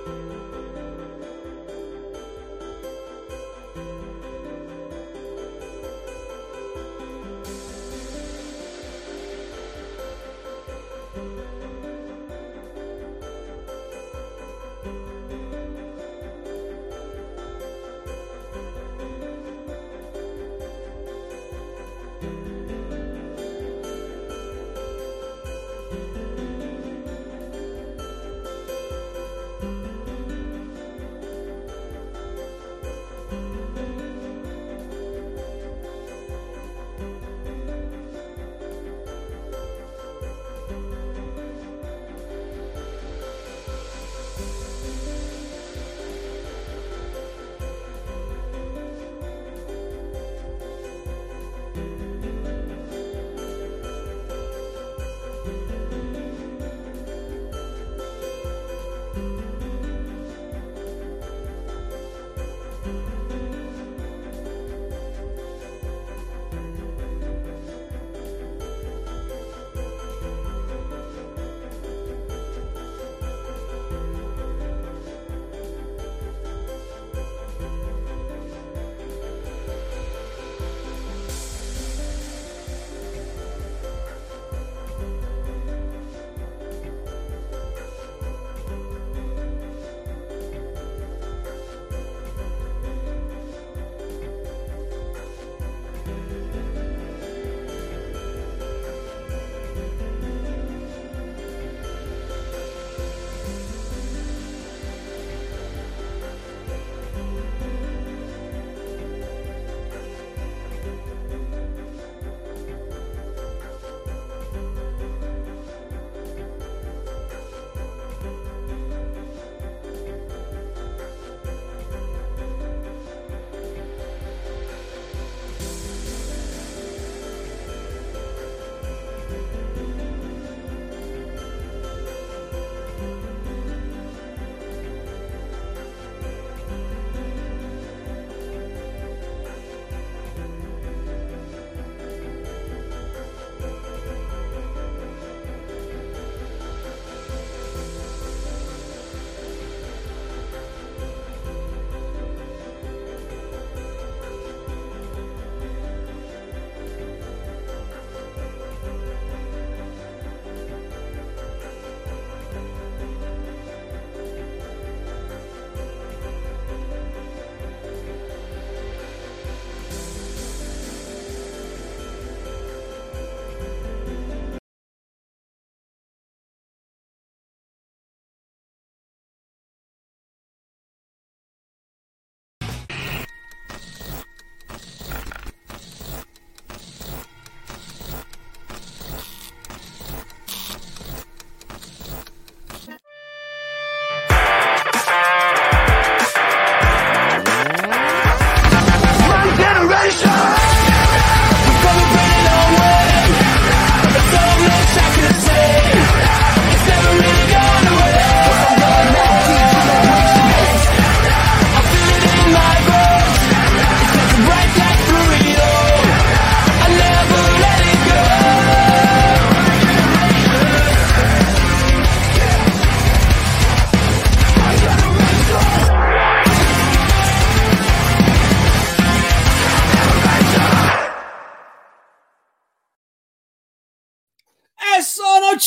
E sono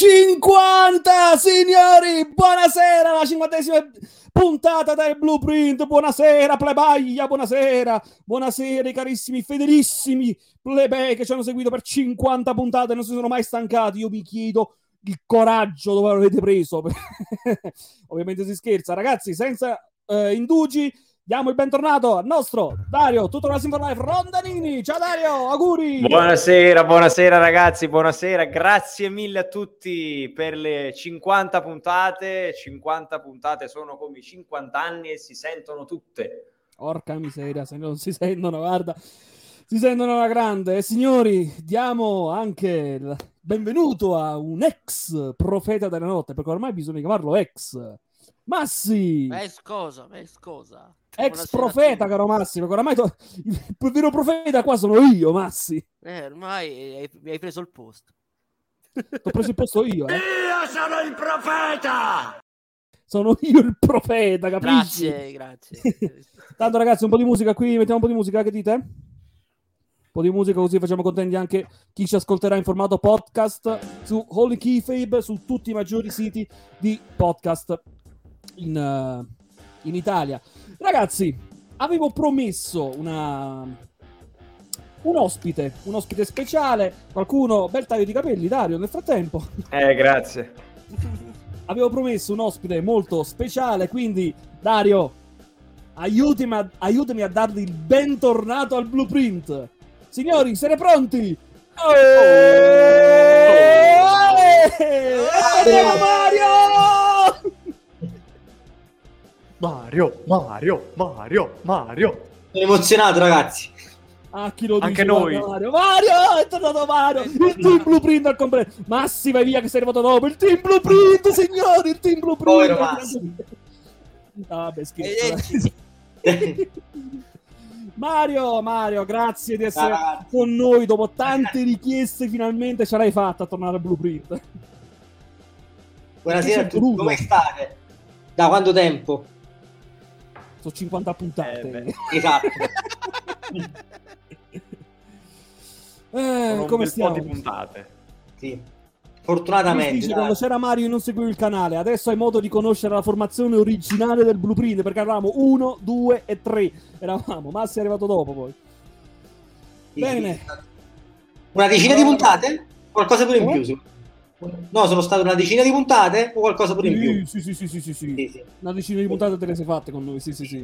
50, signori! Buonasera, la 50ª puntata del Blueprint. Buonasera, plebaglia, buonasera. Buonasera, i carissimi, fedelissimi plebei che ci hanno seguito per 50 puntate e non si sono mai stancati. Io mi chiedo il coraggio dove l'avete preso. Ovviamente si scherza, ragazzi, senza indugi. Diamo il bentornato al nostro Dario, tutto una Simple Life Rondanini. Ciao Dario, auguri. Buonasera ragazzi, buonasera. Grazie mille a tutti per le 50 puntate. 50 puntate sono come 50 anni e si sentono tutte. Porca miseria, se non si sentono, guarda, si sentono alla grande. E signori, diamo anche il benvenuto a un ex profeta della notte, perché ormai bisogna chiamarlo ex. Massi! Scusa. Ex profeta, caro Massi, perché oramai il vero profeta qua sono io, Massi. Ormai mi hai preso il posto. T'ho preso il posto io, Io sono il profeta! sono io il profeta, capisci? Grazie. Tanto ragazzi, un po' di musica qui, mettiamo un po' di musica, che dite? Un po' di musica, così facciamo contenti anche chi ci ascolterà in formato podcast su Holy Keyfabe, su tutti i maggiori siti di podcast in Italia. Ragazzi, avevo promesso un ospite speciale. Qualcuno, bel taglio di capelli, Dario, nel frattempo. Grazie. Avevo promesso un ospite molto speciale, quindi Dario, aiutami a dargli il bentornato al Blueprint. Signori, siete pronti? Andiamo, Mario. Sono emozionato, ragazzi. Chi lo dice? Anche noi. Mario, è tornato Mario. Il team Blueprint al completo. Massi, vai via che sei arrivato dopo. Il team Blueprint, signori, il team Blueprint. Povero Massi. Vabbè, scherzo. Mario, grazie di essere con noi dopo tante richieste. Finalmente ce l'hai fatta a tornare al Blueprint. Buonasera a tutti, come state? Da quanto tempo? Sono 50 puntate. Esatto. Come stiamo? Po' di puntate. Sì. Fortunatamente. Quando c'era Mario io non seguivo il canale, adesso hai modo di conoscere la formazione originale del Blueprint, perché eravamo 1, 2 e 3. Massi è arrivato dopo poi. Sì, Bene. sì. Una decina di puntate? Qualcosa pure in più? No, sono state una decina di puntate o qualcosa pure in più? Sì. Una decina di puntate te le sei fatte con noi, sì.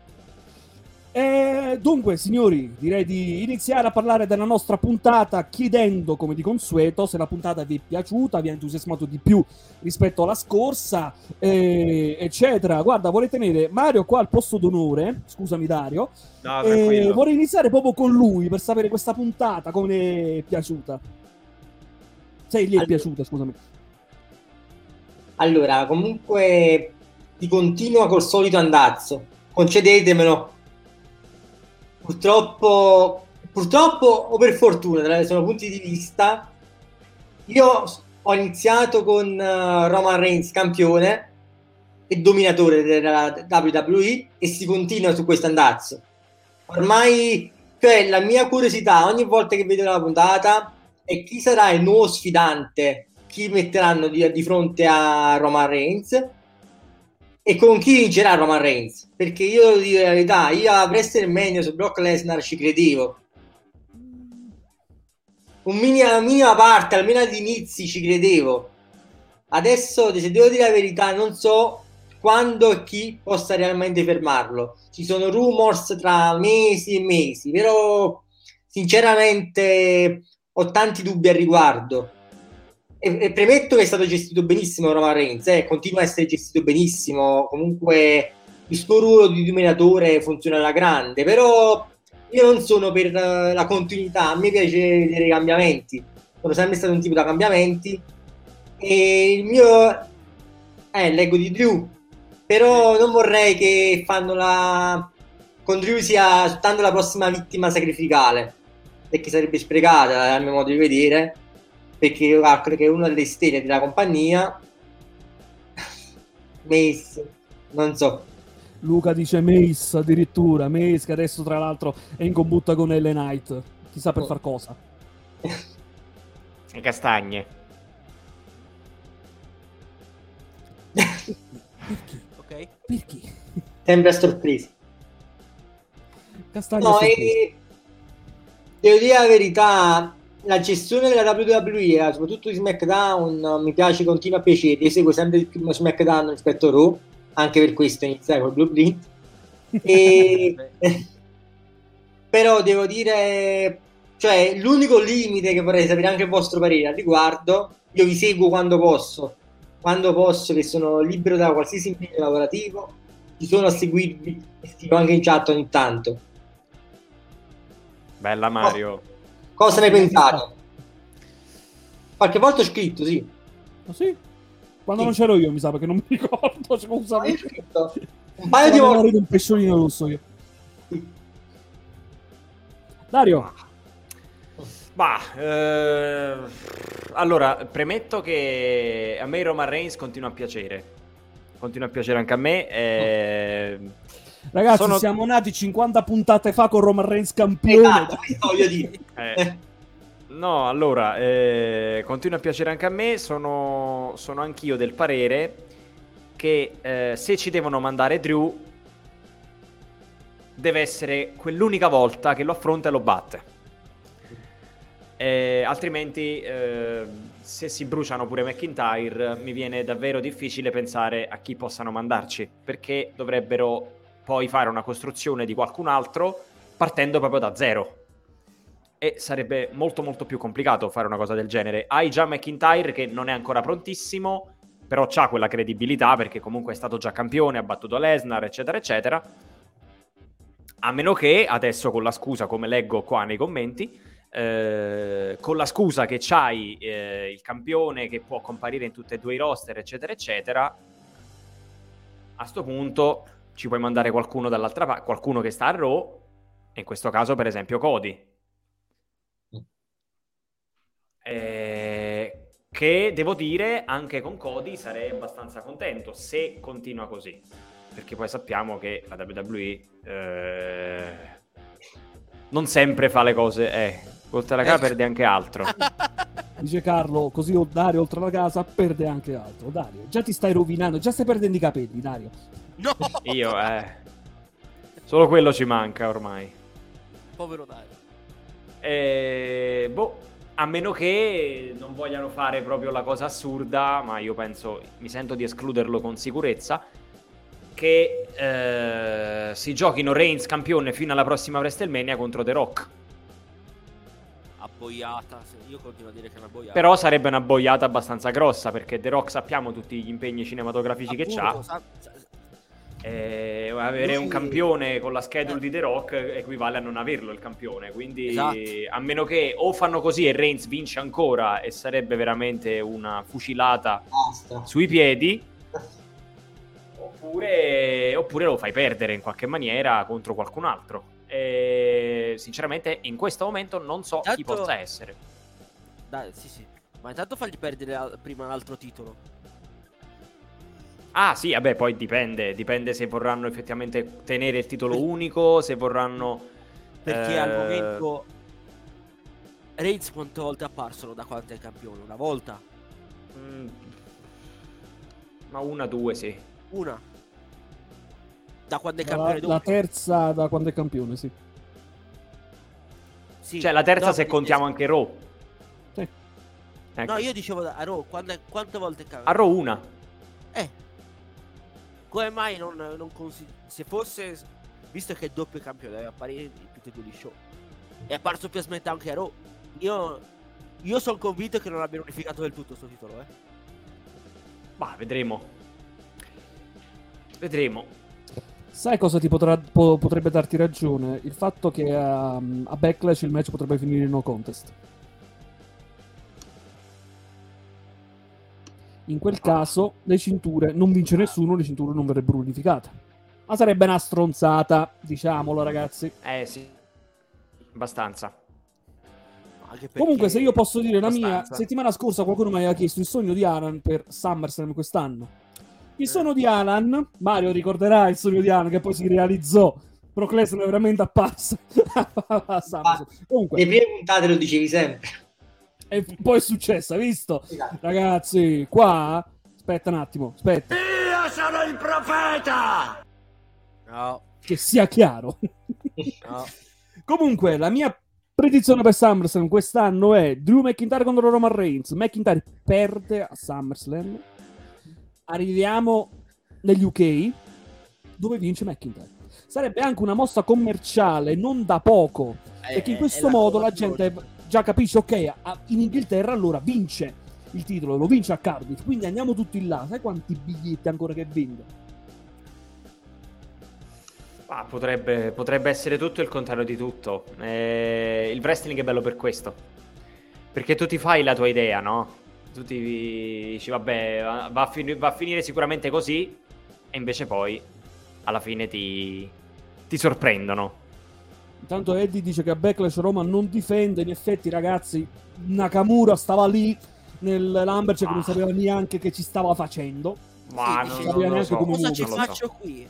Dunque, signori, direi di iniziare a parlare della nostra puntata chiedendo, come di consueto, se la puntata vi è piaciuta, vi ha entusiasmato di più rispetto alla scorsa, eccetera. Guarda, vorrei tenere Mario qua al posto d'onore, scusami Dario, no, tranquillo. Vorrei iniziare proprio con lui per sapere questa puntata come ne è piaciuta. Se gli è piaciuta, scusami. Allora, comunque ti continua col solito andazzo, concedetemelo. Purtroppo o per fortuna, sono punti di vista. Io ho iniziato con Roman Reigns campione e dominatore della WWE e si continua su questo andazzo. Ormai, cioè, la mia curiosità ogni volta che vedo la puntata è chi sarà il nuovo sfidante, chi metteranno di fronte a Roman Reigns e con chi vincerà Roman Reigns, perché io devo dire la verità, io a WrestleMania su Brock Lesnar ci credevo, una minima parte, almeno agli inizi ci credevo. Adesso, se devo dire la verità, non so quando e chi possa realmente fermarlo. Ci sono rumors tra mesi e mesi, però sinceramente ho tanti dubbi al riguardo. E premetto che è stato gestito benissimo Roman Reigns, continua a essere gestito benissimo, comunque il suo ruolo di dominatore funziona alla grande, però io non sono per la continuità, a me piace vedere i cambiamenti, sono sempre stato un tipo da cambiamenti e il mio leggo di Drew, però non vorrei che con Drew sia soltanto la prossima vittima sacrificale, perché sarebbe sprecata al mio modo di vedere, perché io calcolo che è una delle stelle della compagnia. Mace, non so. Luca dice Mace addirittura, Mace che adesso tra l'altro è in combutta con LA Knight, chissà per far cosa. Le castagne. Perché? Ok. Perché? Sembra a sorpresa. Castagne no, sorpresa. Devo dire la verità, la gestione della WWE, soprattutto di SmackDown, mi piace, continua a piacere. Io seguo sempre di più SmackDown rispetto a Raw, anche per questo iniziare col Blueprint. Però devo dire, cioè, l'unico limite che vorrei sapere anche il vostro parere al riguardo, io vi seguo quando posso, che sono libero da qualsiasi impegno lavorativo, ci sono a seguirvi e scrivo anche in chat ogni tanto. Bella Mario. Cosa ne pensate? Qualche volta ho scritto, sì. Ah, sì? Quando non c'ero io, mi sa, perché non mi ricordo. Scusami. Un paio di volte. Un pesciolino rosso io. Sì. Dario. Allora, premetto che a me Roman Reigns continua a piacere. continua a piacere anche a me. Ragazzi, siamo nati 50 puntate fa con Roman Reigns campione. Esatto, voglio dire. No, allora, continua a piacere anche a me. Sono anch'io del parere che se ci devono mandare Drew, deve essere quell'unica volta che lo affronta e lo batte. Altrimenti, se si bruciano pure McIntyre, mi viene davvero difficile pensare a chi possano mandarci, perché dovrebbero poi fare una costruzione di qualcun altro partendo proprio da zero. E sarebbe molto molto più complicato fare una cosa del genere. Hai già McIntyre che non è ancora prontissimo, però c'ha quella credibilità perché comunque è stato già campione, ha battuto Lesnar, eccetera eccetera. A meno che adesso, con la scusa, come leggo qua nei commenti, con la scusa che c'hai il campione che può comparire in tutti e due i roster, eccetera eccetera, a sto punto ci puoi mandare qualcuno dall'altra parte, qualcuno che sta a Raw, e in questo caso per esempio Cody, che devo dire anche con Cody sarei abbastanza contento se continua così, perché poi sappiamo che la WWE non sempre fa le cose, oltre alla casa perde anche altro. Dice Carlo, così Dario oltre alla casa perde anche altro. Dario, già ti stai rovinando, già stai perdendo i capelli, Dario. No! Io, solo quello ci manca ormai. Povero Dario. A meno che non vogliano fare proprio la cosa assurda, ma io penso, mi sento di escluderlo con sicurezza, che si giochino Reigns campione fino alla prossima WrestleMania contro The Rock. Abboiata, io continuo a dire che è una boiata. Però sarebbe una boiata abbastanza grossa, perché The Rock sappiamo tutti gli impegni cinematografici che c'ha. Avere un campione con la schedule di The Rock equivale a non averlo il campione, quindi esatto. A meno che o fanno così e Reigns vince ancora e sarebbe veramente una fucilata sui piedi, oppure lo fai perdere in qualche maniera contro qualcun altro. Sinceramente in questo momento non so chi possa essere. Dai, sì, ma intanto fagli perdere prima l'altro titolo. Ah sì, vabbè, poi dipende se vorranno effettivamente tenere il titolo unico, se vorranno... Perché al momento Reigns quante volte è apparso da quanto è campione? Una volta? Ma una, due, sì. Una? Da quando è campione? La terza da quando è campione, sì. Sì. Cioè la terza se contiamo anche Raw. Sì. Ecco. No, io dicevo a Raw, quante volte è campione? A Raw una. Come mai non se fosse, visto che è doppio campione, deve apparire in tutti e due gli show, è apparso più a SmackDown anche a Raw. Io sono convinto che non abbiano unificato del tutto sto titolo, Ma vedremo. Sai cosa ti potrebbe darti ragione? Il fatto che a Backlash il match potrebbe finire in no contest. In quel caso le cinture non vince nessuno, le cinture non verrebbero unificate. Ma sarebbe una stronzata, diciamolo ragazzi. Sì, abbastanza. Comunque se io posso dire la mia, settimana scorsa qualcuno mi aveva chiesto il sogno di Alan per SummerSlam quest'anno. Il sogno di Alan, Mario ricorderà il sogno di Alan che poi si realizzò. Brock Lesnar è veramente apparso. Comunque, le prime puntate lo dicevi sempre. E poi è successo, hai visto? Esatto. Ragazzi, qua... Aspetta un attimo, aspetta. Io sono il profeta! No. Che sia chiaro. No. Comunque, la mia predizione per SummerSlam quest'anno è Drew McIntyre contro Roman Reigns. McIntyre perde a SummerSlam. Arriviamo negli UK, dove vince McIntyre. Sarebbe anche una mossa commerciale non da poco, perché in questo modo la gente... già capisce, ok, in Inghilterra allora vince il titolo, lo vince a Cardiff, quindi andiamo tutti là. Sai quanti biglietti ancora che vende? Potrebbe essere tutto il contrario di tutto. Il wrestling è bello per questo, perché tu ti fai la tua idea, no? Tu ti dici vabbè, va a finire sicuramente così, e invece poi alla fine ti sorprendono. Intanto Eddie dice che a Backlash Roman non difende. In effetti, ragazzi, Nakamura stava lì nel Lumberjack, non sapeva neanche che ci stava facendo. Ma Sì, non dice, lo so, come cosa ci non non lo faccio so. qui?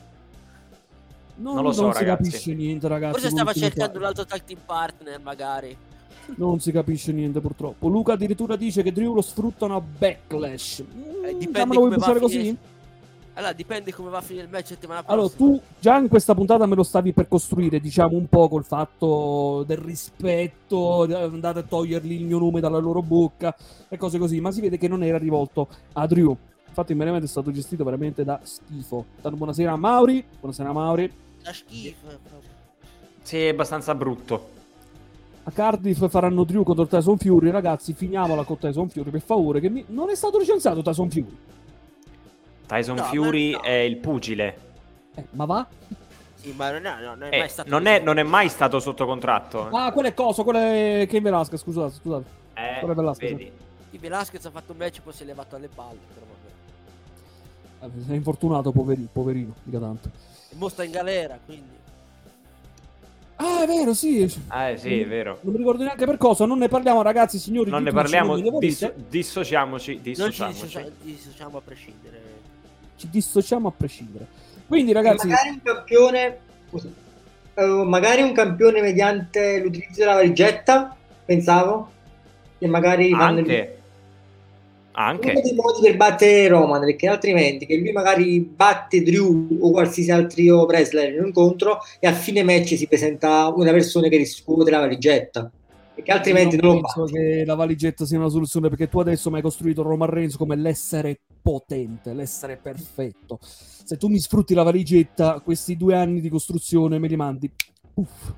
Non lo so, non si ragazzi. capisce niente, ragazzi. Forse stava l'ultimo cercando un fa- altro tag team partner, magari. Non si capisce niente, purtroppo. Luca addirittura dice che Drew lo sfruttano a Backlash. Dipende Già me lo vuoi come va buttare a finire. così? Allora, dipende come va a finire il match settimana Allora, prossima. tu già in questa puntata me lo stavi per costruire, diciamo, un po' col fatto del rispetto, andate a togliergli il mio nome dalla loro bocca e cose così, ma si vede che non era rivolto a Drew. Infatti, veramente è stato gestito veramente da schifo. Tanto buonasera a Mauri. Buonasera Mauri. Da schifo. proprio. Sì, è abbastanza brutto. A Cardiff faranno Drew contro Tyson Fury. Ragazzi, finiamola con Tyson Fury, per favore, che non è stato licenziato Tyson Fury. Tyson No, Fury ma no. è il pugile. Ma va? Sì, ma non è mai stato. Non è mai stato sotto contratto. Ah, quello è coso, quello è Cain Velasquez, scusate. Quello è Velasquez. Vedi. Sì, Velasquez ha fatto un match e poi si è levato alle palle. Però vabbè. Si è infortunato, poverino, mica tanto. E mo sta in galera, quindi. Ah, è vero, sì. Sì, è vero. Non mi ricordo neanche per cosa. Non ne parliamo, ragazzi, signori. Non di ne Twitch, parliamo, non ne volete. dissociamoci. Non ci dissociamo a prescindere. Ci dissociamo a prescindere. Quindi, ragazzi, Magari un campione, scusa, magari un campione mediante l'utilizzo della valigetta, pensavo, e magari fanno Anche. uno dei modi per battere Roman, perché altrimenti che lui magari batte Drew o qualsiasi altro wrestler in un incontro e a fine match si presenta una persona che riscuote la valigetta, perché altrimenti non lo penso fa. che la valigetta sia una soluzione, perché tu adesso mi hai costruito Roman Reigns come l'essere potente, l'essere perfetto. Se tu mi sfrutti la valigetta, questi 2 anni di costruzione me li mandi. Uff.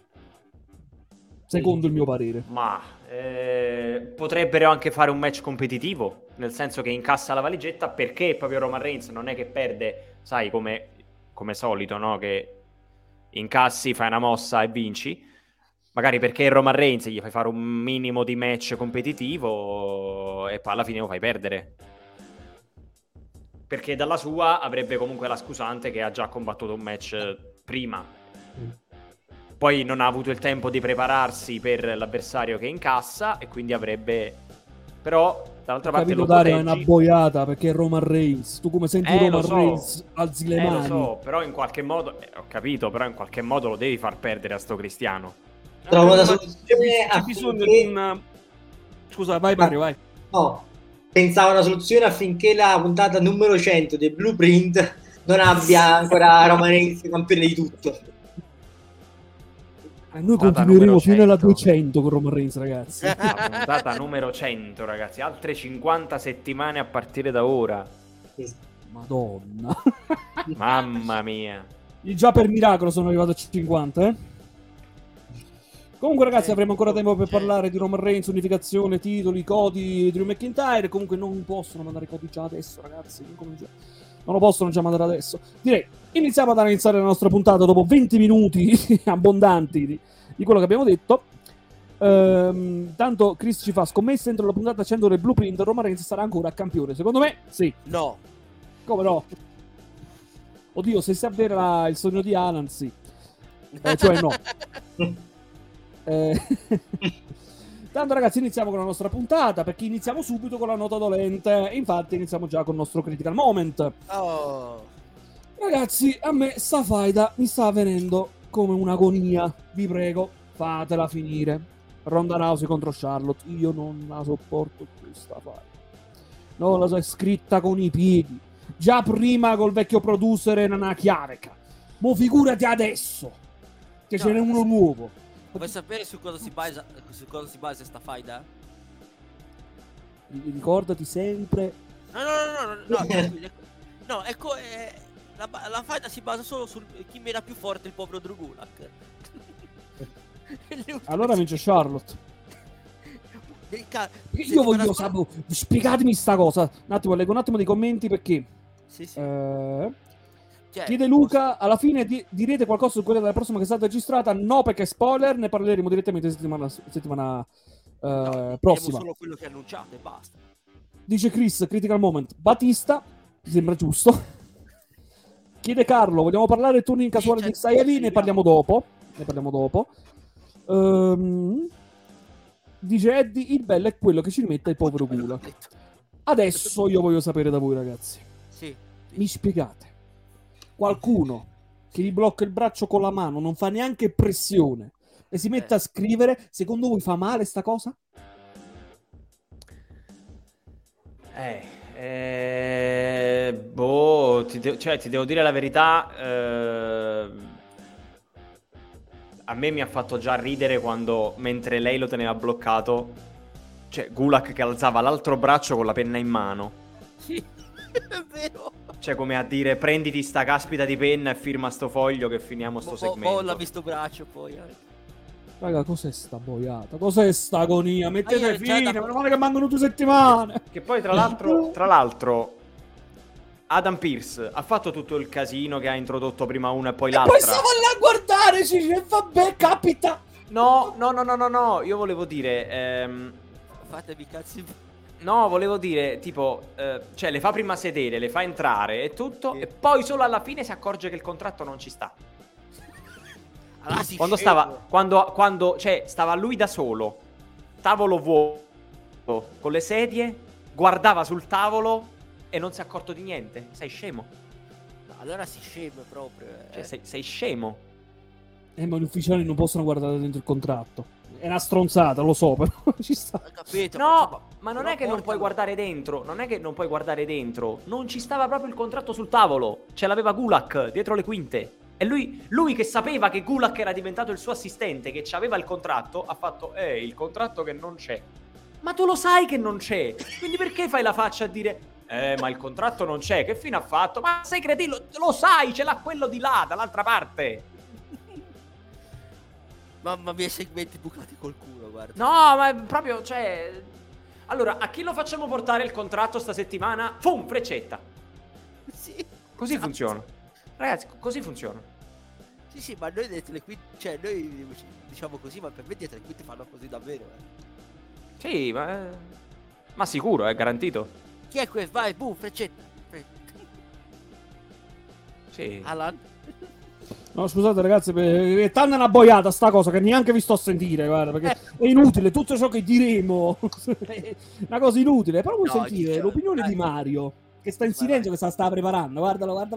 Secondo il mio parere. Ma potrebbero anche fare un match competitivo, nel senso che incassa la valigetta, perché proprio Roman Reigns non è che perde, sai, come solito, no? Che incassi, fai una mossa e vinci. Magari perché Roman Reigns gli fai fare un minimo di match competitivo e poi alla fine lo fai perdere. Perché dalla sua avrebbe comunque la scusante che ha già combattuto un match prima. Poi non ha avuto il tempo di prepararsi per l'avversario che incassa e quindi avrebbe... Però, dall'altra parte Capito, lo Dario, è proteggi. una boiata perché è Roman Reigns. Tu come senti Lo Roman so. Reigns, alzi le Lo mani. so, però in qualche modo... ho capito, però in qualche modo lo devi far perdere a sto Cristiano. Trovo una Ma soluzione c'è bisogno di un... Scusa, vai Mario, vai. No, pensavo a una soluzione affinché la puntata numero 100 del Blueprint non abbia ancora Roman Reigns campione di tutto. Noi Puntata continueremo numero fino alla 100. 200 con Roman Reigns, ragazzi. La puntata numero 100, ragazzi. Altre 50 settimane a partire da ora. Madonna. Mamma mia. Già per miracolo sono arrivato a 50, Comunque, ragazzi, avremo ancora tempo per parlare di Roman Reigns, unificazione, titoli, codi, Drew McIntyre. Comunque non possono mandare i codi già adesso, ragazzi. Non lo possono già mandare adesso. Direi, iniziamo ad analizzare la nostra puntata dopo 20 minuti abbondanti di quello che abbiamo detto. Tanto Chris ci fa scommesse entro la puntata 100 del Blueprint. Roman Reigns sarà ancora campione. Secondo me, sì. No. Come no? Oddio, se si avvera il sogno di Alan, sì. Cioè no. Tanto, ragazzi, iniziamo con la nostra puntata, perché iniziamo subito con la nota dolente. Infatti iniziamo già con il nostro critical moment. Oh. Ragazzi, a me sta faida mi sta venendo come un'agonia. Vi prego, fatela finire. Ronda Rousey contro Charlotte. Io non la sopporto questa faida. Non la so, è scritta con i piedi. Già prima col vecchio producer Nana Chiareca. Mo figurati adesso che ce n'è uno nuovo. Vuoi sapere su cosa si basa sta faida? Ricordati sempre. No, tranquillo. No, ecco, la faida si basa solo su chi mena più forte il povero Drew Gulak. Allora vince Charlotte. Io Io voglio sapere, spiegatemi sta cosa. Un attimo, leggo un attimo dei commenti perché Sì. chiede Luca, alla fine direte qualcosa su quella della prossima che è stata registrata? No, perché spoiler, ne parleremo direttamente settimana prossima. Solo quello che è annunciato e basta. Dice Chris, critical moment, Batista, mi sembra giusto. Chiede Carlo, vogliamo parlare del turno in casuale di Xayali? Ne parliamo dopo. Dice Eddie, il bello è quello che ci rimette il povero Gulak. Adesso io voglio sapere da voi, ragazzi. Sì. Mi spiegate? Qualcuno che gli blocca il braccio con la mano, non fa neanche pressione e si mette a scrivere, secondo voi fa male sta cosa? Boh, ti devo dire la verità. A me mi ha fatto già ridere quando, mentre lei lo teneva bloccato, cioè Gulak che alzava l'altro braccio con la penna in mano. Sì, è vero. Cioè, come a dire, prenditi sta caspita di penna e firma sto foglio che finiamo sto segmento. l'ha visto braccio poi. Raga, cos'è sta boiata? Cos'è sta agonia? Mettete fine, da- meno male che mancano 2 settimane. Che poi, tra l'altro, Adam Pearce ha fatto tutto il casino che ha introdotto prima una e poi E l'altra. poi stavo là a guardare, e vabbè, capita. No, io volevo dire... Fatevi cazzi. No, volevo dire, tipo, cioè le fa prima sedere, le fa entrare e tutto, e poi solo alla fine si accorge che il contratto non ci sta. Allora Quando cioè, stava lui da solo, tavolo vuoto, con le sedie, guardava sul tavolo e non si è accorto di niente. Sei scemo. No, allora si scema proprio. Cioè, sei scemo. Ma gli ufficiali non possono guardare dentro il contratto. È una stronzata, lo so, però ci sta. Ho capito. No, ma non però è che non puoi portalo. guardare dentro. Non è che non puoi guardare dentro. Non ci stava proprio il contratto sul tavolo. Ce l'aveva Gulak dietro le quinte. E lui che sapeva che Gulak era diventato il suo assistente, che aveva il contratto, ha fatto, il contratto che non c'è. Ma tu lo sai che non c'è. Quindi perché fai la faccia a dire, ma il contratto non c'è? Che fine ha fatto? Ma sei cretino, lo sai, ce l'ha quello di là, dall'altra parte. Mamma mia, segmenti bucati col culo, guarda. No, ma è proprio, cioè... Allora, a chi lo facciamo portare il contratto sta settimana? Pum, freccetta. Sì. Così Esatto. funziona. Ragazzi, così funziona. Sì, ma noi dietro le quinte, cioè noi diciamo così, ma per me dietro le quinte fanno così davvero. Sì, ma sicuro, è garantito. Chi è questo? Vai, boom, freccetta. Sì. Alan. No, scusate ragazzi, è tanta una boiata sta cosa che neanche vi sto a sentire, guarda, perché è inutile, tutto ciò che diremo è una cosa inutile, però vuoi No, sentire dice- l'opinione dai. di Mario, che sta in Vai, silenzio, che se la stava preparando, guardalo.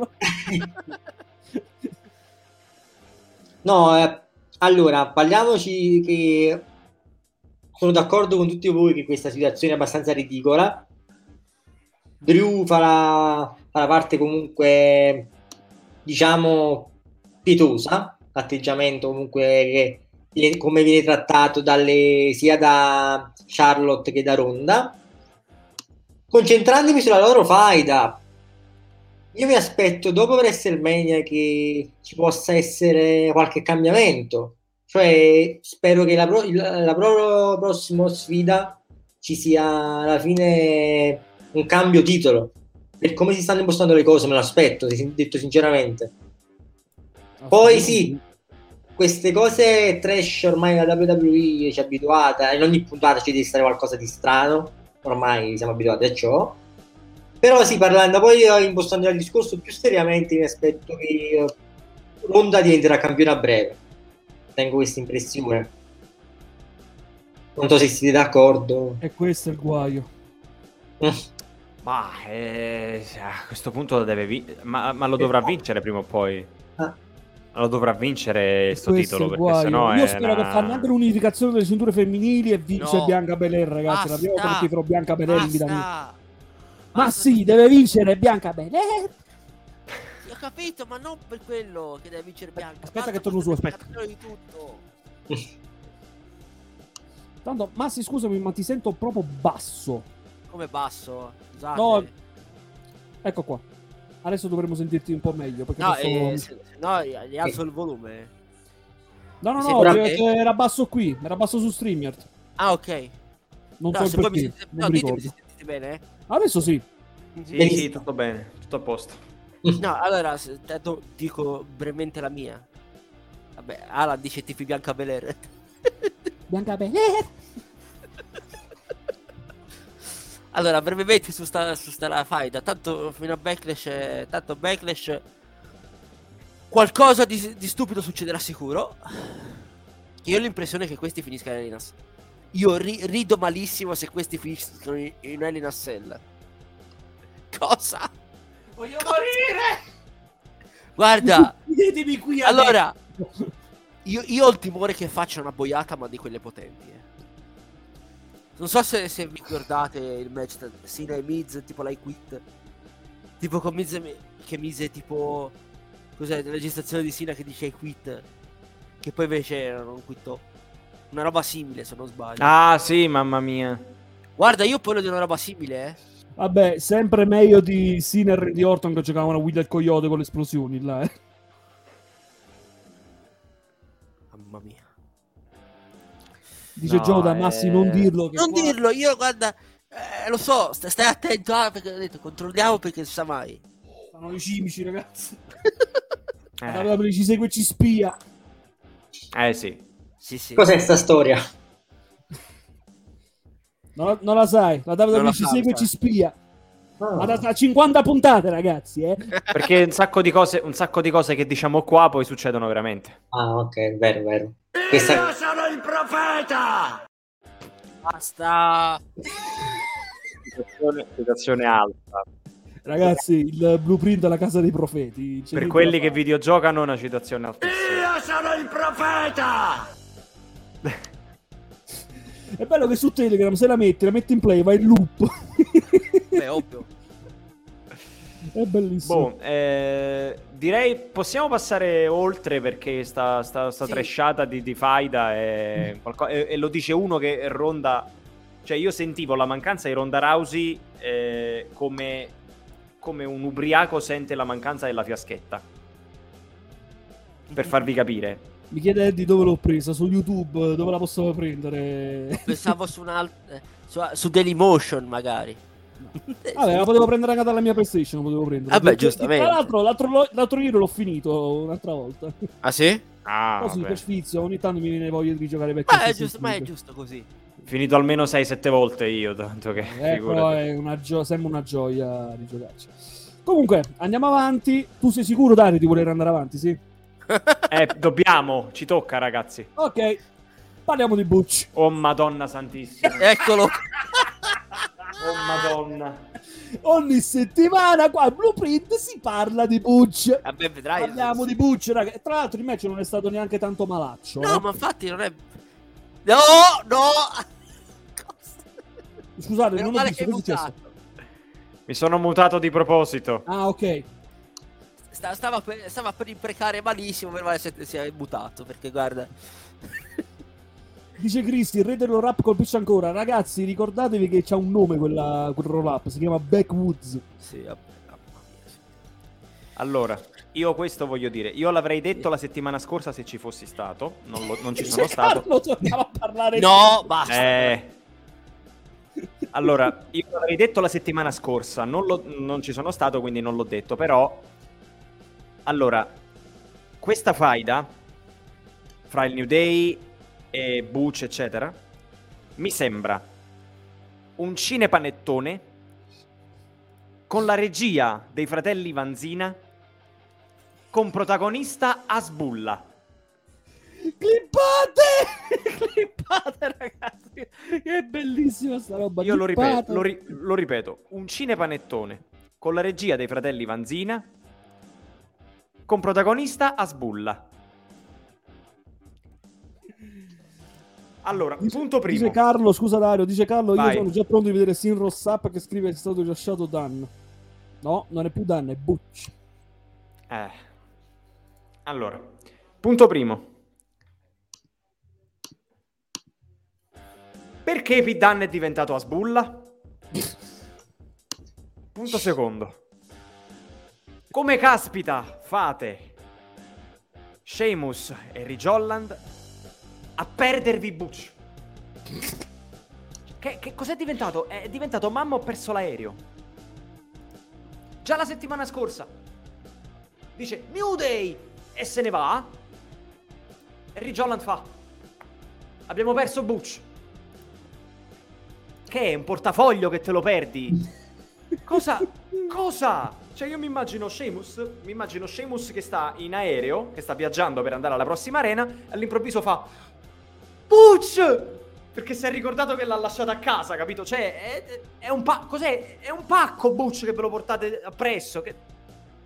No, allora, parliamoci che sono d'accordo con tutti voi che questa situazione è abbastanza ridicola. Drew fa la parte comunque, diciamo, pietosa, l'atteggiamento comunque come viene trattato sia da Charlotte che da Ronda. Concentrandomi sulla loro faida, io mi aspetto dopo WrestleMania che ci possa essere qualche cambiamento, cioè spero che la prossima sfida ci sia alla fine un cambio titolo, per come si stanno impostando le cose me lo aspetto, detto sinceramente. Poi sì, queste cose trash ormai la WWE ci è abituata, in ogni puntata ci deve stare qualcosa di strano, ormai siamo abituati a ciò. Però sì, parlando poi, impostando il discorso più seriamente, mi aspetto che Ronda diventerà campione a breve. Tengo questa impressione. Non so se siete d'accordo. E questo è il guaio. Ma a questo punto lo deve ma lo dovrà vincere prima o poi. Lo dovrà vincere sto Questo titolo, è il perché guaio. sennò Io è spero che fanno anche l'unificazione delle cinture femminili e vince No. Bianca Belair, ragazzi. Basta. La prima volta che tifero Bianca Belair in vita mia. Basta. Ma Basta. sì, deve vincere Bianca Belair. Sì, ho capito, ma non per quello che deve vincere Bianca. Aspetta Basta che torno su, fare aspetta. di tutto. Tanto, Massi, scusami, ma ti sento proprio basso. Come basso? Scusate. No, ecco qua. Adesso dovremmo sentirti un po' meglio. Perché No, questo- gli alzo il volume. No, sembra che che- era basso qui. Era basso su StreamYard. Ah, ok. Non No, so se poi perché. mi sentite, Non no, mi ditemi ricordo. se sentite bene. Adesso sì. Sì, Benissimo. sì, tutto bene, tutto a posto. No, allora, tanto dico brevemente la mia. Vabbè, Alan dice tifi Bianca Belair. Bianca Belair. Allora, brevemente su sta faida, tanto fino a Backlash, tanto Backlash qualcosa di stupido succederà sicuro. Io ho l'impressione che questi finiscano in Hell in a Cell. Io rido malissimo se questi finiscono in Hell in a Cell. Cosa? Voglio morire! Guarda, Vedetemi qui allora, io ho il timore che faccia una boiata, ma di quelle potenti. Non so se vi ricordate il match tra Cena e Miz, tipo l'hai quit. Tipo con Miz che mise tipo... Cos'è? La registrazione di Cena che dice I quit. Che poi invece non quittò. Una roba simile, se non sbaglio. Ah, sì, mamma mia. Guarda, io parlo di una roba simile, Vabbè, sempre meglio di Sinner e di Orton che giocavano a Will del Coyote con le esplosioni là, Mamma mia. Dice No, Joe Massi, non dirlo. Che Non qua- dirlo, io guarda... lo so, stai attento, perché ho detto controlliamo perché non sa mai. Stanno i cimici, ragazzi. Eh, La WWE ci segue e ci spia. sì. Sì. Cos'è sta storia? Non la sai, la WWE Non la ci sa, segue e sa. ci spia. Ma Ah. da 50 puntate, ragazzi, Perché un sacco di cose che diciamo qua poi succedono veramente. Ah, ok, vero. Io Questa... sono il profeta! Basta. Situazione alta. Ragazzi, il blueprint è la casa dei profeti. C'è Per niente quelli da che fare. videogiocano è una citazione altissima. Io sono il profeta! È bello che su Telegram se la metti in play, va in loop. Beh, ovvio. È bellissimo. Boh, direi possiamo passare oltre perché sta Sì. trashata di Faida e lo dice uno che Ronda, cioè io sentivo la mancanza di Ronda Rousey come un ubriaco sente la mancanza della fiaschetta, per farvi capire. Mi chiede Eddie dove l'ho presa, su YouTube, dove la posso prendere? Pensavo su su Dailymotion magari. Vabbè, la potevo prendere anche dalla mia PlayStation, potevo prendere. Vabbè, giustamente. Tra l'altro, l'altro ieri l'ho finito un'altra volta. Ah sì? Ah, Così vabbè. per sfizio, ogni tanto mi viene voglia di giocare vecchio. Ma è Assassin's giusto, ma è Creed. giusto così. Finito almeno 6-7 volte io, tanto che Però figurati. è sembra una gioia di giocarci. Comunque, andiamo avanti. Tu sei sicuro, Dario, di voler andare avanti, sì? Dobbiamo, ci tocca ragazzi. Ok, parliamo di Butch. Oh Madonna santissima. Eccolo. Oh Madonna. Ogni settimana qua al Blueprint si parla di Butch. Vabbè, vedrai. Parliamo di Butch, raga. Tra l'altro il match non è stato neanche tanto malaccio. No, eh. ma infatti non è... No! Scusate, Meno non ho male visto, che hai cosa è successo? mutato. Mi sono mutato di proposito. Ah, ok. Stava per imprecare malissimo, meno male se si è mutato, perché guarda... Dice Cristi, il re dello rap colpisce ancora. Ragazzi, ricordatevi che c'ha un nome quel roll up, si chiama Backwoods. Sì, vabbè, mamma mia, sì. Allora, io questo voglio dire. Io l'avrei detto la settimana scorsa se ci fossi stato. Non ci sono stato. Carlo, torniamo a parlare No, basta. Allora, io l'avrei detto la settimana scorsa. Non ci sono stato, quindi non l'ho detto. Però, allora, questa faida fra il New Day e Butch, eccetera, mi sembra un cinepanettone con la regia dei fratelli Vanzina con protagonista Asbulla. Clippate, ragazzi. Che bellissima sta roba. Io lo Clippate. ripeto, lo ripeto, un cinepanettone con la regia dei fratelli Vanzina con protagonista Asbulla. Allora, punto primo. Dice Carlo, scusa Dario, dice Carlo, Vai. io sono già pronto di vedere Sin Rossap che scrive che è stato rilasciato Dan. No, non è più Dan, è Butch. Allora, punto primo. Perché Pete Dunne è diventato Asbulla? Punto secondo. Come caspita fate Sheamus e Ridge Holland a perdervi Butch? Che cos'è diventato? È diventato mamma ho perso l'aereo. Già la settimana scorsa dice New Day e se ne va. E Ridge Holland fa abbiamo perso Butch. Che è un portafoglio che te lo perdi? Cosa? Cioè io mi immagino Sheamus che sta in aereo, che sta viaggiando per andare alla prossima arena, all'improvviso fa Butch! Perché si è ricordato che l'ha lasciato a casa, capito? Cioè, è un pacco Butch che ve lo portate appresso.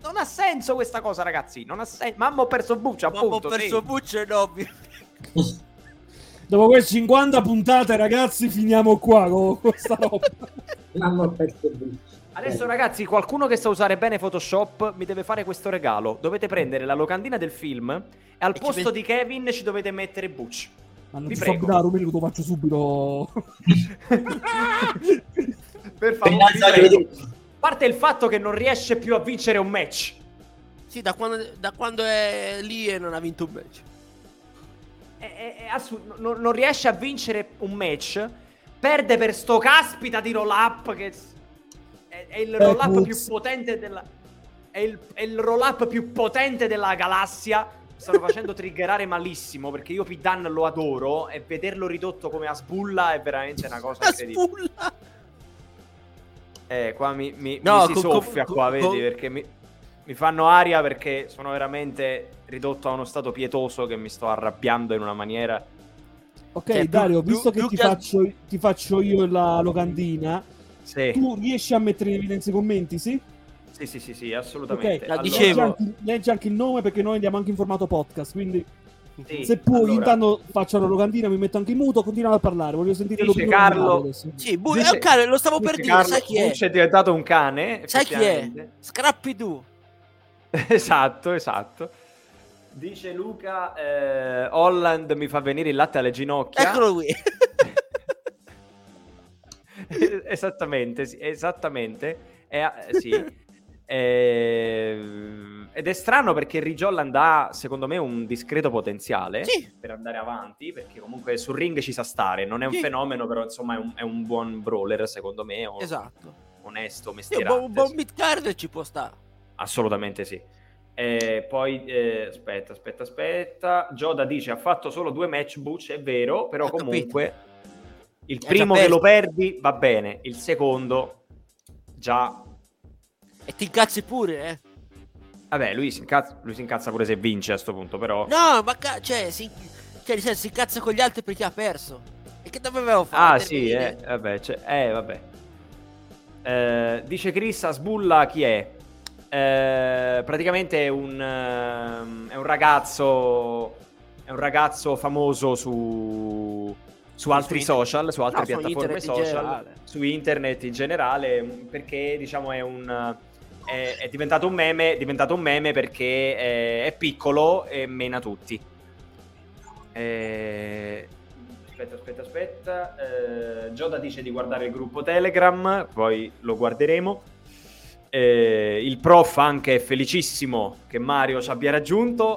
non ha senso questa cosa, ragazzi. Non ha senso. Mamma ho perso Butch, appunto. Ho perso Butch e Nobby. Dopo queste 50 puntate, ragazzi, finiamo qua con questa roba. Mamma ho perso Butch. Adesso, ragazzi, qualcuno che sa usare bene Photoshop mi deve fare questo regalo. Dovete prendere la locandina del film e al posto di Kevin ci dovete mettere Butch. Ma non Vi ti prego. fa bidare, lo faccio subito. Per favore, vi prego. A parte il fatto che non riesce più a vincere un match. Sì, da quando è lì e non ha vinto un match. È non riesce a vincere un match. Perde per sto caspita di roll up che è il roll up più potente della è il roll up più potente della galassia. Stanno facendo triggerare malissimo perché io Pidan lo adoro e vederlo ridotto come a sbulla è veramente una cosa incredibile. Spulla! Qua mi si soffia qua, vedi, perché mi fanno aria perché sono veramente ridotto a uno stato pietoso che mi sto arrabbiando in una maniera. Ok, cioè, Dario, visto che ti faccio io la locandina, sì. Tu riesci a mettere in evidenza i commenti, sì? Sì, assolutamente. Ok, dicevo. Leggi anche il nome perché noi andiamo anche in formato podcast, quindi sì, se puoi, allora, intanto faccio la locandina, mi metto anche in muto, continuiamo a parlare, voglio sentire dice Carlo. Sì, è un cane, lo stavo per dire, Carlo, sai chi è? Butch è diventato un cane, sai chi è? Scrappy-Doo. Esatto. Dice Luca, Holland mi fa venire il latte alle ginocchia. Eccolo qui. Esattamente. Sì. Ed è strano perché Ridge Holland ha, secondo me, un discreto potenziale per andare avanti, perché comunque sul ring ci sa stare, non è un fenomeno, però insomma è un buon brawler, secondo me. Esatto. Onesto, mestierante. Un buon mid-card ci può stare. Assolutamente sì. Poi aspetta. Joda dice ha fatto solo 2 match Butch, è vero, però comunque il primo che lo perdi va bene, il secondo già. E ti incazzi pure, eh? Vabbè, lui si incazza pure se vince a sto punto, però. No, ma si incazza con gli altri perché ha perso. E che dovevo fare? Ah, sì, vabbè, vabbè. Dice Chris, a sbulla chi è? Praticamente è un ragazzo famoso su altri social, su altre piattaforme social, su internet in generale, perché diciamo è diventato un meme perché è piccolo e mena tutti. Aspetta. Joda dice di guardare il gruppo Telegram, poi lo guarderemo. Il prof anche è felicissimo che Mario ci abbia raggiunto.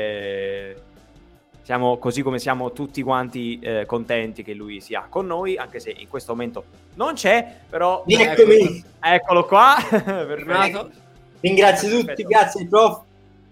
Siamo così come siamo tutti quanti contenti che lui sia con noi, anche se in questo momento non c'è, però eccolo qua. Ringrazio tutti, grazie prof.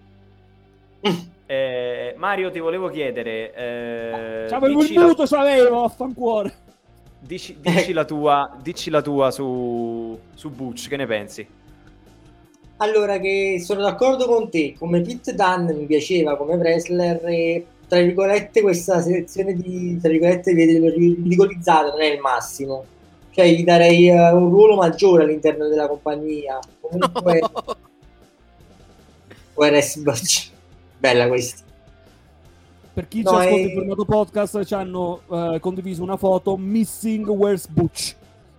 Mario, ti volevo chiedere, c'avevo il muto, c'avevo, affancuore. Dici la tua su Butch, che ne pensi? Allora, che sono d'accordo con te, come Pete Dunne mi piaceva come wrestler e tra virgolette questa selezione di tra virgolette ridicolizzata non è il massimo, cioè gli darei un ruolo maggiore all'interno della compagnia. Comunque Butch, bella questa. Per chi ci ascolta in formato podcast, ci hanno condiviso una foto Missing Where's Butch.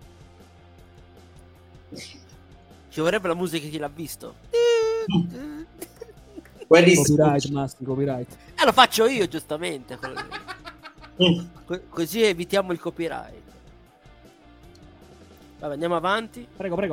Ci vorrebbe la musica che chi l'ha visto. Copyright. Lo faccio io, giustamente. Così evitiamo il copyright. Vabbè, andiamo avanti. Prego.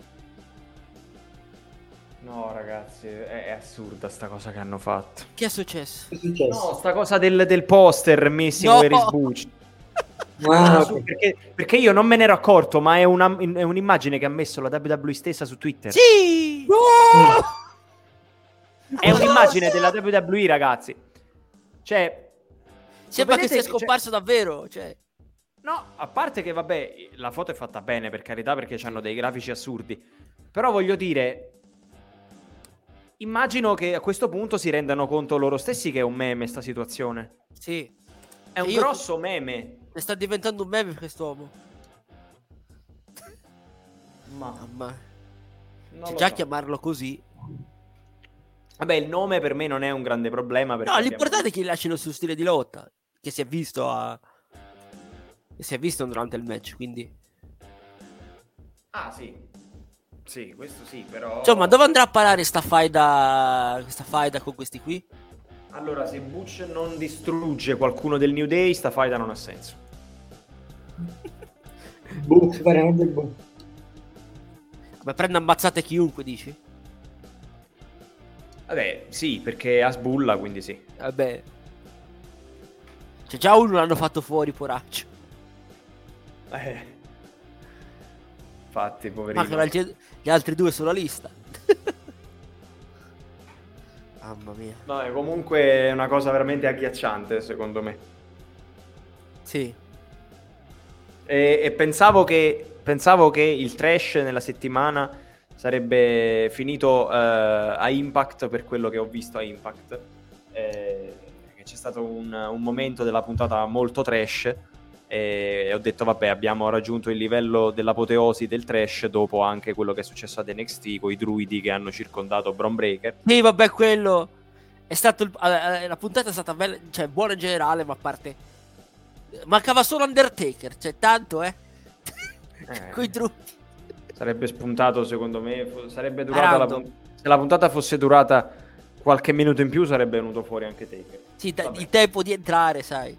No, ragazzi, è assurda sta cosa che hanno fatto. Che è successo? No, sta cosa del poster Missing Where is Butch. Wow. Perché io non me ne ero accorto, ma è un'immagine che ha messo la WWE stessa su Twitter. Sì! È un'immagine della WWE, ragazzi. Cioè, sembra che sia scomparso davvero, cioè. No, a parte che vabbè, la foto è fatta bene, per carità, perché hanno dei grafici assurdi. Però voglio dire, immagino che a questo punto si rendano conto loro stessi che è un meme sta situazione. Sì. È un grosso meme. Ne sta diventando un meme quest'uomo. Mamma. Già chiamarlo così. Vabbè, il nome per me non è un grande problema. Perché No, l'importante è che lasciano il suo stile di lotta, che si è visto durante il match, quindi... Ah, sì. Sì, questo sì, però... Insomma, dove andrà a parare questa faida con questi qui? Allora, se Butch non distrugge qualcuno del New Day, sta faida non ha senso. Veramente boh. Ma prende ammazzate chiunque, dici? Vabbè, sì, perché ha sbulla, quindi sì. Vabbè. Cioè, già uno l'hanno fatto fuori, poraccio. Infatti, poverino. Ma gli altri due sulla lista. Mamma mia. No, comunque è una cosa veramente agghiacciante, secondo me. Sì. E pensavo che il trash nella settimana sarebbe finito a Impact, per quello che ho visto a Impact. Che c'è stato un momento della puntata molto trash e ho detto vabbè, abbiamo raggiunto il livello dell'apoteosi del trash dopo anche quello che è successo ad NXT con i druidi che hanno circondato Bron Breakker. Sì, vabbè, quello è stato la puntata è stata bella, cioè buona in generale, ma a parte mancava solo Undertaker, cioè tanto coi trucchi. Sarebbe spuntato, secondo me, sarebbe durata Random. se la puntata fosse durata qualche minuto in più sarebbe venuto fuori anche Taker. Sì, Vabbè. il tempo di entrare, sai.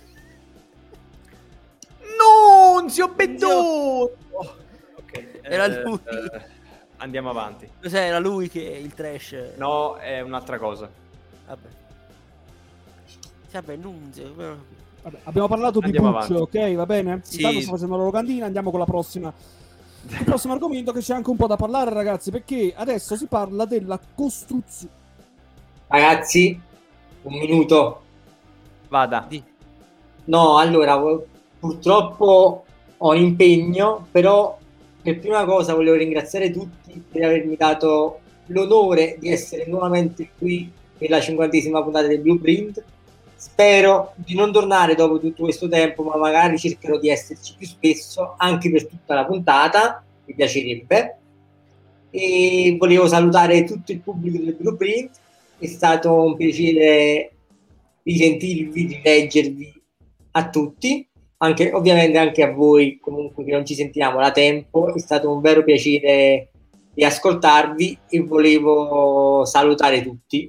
Non zio Bedone! Ok, Era lui. andiamo avanti. Cos'è? Era lui che il trash. No, è un'altra cosa. Vabbè. Vabbè, Nunzio. Vabbè, abbiamo parlato Andiamo di Butch, avanti. ok? Va bene? Sì. Intanto sto facendo la locandina, andiamo con la prossima. Il prossimo argomento, che c'è anche un po' da parlare, ragazzi, perché adesso si parla della costruzione. Ragazzi, un minuto. Vada. No, allora, purtroppo ho impegno, però per prima cosa volevo ringraziare tutti per avermi dato l'onore di essere nuovamente qui per la 50esima puntata del Blueprint. Spero di non tornare dopo tutto questo tempo, ma magari cercherò di esserci più spesso, anche per tutta la puntata, mi piacerebbe. E volevo salutare tutto il pubblico del Blueprint, è stato un piacere risentirvi, di leggervi a tutti, anche ovviamente anche a voi comunque che non ci sentiamo da tempo, è stato un vero piacere di ascoltarvi e volevo salutare tutti.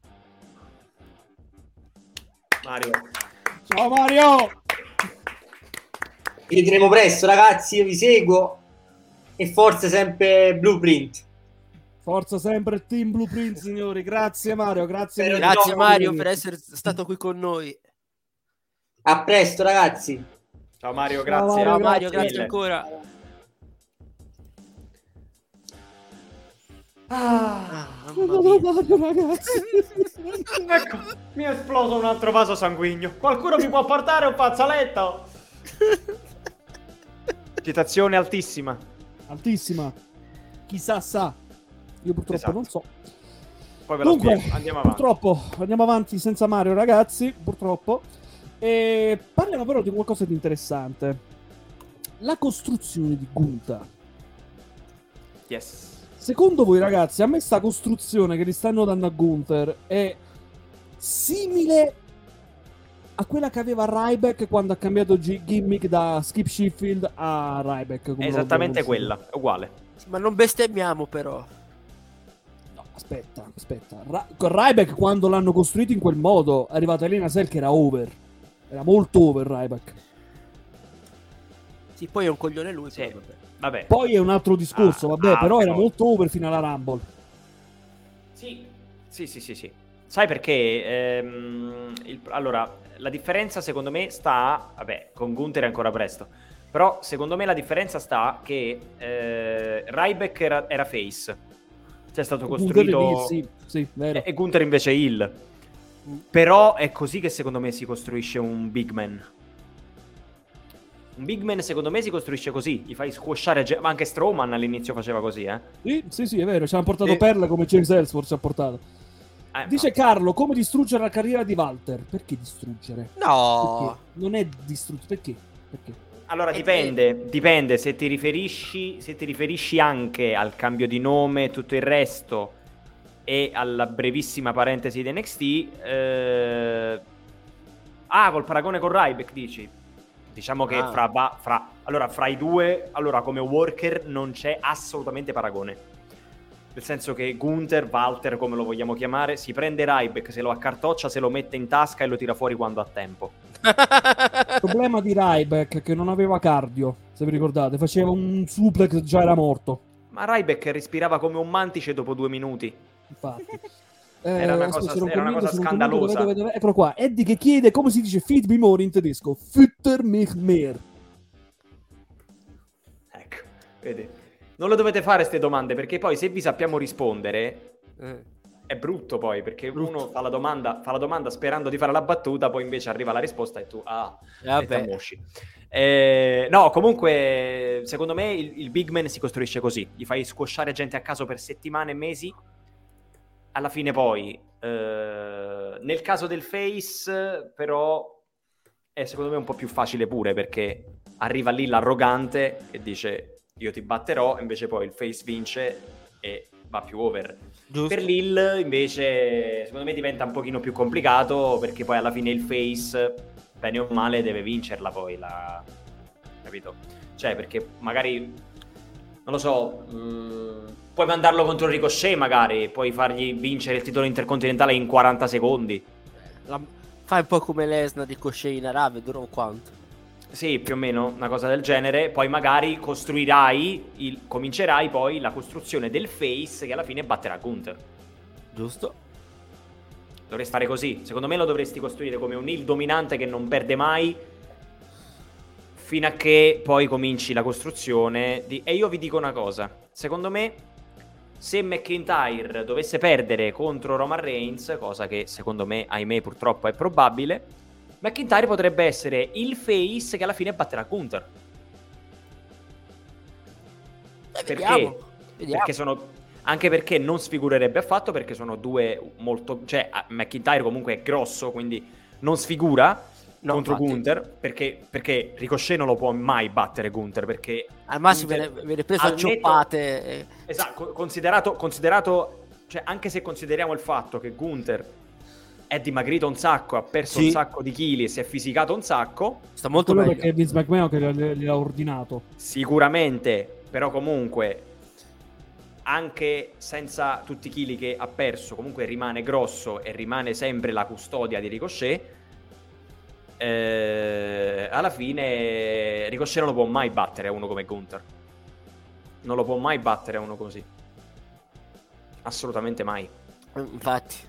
Mario. Ciao Mario! Ci vedremo presto, ragazzi, io vi seguo e forza sempre Blueprint. Forza sempre il team Blueprint, signori. Grazie Mario, grazie mille. Grazie Mario per essere stato qui con noi. A presto, ragazzi. Ciao Mario, Ciao, grazie. Ciao Mario, Mario, grazie grazie ancora. No, Mario, ragazzi. Ecco, mi è esploso un altro vaso sanguigno. Qualcuno mi può portare un fazzoletto? Citazione altissima. Altissima. Chissà sa. Io purtroppo Esatto. non so. Poi ve lo Dunque, spiego. Andiamo avanti. purtroppo andiamo avanti senza Mario, ragazzi, purtroppo. E parliamo però di qualcosa di interessante. La costruzione di Gunther. Yes. Secondo voi, ragazzi, a me sta costruzione che gli stanno dando a Gunther è simile a quella che aveva Ryback quando ha cambiato gimmick da Skip Sheffield a Ryback? È come esattamente lo quella, è uguale. Ma non bestemmiamo però. No, aspetta. Con Ryback, quando l'hanno costruito in quel modo, è arrivata Elena Cell che era over. Era molto over Ryback. Sì, poi è un coglione lui. Sì. però vabbè. Vabbè. Poi è un altro discorso, vabbè, però era però- molto over fino alla Rumble. Sì. Sai perché? Allora, la differenza secondo me sta... Vabbè, con Gunther è ancora presto. Però secondo me la differenza sta che Ryback era face. Cioè è stato costruito... Sì, vero. E Gunther invece è heel. Però è così che secondo me si costruisce un big man. Un big man secondo me si costruisce così. Gli fai squashare... Ma anche Strowman all'inizio faceva così, Sì, è vero. Ci hanno portato Sì. Perla come James Ellsworth ci ha portato. Dice infatti. Carlo, come distruggere la carriera di Walter? Perché distruggere? No. Perché? Non è distruggere. Perché? Allora dipende se ti riferisci anche al cambio di nome e tutto il resto. e alla brevissima parentesi di NXT, col paragone con Ryback dici? Diciamo che fra i due, come worker non c'è assolutamente paragone. Nel senso che Gunther, Walter, come lo vogliamo chiamare, si prende Ryback, se lo accartoccia, se lo mette in tasca e lo tira fuori quando ha tempo. Il problema di Ryback è che non aveva cardio, se vi ricordate, faceva un suplex e già era morto. Ma Ryback respirava come un mantice dopo 2 minuti. Infatti. Era una cosa scandalosa. Eccolo qua, Eddie che chiede come si dice feed me more in tedesco. Fütter mich mehr. Ecco, vedi. Non lo dovete fare queste domande, perché poi se vi sappiamo rispondere è brutto poi, perché uno fa la domanda sperando di fare la battuta, poi invece arriva la risposta e tu no, comunque secondo me il big man si costruisce così, gli fai squashare gente a caso per settimane e mesi, alla fine poi nel caso del face però è secondo me un po' più facile pure, perché arriva lì l'arrogante che dice io ti batterò, invece poi il face vince e va più over. Giusto. Per Lil invece secondo me diventa un pochino più complicato, perché poi alla fine il face bene o male deve vincerla poi capito? Cioè, perché magari non lo so, puoi mandarlo contro Ricochet, magari puoi fargli vincere il titolo intercontinentale in 40 secondi. Fai un po' come Lesnar di Ricochet in Arabia, durò quanto? Sì, più o meno una cosa del genere. Poi magari comincerai poi la costruzione del face che alla fine batterà Gunther. Giusto. Dovresti fare così. Secondo me lo dovresti costruire come un heel dominante che non perde mai, fino a che poi cominci la costruzione e io vi dico una cosa. Secondo me, se McIntyre dovesse perdere contro Roman Reigns, cosa che secondo me, ahimè, purtroppo è probabile, McIntyre potrebbe essere il face che alla fine batterà Gunther. Vediamo. Anche perché non sfigurerebbe affatto, perché sono due molto... Cioè, McIntyre comunque è grosso, quindi non sfigura contro infatti. Gunther, perché Ricochet non lo può mai battere Gunther, perché... Al massimo viene preso a cioppate. Esatto, considerato... Cioè, anche se consideriamo il fatto che Gunther è dimagrito un sacco, ha perso un sacco di chili e si è fisicato un sacco. Sta molto meglio. Perché è Vince McMahon che gli ha ordinato. Sicuramente, però comunque anche senza tutti i chili che ha perso, comunque rimane grosso e rimane sempre la custodia di Ricochet. Alla fine Ricochet non lo può mai battere a uno come Gunther. Non lo può mai battere a uno così. Assolutamente mai. Infatti.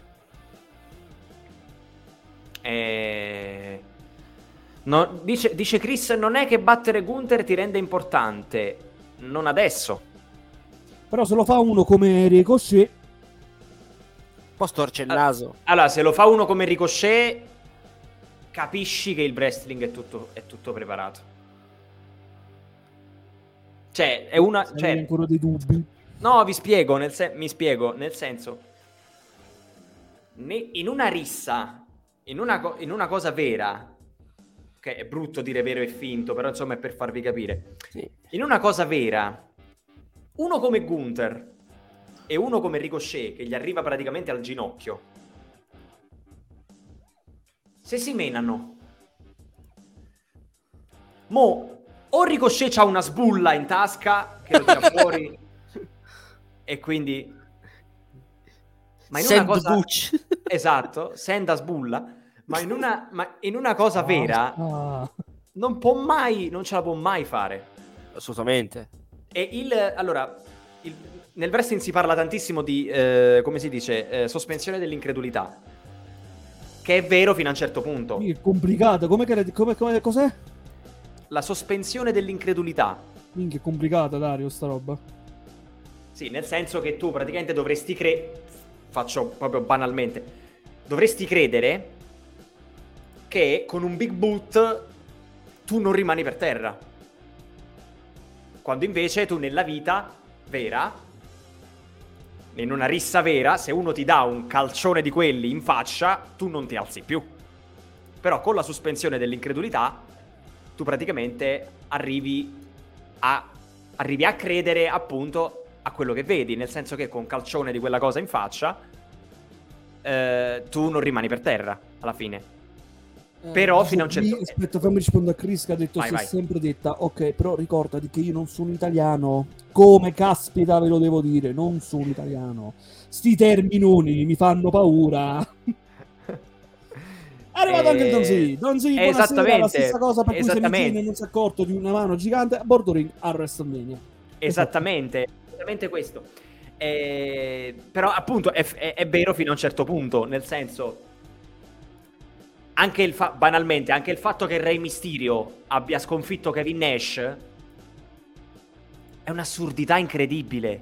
No, dice Chris, non è che battere Gunther ti rende importante. Non adesso. Però se lo fa uno come Ricochet, può storce il naso. Allora, se lo fa uno come Ricochet, capisci che il wrestling è tutto preparato. Cioè, è una... Cioè, ancora dei dubbi. No, mi spiego, nel senso, in una rissa, in una cosa vera, che è brutto dire vero e finto, però insomma è per farvi capire. Sì. In una cosa vera, uno come Gunther e uno come Ricochet, che gli arriva praticamente al ginocchio, se si menano, o Ricochet c'ha una sbulla in tasca che lo tira fuori e quindi... Ma in una cosa... Esatto, senda sbulla. Ma in una cosa vera non ce la può mai fare. Assolutamente. E nel wrestling si parla tantissimo di come si dice, sospensione dell'incredulità, che è vero fino a un certo punto. È complicato. Cos'è? La sospensione dell'incredulità. Minchia, è complicata, Dario, sta roba. Sì, nel senso che tu praticamente dovresti faccio proprio banalmente, dovresti credere che con un big boot tu non rimani per terra, quando invece tu nella vita vera, in una rissa vera, se uno ti dà un calcione di quelli in faccia, tu non ti alzi più. Però con la sospensione dell'incredulità tu praticamente arrivi a credere appunto a quello che vedi, nel senso che con calcione di quella cosa in faccia tu non rimani per terra alla fine. Però fino a un certo punto. Aspetta, fammi rispondere a Chris che ha detto Vai. sempre detta. Ok, però ricordati che io non sono italiano. Come caspita ve lo devo dire, non sono italiano. Sti terminoni mi fanno paura. È arrivato anche il Donzi. Donzi, buonasera, esattamente, la stessa cosa per cui esattamente. Semi non si è accorto di una mano gigante a bordo ring a WrestleMania. Esattamente questo. Però appunto è vero fino a un certo punto, nel senso, anche banalmente, anche il fatto che Rey Mysterio abbia sconfitto Kevin Nash è un'assurdità incredibile.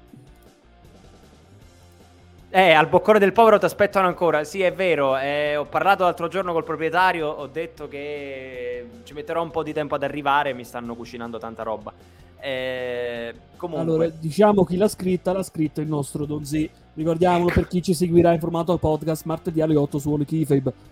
Al boccone del povero ti aspettano ancora. Sì, è vero, ho parlato l'altro giorno col proprietario, ho detto che ci metterò un po' di tempo ad arrivare, mi stanno cucinando tanta roba. Comunque, allora, diciamo chi l'ha scritto il nostro Donzi. Ricordiamolo per chi ci seguirà in formato podcast martedì alle 8 su All Kayfabe.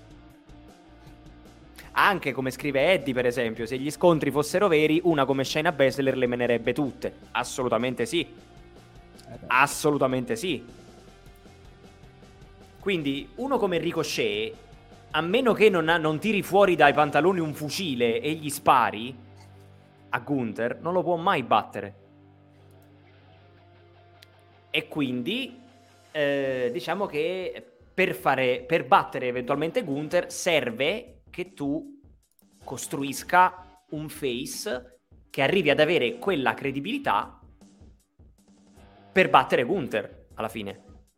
anche come scrive Eddie, per esempio, se gli scontri fossero veri, una come Shayna Baszler le menerebbe tutte. Assolutamente sì. Assolutamente sì. Quindi uno come Ricochet, a meno che non tiri fuori dai pantaloni un fucile e gli spari a Gunther, non lo può mai battere. E quindi diciamo che per battere eventualmente Gunther serve che tu costruisca un face che arrivi ad avere quella credibilità per battere Gunther alla fine.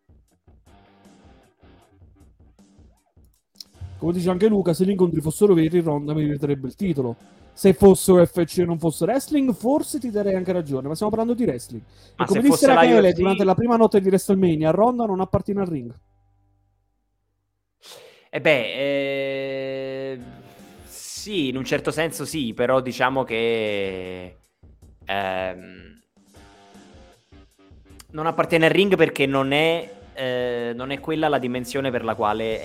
Come dice anche Luca, se gli incontri fossero veri, Ronda meriterebbe il titolo. Se fosse UFC e non fosse wrestling, forse ti darei anche ragione, ma stiamo parlando di wrestling. Ma e come se disse fosse la Rachele UFC... durante la prima notte di WrestleMania, Ronda non appartiene al ring. Sì, in un certo senso sì, però diciamo che non appartiene al ring perché non è quella la dimensione per la quale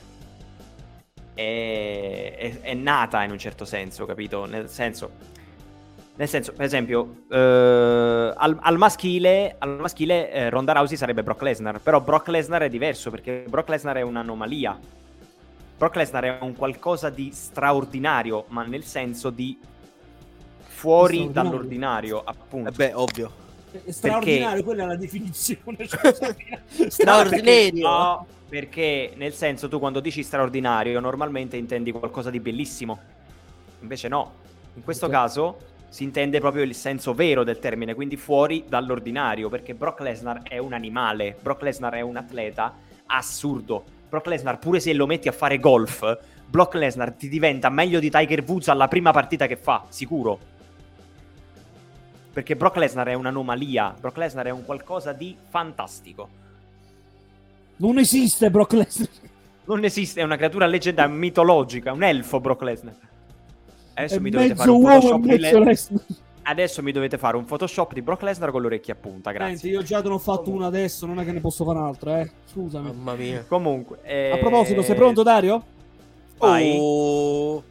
è nata in un certo senso, capito? Nel senso, per esempio, al maschile Ronda Rousey sarebbe Brock Lesnar, però Brock Lesnar è diverso perché Brock Lesnar è un'anomalia. Brock Lesnar è un qualcosa di straordinario, ma nel senso di fuori dall'ordinario, appunto. Beh, ovvio. È straordinario, quella è la definizione. Straordinario. No, perché nel senso tu quando dici straordinario normalmente intendi qualcosa di bellissimo. Invece no. In questo caso si intende proprio il senso vero del termine, quindi fuori dall'ordinario, perché Brock Lesnar è un animale, Brock Lesnar è un atleta assurdo. Brock Lesnar, pure se lo metti a fare golf, Brock Lesnar ti diventa meglio di Tiger Woods alla prima partita che fa, sicuro. Perché Brock Lesnar è un'anomalia, Brock Lesnar è un qualcosa di fantastico. Non esiste Brock Lesnar. Non esiste, è una creatura leggendaria, mitologica, un elfo Brock Lesnar. Adesso È mi dovete mezzo fare un uomo Photoshop e mezzo Lesnar. Adesso mi dovete fare un Photoshop di Brock Lesnar con le orecchie a punta, grazie. Senti, io già te ne ho fatto una adesso, non è che ne posso fare un'altra, Scusami. Mamma mia. Comunque, A proposito, sei pronto, Dario? Vai. Oh.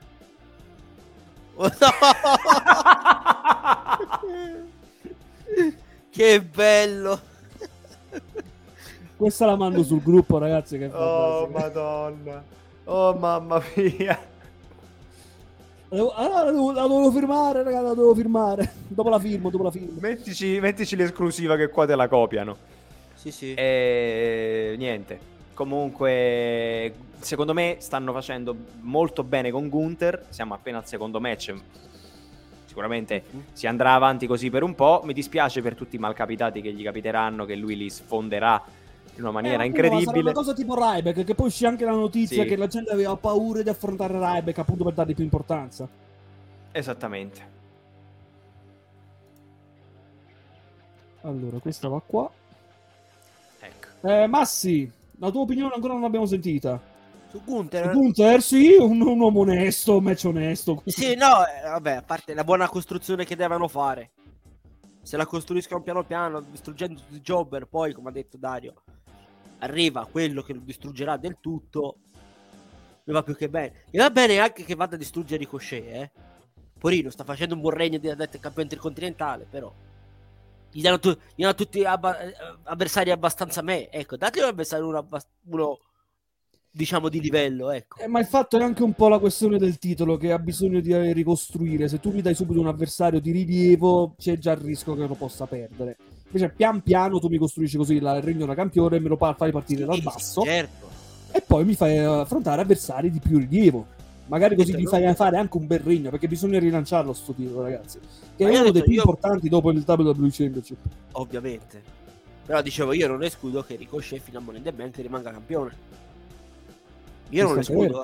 Che bello. Questa la mando sul gruppo, ragazzi. Che Oh, madonna. Oh, mamma mia. la devo firmare, ragazzi, la devo firmare. Dopo la firmo. Mettici l'esclusiva che qua te la copiano. Sì. Niente. Comunque, secondo me stanno facendo molto bene con Gunther. Siamo appena al secondo match. Sicuramente si andrà avanti così per un po'. Mi dispiace per tutti i malcapitati che gli capiteranno, che lui li sfonderà in una maniera incredibile. Sarà una cosa tipo Ryback, che poi uscì anche la notizia Sì. che la gente aveva paura di affrontare Ryback appunto per dargli più importanza. Esattamente. Allora, questa va qua. Ecco. Massi, la tua opinione ancora non l'abbiamo sentita. Su Gunther? Gunther, sì, un uomo onesto, un match onesto. Sì, no, vabbè, a parte la buona costruzione che devono fare. Se la costruiscono piano piano, distruggendo tutti i jobber, poi, come ha detto Dario, arriva quello che lo distruggerà del tutto. Mi va più che bene. Mi va bene anche che vada a distruggere Ricochet, Porino sta facendo un buon regno di campione intercontinentale, però Gli danno tutti avversari abbastanza me. Ecco, date un avversario uno diciamo di livello, ecco. Ma il fatto è anche un po' la questione del titolo, che ha bisogno di ricostruire. Se tu mi dai subito un avversario di rilievo, c'è già il rischio che lo possa perdere. Invece pian piano tu mi costruisci così il regno da campione e me lo fai partire dal basso, certo. e poi mi fai affrontare avversari di più rilievo. Magari così gli fai fare anche un bel regno, perché bisogna rilanciarlo sto titolo, ragazzi, che è uno dei più importanti dopo il WWE Championship. Ovviamente. Però dicevo, io non escludo che Ricochet fino a Money in the Bank rimanga campione. Io non lo escludo.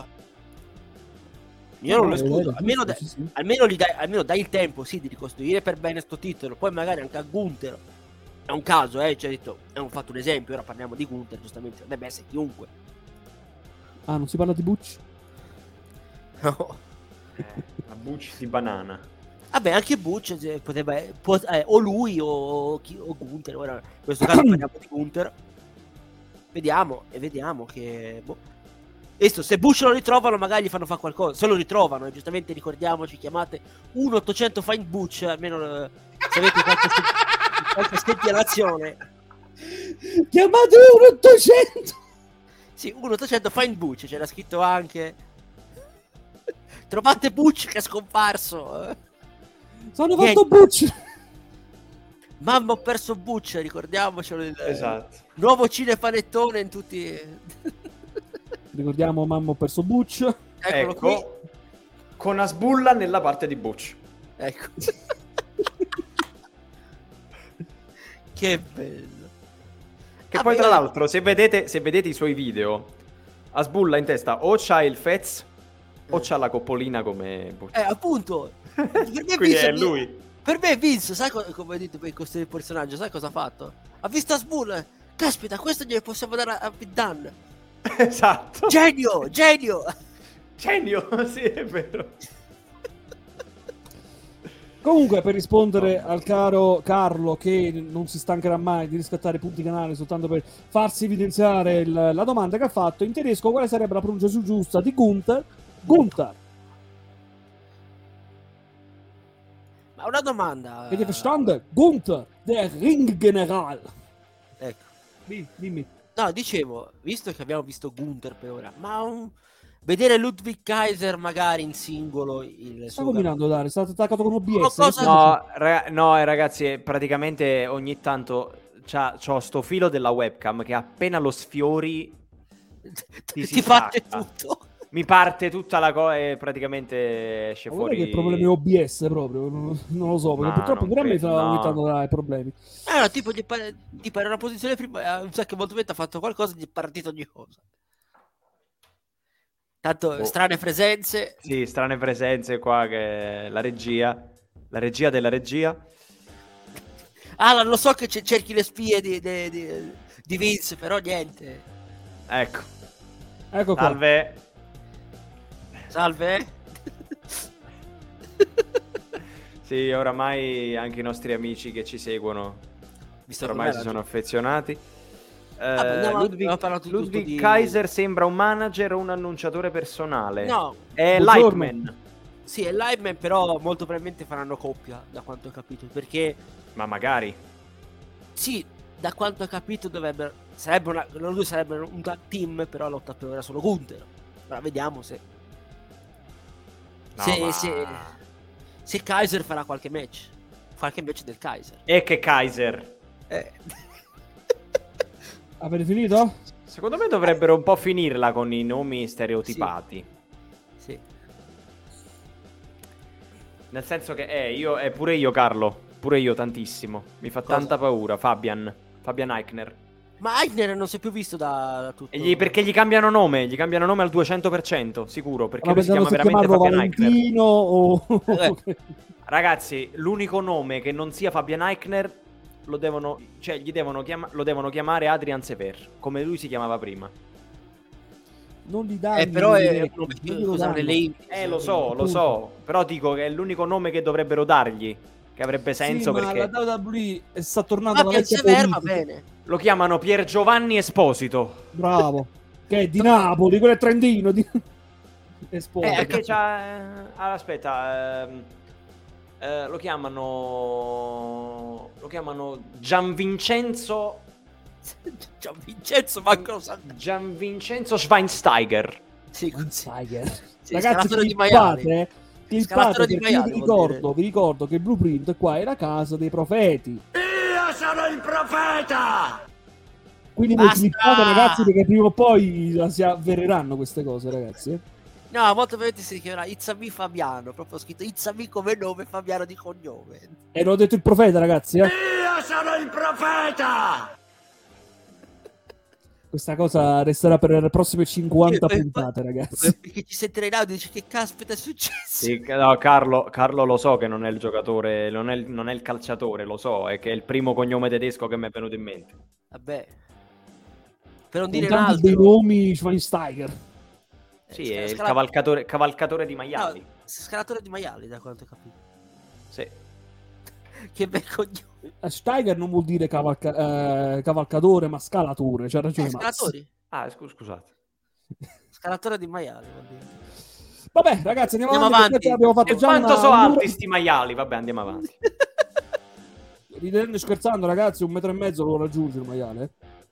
Io non lo escludo. Almeno dai il tempo, sì, di ricostruire per bene sto titolo. Poi magari anche a Gunther. È un caso, cioè, detto, ho fatto un esempio, ora parliamo di Gunther, giustamente, deve essere chiunque. Ah, non si parla di Butch? No. La Butch di banana. Vabbè, anche Butch poteva o lui o Gunther. Ora, in questo caso parliamo di Gunther. Vediamo che se Butch lo ritrovano, magari gli fanno fare qualcosa. Se lo ritrovano, giustamente ricordiamoci, chiamate 1-800 Find Butch, almeno se avete qualche segnalazione. Chiamate 1-800. Sì, 1-800 Find Butch, c'era scritto anche. Trovate Butch che è scomparso. Sono fatto Butch. Mamma, ho perso Butch, ricordiamocelo. Esatto. Nuovo cinepanettone in tutti. Ricordiamo, mamma, ho perso Butch. Eccolo qui. Con Asbulla nella parte di Butch. Ecco. Che bello. Che poi tra l'altro, se vedete i suoi video, Asbulla in testa o c'ha il Fez o c'ha la coppolina come Butch. Appunto. Per me Quindi è lui. Per me Vince, sai come hai detto per costruire il personaggio, sai cosa ha fatto? Ha visto Asbulla. Caspita, questo glielo possiamo dare a Pete Dunne. Esatto. Genio. Sì, è vero. Comunque, per rispondere al caro Carlo, che non si stancherà mai di riscattare punti canale soltanto per farsi evidenziare la domanda che ha fatto, in tedesco quale sarebbe la pronuncia giusta di Gunther? Gunther. Ma una domanda. Avete verstanden? Gunther, der Ringgeneral. Ecco. Dimmi. No, dicevo, visto che abbiamo visto Gunther per ora, ma vedere Ludwig Kaiser magari in singolo sta combinando, Dare, sta attaccato con OBS. No, ragazzi, praticamente ogni tanto c'ho sto filo della webcam che appena lo sfiori ti parte tutto. Mi parte tutta la cosa e praticamente esce fuori. Che il problema è OBS proprio, non lo so, perché purtroppo pure a me sta ogni tanto dai problemi. No, tipo gli pare una posizione prima, un sacco molto ha fatto qualcosa, gli è partito ogni cosa. Tanto strane presenze. Sì, strane presenze qua, che la regia della regia. Ah, lo so che cerchi le spie di Vince, però niente. Ecco qua. Salve. Sì, oramai anche i nostri amici che ci seguono oramai si sono affezionati. Ludwig Kaiser sembra un manager o un annunciatore personale. No, è Lightman. Sì, è Lightman, però molto probabilmente faranno coppia, da quanto ho capito, perché ma magari sì, da quanto ho capito loro due sarebbero un tag team, però lotta per ora solo Gunther. Ora vediamo se Kaiser farà qualche match del Kaiser. E che Kaiser? Avete finito? Secondo me dovrebbero un po' finirla con i nomi stereotipati. Sì. Nel senso che pure io, Carlo, pure io tantissimo. Mi fa tanta paura Fabian Aichner. Ma Aichner non si è più visto da tutto. Perché gli cambiano nome al 200%, sicuro, perché lui si chiama veramente Fabian Aichner. Ragazzi, l'unico nome che non sia Fabian Aichner lo devono chiamare Adrian Sever, come lui si chiamava prima. Non gli dai. Però è lo so, però dico che è l'unico nome che dovrebbero dargli, che avrebbe senso, sì, perché ma la WWE sta tornando alla vecchia Sever va bene. Lo chiamano Pier Giovanni Esposito. Bravo. Che è di Napoli, quello è Trentino Esposito. Perché c'ha aspetta, lo chiamano Gianvincenzo Schweinsteiger. Sì, così. Sì, Ragazzi, scalatore di maiali. clippate, di perché io maiali, vi ricordo che il Blueprint qua è la casa dei profeti. Io sono il profeta! Quindi voi Basta! clippate, ragazzi, perché prima o poi si avvereranno queste cose, ragazzi. No, molto probabilmente si chiamerà It's a me Fabiano, proprio scritto It's a me come nome, Fabiano di cognome. E l'ho detto il profeta, ragazzi, Io sono il profeta! Questa cosa resterà per le prossime 50 Poi- puntate, ragazzi. Perché ci sentirei in audio e dici che caspita è successo? Sì, no, Carlo lo so che non è il giocatore, non è il calciatore, lo so, è che è il primo cognome tedesco che mi è venuto in mente. Vabbè. Per non dire Con un tanti altro. dei nomi Schweinsteiger. Sì, è il cavalcatore di maiali. No, scalatore di maiali, da quanto ho capito. Sì. Che bel cognome. Steiger non vuol dire cavalcatore, ma scalatore. C'ha ragione Max. Scalatori. Ah, scusate. Scalatore di maiali, vuol dire. Vabbè, ragazzi, andiamo Andiamo avanti. avanti. Abbiamo fatto E già quanto una... sono alti sti maiali? Vabbè, andiamo avanti. Ridendo e scherzando, ragazzi, 1,5 metri lo raggiunge il maiale.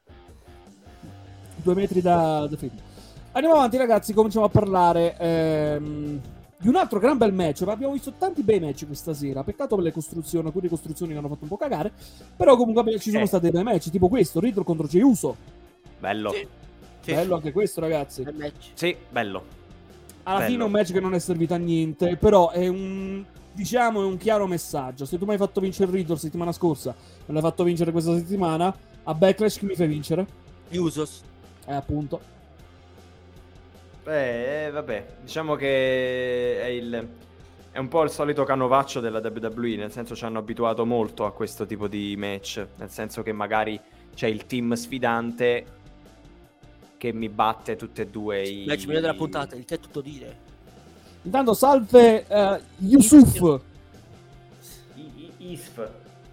2 metri da fede. Andiamo avanti, ragazzi, cominciamo a parlare di un altro gran bel match. Abbiamo visto tanti bei match questa sera. Peccato per le costruzioni, alcune costruzioni che hanno fatto un po' cagare. Però comunque ci sono stati dei bei match, tipo questo, Riddle contro Jey Uso. Bello. Sì. Bello anche questo, ragazzi. Bel match. Sì, bello. Alla Bello. fine è un match che non è servito a niente, però è un chiaro messaggio. Se tu mi hai fatto vincere Riddle settimana scorsa, me l'hai fatto vincere questa settimana, a Backlash chi mi fai vincere? Usos. Appunto. Vabbè, diciamo che è un po' il solito canovaccio della WWE, nel senso ci hanno abituato molto a questo tipo di match, nel senso che magari c'è il team sfidante che mi batte tutte e due i... Match migliore della puntata, il che è tutto dire. Intanto salve Yusuf. ISF.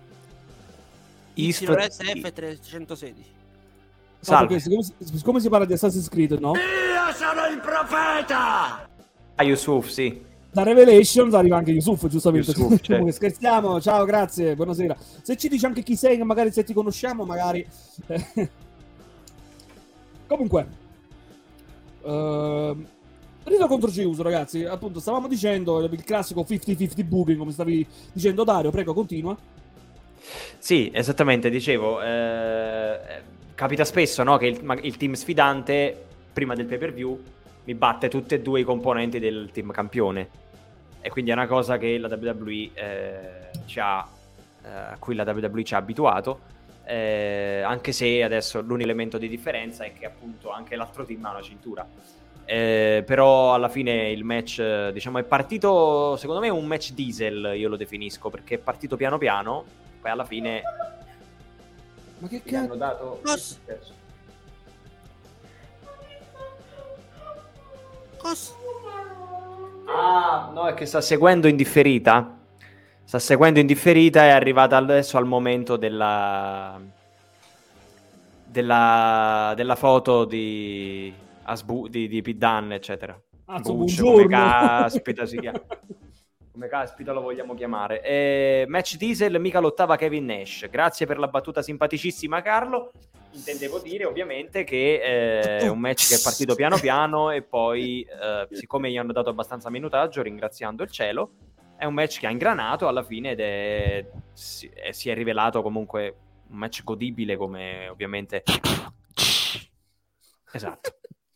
YSF316. Salve. Siccome si parla di Assassin's Creed, no? Io sono il profeta! Ah, Yusuf, sì. Da Revelations arriva anche Yusuf, giustamente. Yusuf, certo. Comunque, scherziamo, ciao, grazie, buonasera. Se ci dici anche chi sei, magari se ti conosciamo, magari... Comunque... Rido contro G-Uso, ragazzi. Appunto, stavamo dicendo il classico 50-50 booking, come stavi dicendo Dario. Prego, continua. Sì, esattamente, dicevo, capita spesso, no, che il team sfidante, prima del pay-per-view, mi batte tutti e due i componenti del team campione. E quindi è una cosa che la WWE a cui la WWE ci ha abituato, anche se adesso l'unico elemento di differenza è che appunto anche l'altro team ha una cintura. Però alla fine il match, diciamo, è partito, secondo me un match diesel, io lo definisco, perché è partito piano piano, poi alla fine Ma che mi hanno cazzo? dato... Cosa? Cosa? Ah, no, è che sta seguendo in differita. Sta seguendo in differita, è arrivata adesso al momento della foto di Pete Dunne, eccetera. Azzo, Butch, buongiorno. come caspita si chiama. Come caspita lo vogliamo chiamare. Match diesel, mica lottava Kevin Nash. Grazie per la battuta simpaticissima, Carlo. Intendevo dire ovviamente che è un match che è partito piano piano e poi siccome gli hanno dato abbastanza minutaggio, ringraziando il cielo, è un match che ha ingranato alla fine ed si è rivelato comunque un match godibile, come ovviamente esatto,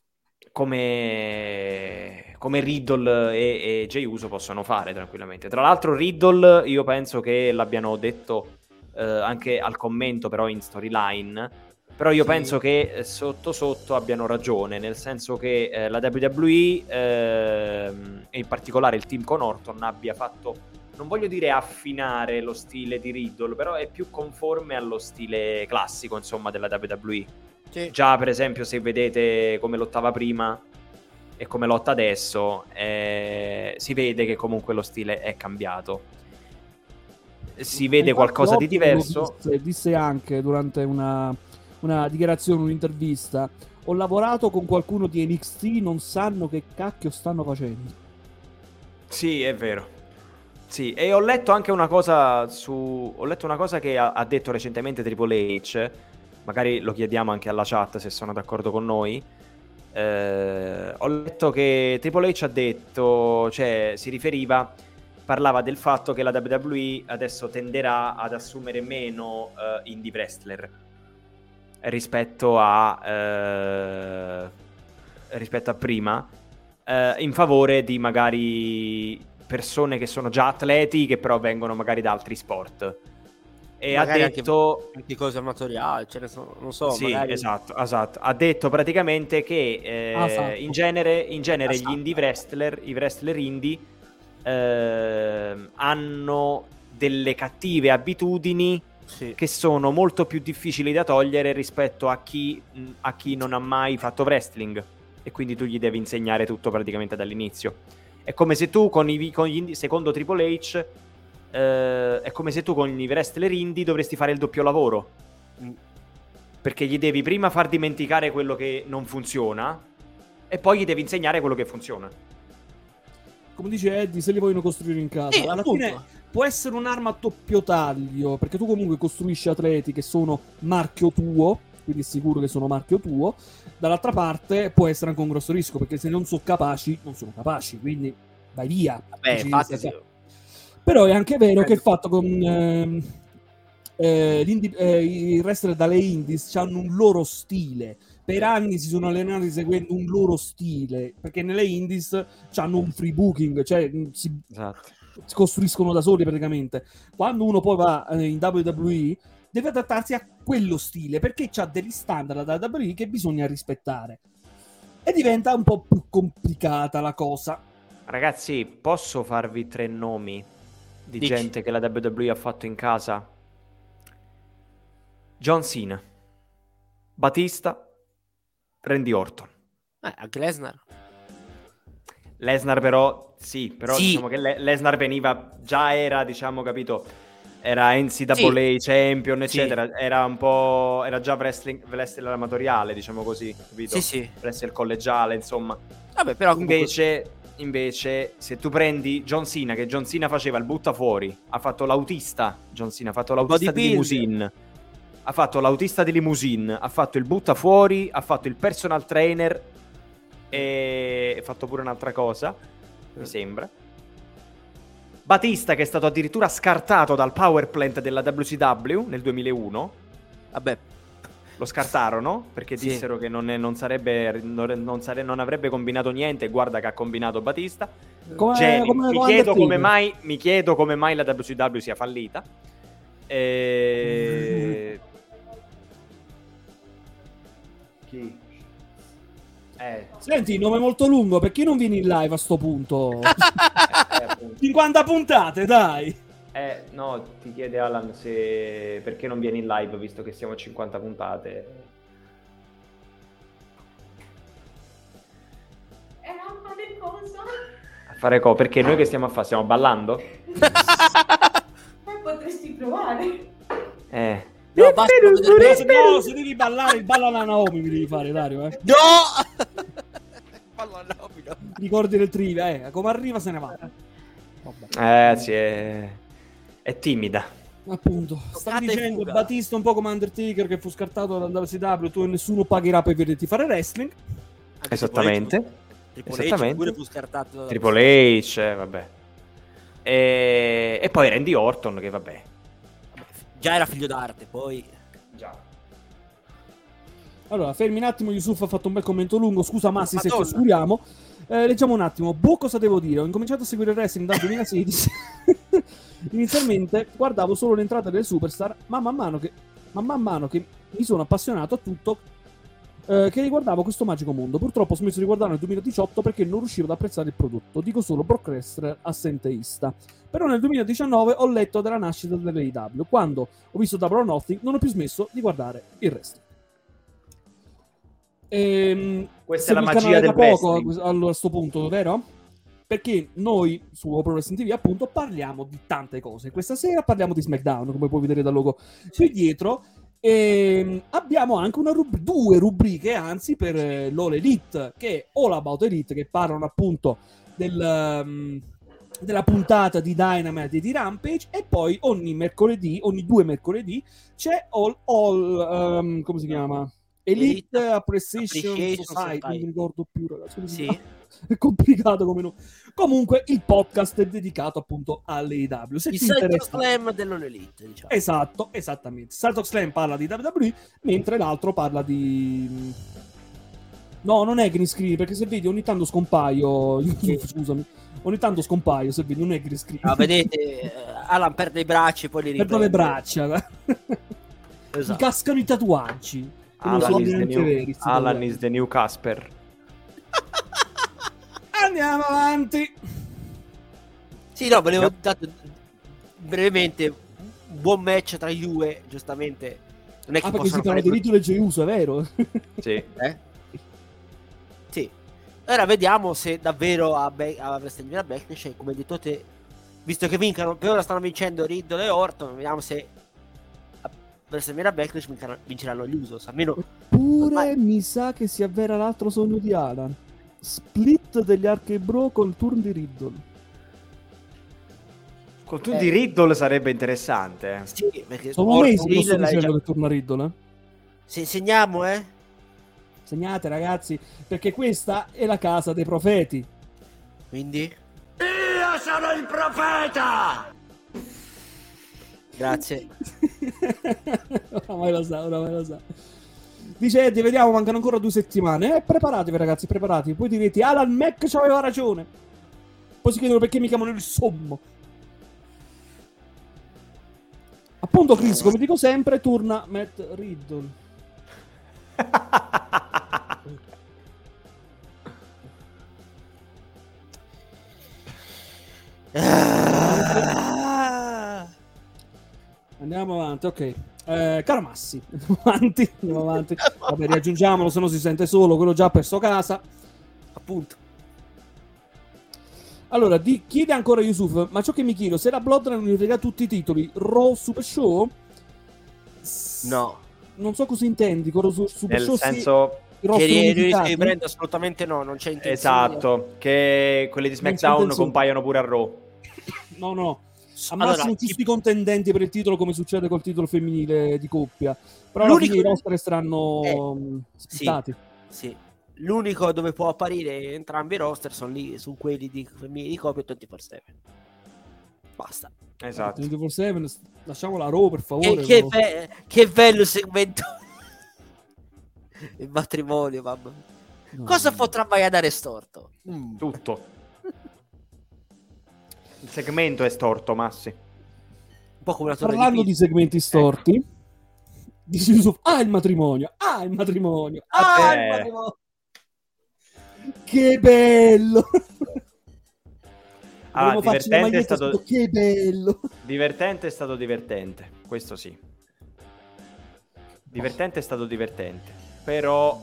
come Riddle e Jey Uso possono fare tranquillamente. Tra l'altro Riddle, io penso che l'abbiano detto anche al commento, però in storyline, però io penso che sotto sotto abbiano ragione, nel senso che la WWE e in particolare il team con Orton abbia fatto, non voglio dire affinare lo stile di Riddle, però è più conforme allo stile classico, insomma, della WWE. Sì. Già per esempio se vedete come lottava prima e come lotta adesso, si vede che comunque lo stile è cambiato, si vede qualcosa di diverso. Disse anche durante una dichiarazione, un'intervista: ho lavorato con qualcuno di NXT, non sanno che cacchio stanno facendo. Sì, è vero. Sì, e ho letto anche una cosa che ha detto recentemente Triple H, magari lo chiediamo anche alla chat se sono d'accordo con noi. Ho letto che Triple H ha detto, cioè parlava del fatto che la WWE adesso tenderà ad assumere meno indie wrestler rispetto a prima, in favore di magari persone che sono già atleti che però vengono magari da altri sport. E magari ha detto anche cose amatoriali, ce ne sono, non so, sì, magari... esatto. Ha detto praticamente che in genere gli indie wrestler, i wrestler indie hanno delle cattive abitudini che sono molto più difficili da togliere rispetto a chi non ha mai fatto wrestling, e quindi tu gli devi insegnare tutto praticamente dall'inizio. È come se tu secondo Triple H è come se tu con i wrestler indie dovresti fare il doppio lavoro, perché gli devi prima far dimenticare quello che non funziona e poi gli devi insegnare quello che funziona. Come dice Eddie, se li vogliono costruire in casa. Alla fine può essere un'arma a doppio taglio, perché tu comunque costruisci atleti che sono marchio tuo, quindi è sicuro che sono marchio tuo. Dall'altra parte può essere anche un grosso rischio, perché se non sono capaci, quindi vai via. Però è anche vero che il fatto con i wrestler dalle indies hanno un loro stile. Per anni si sono allenati seguendo un loro stile, perché nelle indies hanno un free booking, cioè si costruiscono da soli praticamente. Quando uno poi va in WWE deve adattarsi a quello stile, perché c'ha degli standard da WWE che bisogna rispettare. E diventa un po' più complicata la cosa. Ragazzi, posso farvi 3 nomi di gente che la WWE ha fatto in casa? John Cena, Batista, Randy Orton. Anche Lesnar però sì. Diciamo che Lesnar era, diciamo, capito, era NCAA champion, eccetera, era già wrestler amatoriale, diciamo così, capito? Wrestler collegiale, insomma. Vabbè, però invece se tu prendi John Cena, che John Cena faceva il buttafuori, ha fatto l'autista, John Cena ha fatto l'autista di limousine, ha fatto l'autista di limousine, ha fatto il buttafuori, ha fatto il personal trainer e ha fatto pure un'altra cosa, mi sembra. Batista, che è stato addirittura scartato dal power plant della WCW nel 2001. Vabbè, lo scartarono perché dissero che non avrebbe combinato niente. Guarda che ha combinato Batista. Mi chiedo come mai la WCW sia fallita. Chi? Senti, nome molto lungo, perché non vieni in live a sto punto? 50 puntate, dai. No, ti chiede Alan perché non vieni in live visto che siamo a 50 puntate. Era a fare cosa? A fare cosa? Perché noi che stiamo a fare? Stiamo ballando? Poi potresti provare. No, basta, no, se devi ballare, il ballo alla Naomi mi devi fare, Dario, No! Ballo alla Naomi, no. Ricordi del trivia, come arriva se ne va. Vabbè. Sì, è timida. Appunto, stavi dicendo Batista un po' come Undertaker che fu scartato dalla WCW, tu nessuno pagherà per vederti fare wrestling. Esattamente. Triple H pure fu scartato dalla Triple H, vabbè. E poi Randy Orton, che vabbè. Già era figlio d'arte, poi già. Allora, fermi un attimo, Yusuf ha fatto un bel commento lungo, scusa Massi se ci oscuriamo. Leggiamo un attimo. Cosa devo dire? Ho incominciato a seguire il wrestling dal 2016. Inizialmente guardavo solo l'entrata delle superstar, ma man mano che mi sono appassionato a tutto che riguardavo questo magico mondo. Purtroppo ho smesso di guardarlo nel 2018 perché non riuscivo ad apprezzare il prodotto. Dico solo Brock Lesnar assenteista. Però nel 2019 ho letto della nascita dell'AEW. Quando ho visto Double or Nothing non ho più smesso di guardare il wrestling. Questa è la magia del wrestling. Allora, a sto punto, vero? Perché noi su Pro Wrestling TV appunto parliamo di tante cose. Questa sera parliamo di SmackDown, come puoi vedere dal logo qui dietro. Abbiamo anche due rubriche, anzi, per l'All Elite, che è All About Elite, che parlano appunto della puntata di Dynamite e di Rampage, e poi ogni 2 mercoledì c'è come si chiama? Elite Appreciation Society, non mi ricordo più, ragazzi. Sì. È complicato come no. Comunque il podcast è dedicato appunto all'AEW. Se Il ti Celtic interessa... Slam dell'All Elite, diciamo. Esatto, esattamente. Celtic Slam parla di WWE, mentre l'altro parla di... No, non è green screen, perché se vedi ogni tanto scompaio. Scusami. Ogni tanto scompaio, se vedi, non è green screen. Ah, vedete, Alan perde i bracci e poi li Perdo riprende. le braccia. Esatto. Mi cascano i tatuaggi. Che non sono neanche veri. sti Alan tatuaggi. is the new Casper. Andiamo avanti. Sì, no, volevo dato brevemente un buon match tra Juve, giustamente. Non è che Perché si possono parla fare di Riddle e Jey Uso, è vero? Sì. Sì. Ora vediamo se davvero a WrestleMania Backlash, come hai detto te, visto che vincono, per ora stanno vincendo Riddle e Orton, vediamo se a WrestleMania Backlash vinceranno gli Usos, almeno. Pure mi sa che si avvera l'altro sogno di Alan. Split degli Arcade Bro col turn di Riddle. Con tu di Riddle sarebbe interessante. Sì, perché Sono mesi Orton che lo sto Riddle l'hai dicendo già... che torna Riddle, Se segniamo, Segnate, ragazzi, perché questa è la casa dei profeti. Quindi, Io sono il profeta! grazie. Oramai lo sa. Dice Eddie, vediamo, mancano ancora 2 settimane. Preparatevi, ragazzi, preparatevi. Poi direte, Alan Mac aveva ragione. Poi si chiedono perché mi chiamano il sommo. Appunto, Chris, come dico sempre, torna Matt Riddle. Andiamo avanti, ok. Caro Massi, andiamo avanti. Vabbè, riaggiungiamolo, se no si sente solo, quello già ha perso casa. Appunto. Allora, chiede ancora Yusuf, ma ciò che mi chiedo, se la Bloodline unifica tutti i titoli Raw Super Show? No. Non so cosa intendi con Raw Super Nel Show. senso Che brand assolutamente no, non c'è intenzione. esatto, che quelli di SmackDown intenzione. compaiono pure a Raw. No. Al Allora, massimo tutti i contendenti per il titolo, come succede col titolo femminile di coppia. Però alla L'unico- fine i roster resteranno splittati. Sì. L'unico dove può apparire entrambi i roster sono lì, su quelli di femminili di coppia 24/7. Basta. Esatto. 24/7, lasciamo la Raw, per favore. Che bello segmento. Il matrimonio, mamma. No. Cosa potrà mai andare storto? Tutto. Il segmento è storto, Massi. Un po' come una torre Parlando di Pisa. segmenti storti, dice Yusuf, il matrimonio. Il matrimonio. Il matrimonio. Che bello. Dovremmo farci una Divertente è maglietta stato... scritto, che bello. Divertente è stato divertente. Questo sì. Divertente è stato divertente. Però...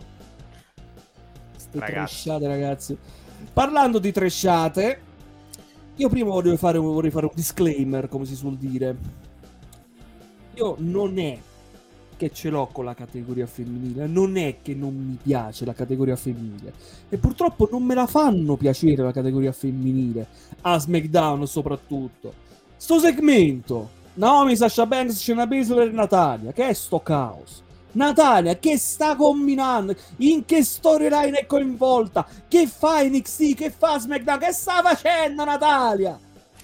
Ste Ragazzi. trashate, ragazzi. Parlando di trashate, io prima vorrei fare un disclaimer, come si suol dire. Io non è che ce l'ho con la categoria femminile, non è che non mi piace la categoria femminile, e purtroppo non me la fanno piacere la categoria femminile, a SmackDown soprattutto. Sto segmento, Naomi, Sasha Banks, Shayna Baszler e Natalia, che è sto caos? Natalia, che sta combinando? In che storyline è coinvolta? Che fa NXT? Che fa SmackDown? Che sta facendo Natalia?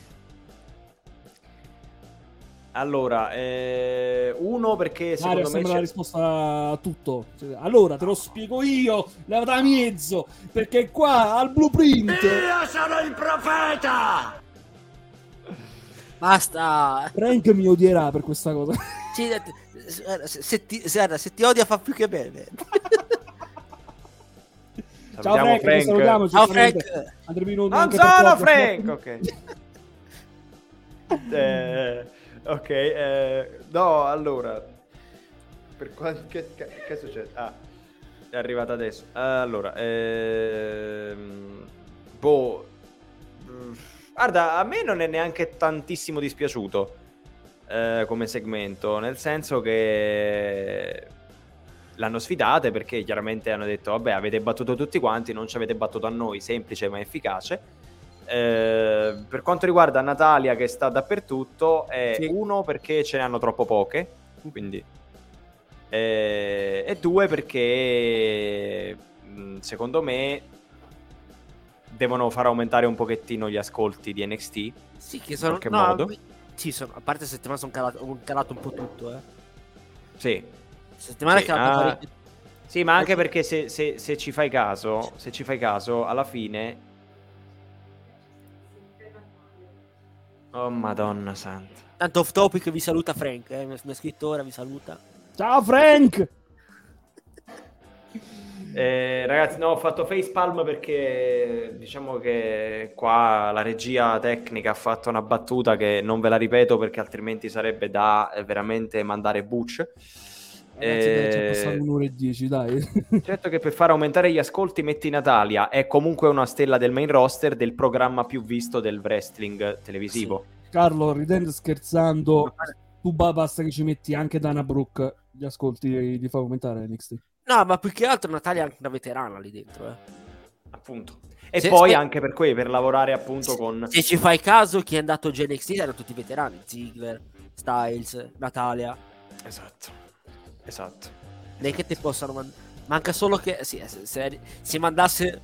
Allora, uno perché Mario, secondo me sembra la risposta a tutto. Cioè, allora, te lo spiego io, leva da mezzo, perché qua al Blueprint... Io sono il profeta! Basta. Frank mi odierà per questa cosa. Sì, se ti odia fa più che bene. Ciao Frank, ti salutiamo. Ciao giustamente. Frank. Andremo in Non anche per sono podcast. Frank, ok. Ok, no, allora. Per quanto che succede? È arrivata adesso. Allora, guarda, a me non è neanche tantissimo dispiaciuto come segmento, nel senso che l'hanno sfidate perché chiaramente hanno detto vabbè, avete battuto tutti quanti, non ci avete battuto a noi, semplice ma efficace. Per quanto riguarda Natalia, che sta dappertutto, è Sì. uno perché ce ne hanno troppo poche, quindi e due perché secondo me devono far aumentare un pochettino gli ascolti di NXT. Sì, che sono... qualche modo. Sì, a parte settimana sono calato un po' tutto, Sì. Settimana Sì, è calato parecchio. sì, ma anche perché se ci fai caso, alla fine... Oh, Madonna santa. Tanto off topic vi saluta Frank, mi ha scritto ora, vi saluta. Ciao Frank! Ragazzi, no, ho fatto facepalm perché diciamo che qua la regia tecnica ha fatto una battuta che non ve la ripeto perché altrimenti sarebbe da veramente mandare Butch. Ragazzi, dai, ci è passato 1 ora e 10, dai. Certo che per far aumentare gli ascolti metti Natalia, è comunque una stella del main roster del programma più visto del wrestling televisivo. Carlo, ridendo e scherzando, tu basta che ci metti anche Dana Brooke, gli ascolti li fa aumentare NXT. No, ma più che altro Natalia è anche una veterana lì dentro, Appunto. E poi anche per lavorare appunto con... Se ci fai caso, chi è andato già NXT erano tutti veterani. Ziggler, Styles, Natalia. Esatto. Lei che te possano mandare... Manca solo che... Sì, se mandasse...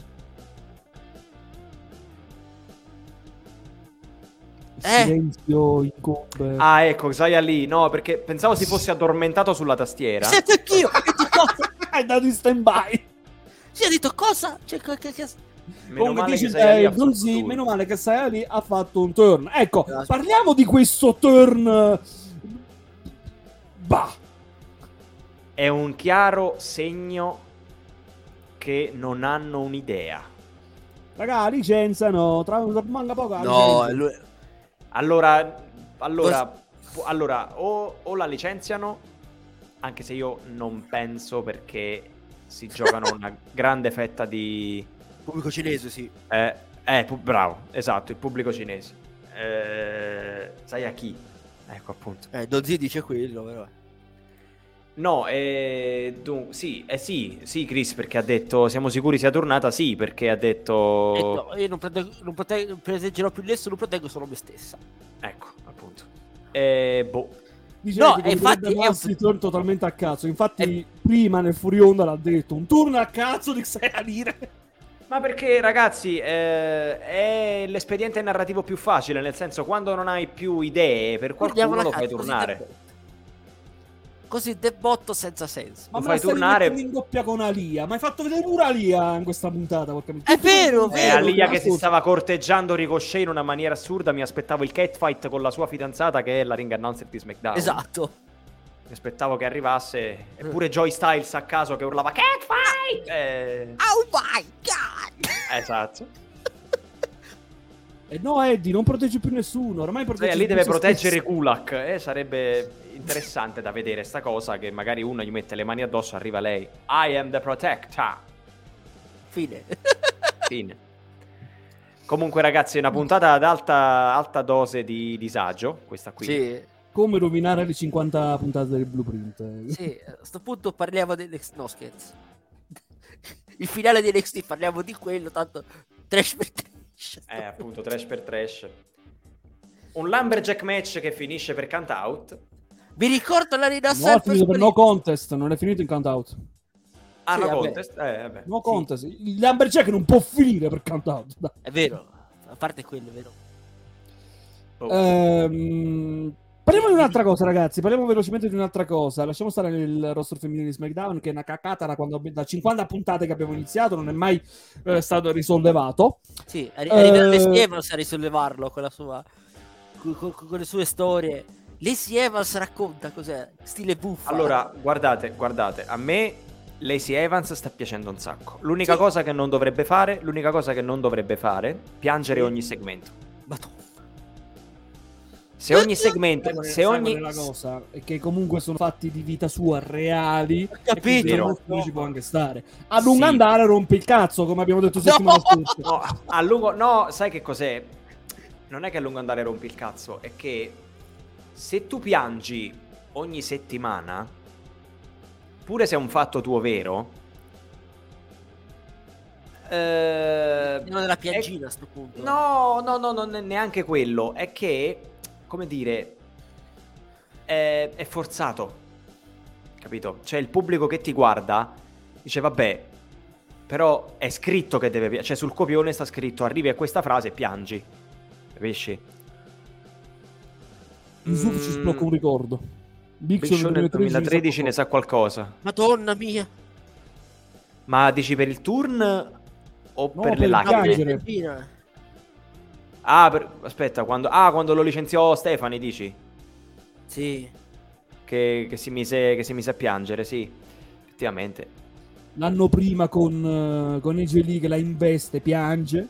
Silenzio incombe. Ah, ecco, Xayah Lee. No, perché pensavo si fosse addormentato sulla tastiera. Sento anch'io! È andato in stand-by. Sì, ha detto cosa? Cioè, Meno Comunque male dice che Xayah Lee ha fatto Donzi, turno. meno male che Xayah Lee ha fatto un turn. Ecco, Grazie. parliamo di questo turn. Bah. È un chiaro segno che non hanno un'idea. Raga, licenziano, manca poco. No, lui... Allora o la licenziano, anche se io non penso perché si giocano una grande fetta di... Pubblico cinese, sì. Bravo, esatto, il pubblico cinese. Sai a chi? Ecco appunto. Donzi dice quello, però. No, sì, Chris, perché ha detto siamo sicuri sia tornata, sì, perché ha detto... No, io non proteggerò più nessuno, proteggo solo me stessa. Ecco, appunto. Boh. Dice No, che infatti dovrebbe è un- darsi turn totalmente a cazzo. Infatti, prima nel Fury Onda l'ha detto: un turno a cazzo di Xayah Lee. Ma perché, ragazzi, è l'espediente narrativo più facile, nel senso, quando non hai più idee per qualcuno lo fai tornare. Così debotto senza senso. Ma Lo me la fai stai tornare- mettendo in doppia con Alia. Ma hai fatto vedere pure Alia in questa puntata. porca miseria. È vero, Tutto- vero. Alia che si ascolta. stava corteggiando Ricochet in una maniera assurda, mi aspettavo il catfight con la sua fidanzata che è la ring announcer di SmackDown. Esatto. Mi aspettavo che arrivasse, eppure Joy Styles a caso che urlava catfight! Oh my god! Esatto. No, Eddie, non protegge più nessuno. Ormai protegge Lì più deve se proteggere stesso. Kulak. Sarebbe interessante da vedere sta cosa, che magari uno gli mette le mani addosso, arriva lei. I am the protector. Fine. Fine. Comunque ragazzi, è una puntata ad alta dose di disagio, questa qui. Sì. Come rovinare le 50 puntate del Blueprint. Sì, a sto punto parliamo di NXT. No, scherzo. Il finale di NXT, parliamo di quello, tanto trash per trash. Appunto, trash per trash. Un lumberjack match che finisce per count out. Mi ricordo l'Arena No, è Surfer finito per Split. no contest, non è finito in count out. Ah, Sì, no vabbè. contest. Vabbè. No contest. Il Lumberjack non può finire per count out. Dai. È vero, a parte quello, è vero. Oh. Parliamo di un'altra cosa, ragazzi. Parliamo velocemente di un'altra cosa. Lasciamo stare il roster femminile di SmackDown, che è una cacata da 50 puntate che abbiamo iniziato, non è mai stato risollevato. Sì, arriva Lacey Evans a risollevarlo con la sua con le sue storie. Lacey Evans racconta cos'è, stile buffa. Allora, guardate, a me Lacey Evans sta piacendo un sacco. L'unica Sì. cosa che non dovrebbe fare, piangere Sì. ogni segmento. Madonna. Se ogni segmento, Sai qual è la cosa è che comunque sono fatti di vita sua reali. Capito? Ci può anche stare. A lungo Sì. andare rompe il cazzo, come abbiamo detto settimana scorsa. No, a lungo, no, sai che cos'è? Non è che a lungo andare rompi il cazzo, è che se tu piangi ogni settimana, pure se è un fatto tuo vero, Andiamo nella piangina a sto punto. No, non è neanche quello. È che, come dire, è forzato. Capito? Cioè il pubblico che ti guarda dice vabbè, però è scritto che deve cioè sul copione sta scritto arrivi a questa frase e piangi. Capisci? Yusuf ci sblocca un ricordo. Big Show nel 2013 ne sa qualcosa. Madonna mia. Ma dici per il turn o No, per per le il lacrime? piangere. Aspetta, quando lo licenziò Stefani, dici? Sì. Che si mise a piangere, sì, effettivamente. L'anno prima con AJ Lee che la investe, piange.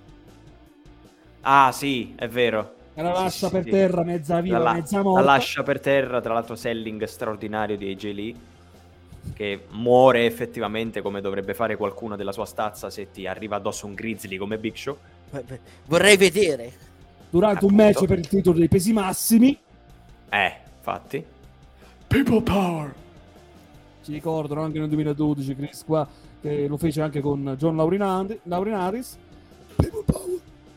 Ah, sì, è vero. E la lascia Sì, per sì. terra, mezza viva, mezza La morta. lascia per terra, tra l'altro selling straordinario di AJ Lee, che muore effettivamente come dovrebbe fare qualcuno della sua stazza se ti arriva addosso un grizzly come Big Show. Vorrei vedere. Durante un Appunto. match per il titolo dei pesi massimi. Infatti. People Power. Ci ricordano anche nel 2012 Chris qua che lo fece anche con John Laurinaris. People Power.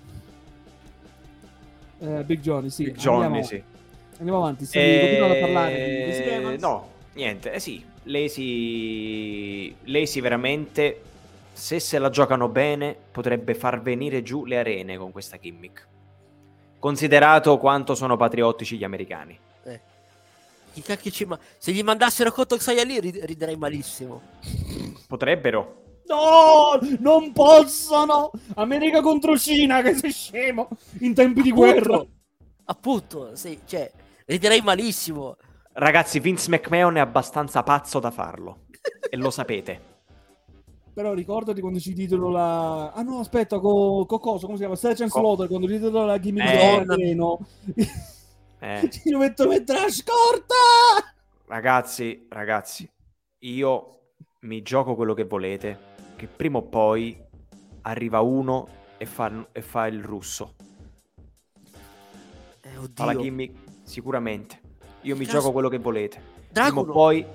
Big Johnny, sì. Big Johnny, sì. Andiamo avanti, continuano a parlare di Lacey Evans. No, niente, sì. Lacey veramente, se la giocano bene, potrebbe far venire giù le arene con questa gimmick. Considerato quanto sono patriottici gli americani. Chi cacchio se gli mandassero Cotto Xia lì riderei malissimo. Potrebbero. No, non possono. America contro Cina, che sei scemo. In tempi di guerra. Appunto, sì, cioè, riderei malissimo. Ragazzi, Vince McMahon è abbastanza pazzo da farlo. E lo sapete. Però ricordati quando ci titolo la... Ah no, aspetta, cosa? Come si chiama? Search and Slaughter, quando ci titolo la gimmick di Reno. Ci metto mettere la scorta! Ragazzi, io mi gioco quello che volete, che prima o poi arriva uno e fa il russo. Oddio. Fa la gimmick, sicuramente. Io mi gioco quello che volete. Dragunov. Prima o poi...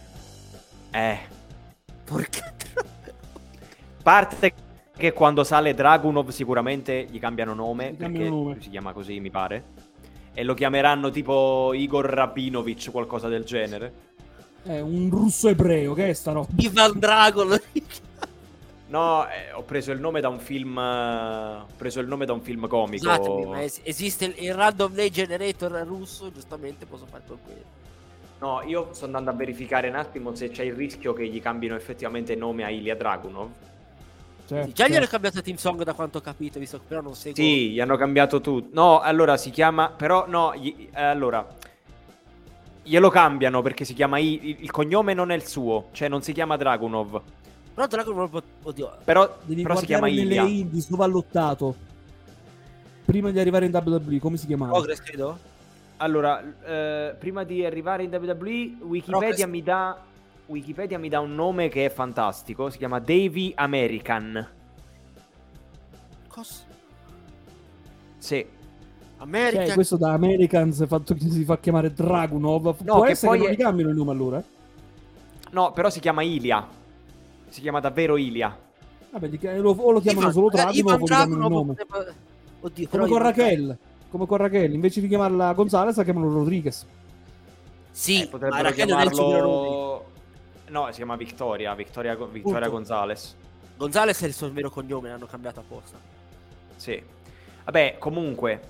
Porca... Parte che quando sale Dragunov sicuramente gli cambiano nome, perché nome. lui si chiama così, mi pare. E lo chiameranno tipo Igor Rabinovich, qualcosa del genere. È un russo ebreo, che è sta roba? Ivan Dragon. No, ho preso il nome da un film. Comico. Scusatemi, ma esiste il random name generator russo, giustamente posso fare con quello. No, io sto andando a verificare un attimo se c'è il rischio che gli cambino effettivamente nome a Ilya Dragunov. Già gli hanno cambiato Team Song da quanto ho capito, visto che però non seguo. Sì, gli hanno cambiato tutto. No, allora si chiama. Però no, allora. Glielo cambiano perché si chiama il cognome non è il suo, cioè non si chiama Dragunov. Però Dragon, oddio. Però Devi si chiama guardare Ilya. nelle indies dove ha lottato prima di arrivare in WWE, come si chiamava? Progress, credo. Allora, prima di arrivare in WWE, Wikipedia mi dà un nome che è fantastico. Si chiama Davey American. Cosa? Sì. American. Cioè, questo da Americans fatto che si fa chiamare Dragunov. No, Può che essere poi che non è- gli cambiano il nome allora? No, però si chiama Ilya. Si chiama davvero Ilya. Vabbè, o lo chiamano solo Dragunov o gli cambiano il nome. Oddio, Come però con Ivan Raquel. Come con Raquel, invece di chiamarla Gonzalez la chiamano Rodriguez. Sì, ma Potrebbero Raquel non è il soprannome. chiamarlo... No, si chiama Victoria Punto. Gonzalez. Gonzalez è il suo vero cognome, l'hanno cambiato apposta. Sì. Vabbè, comunque...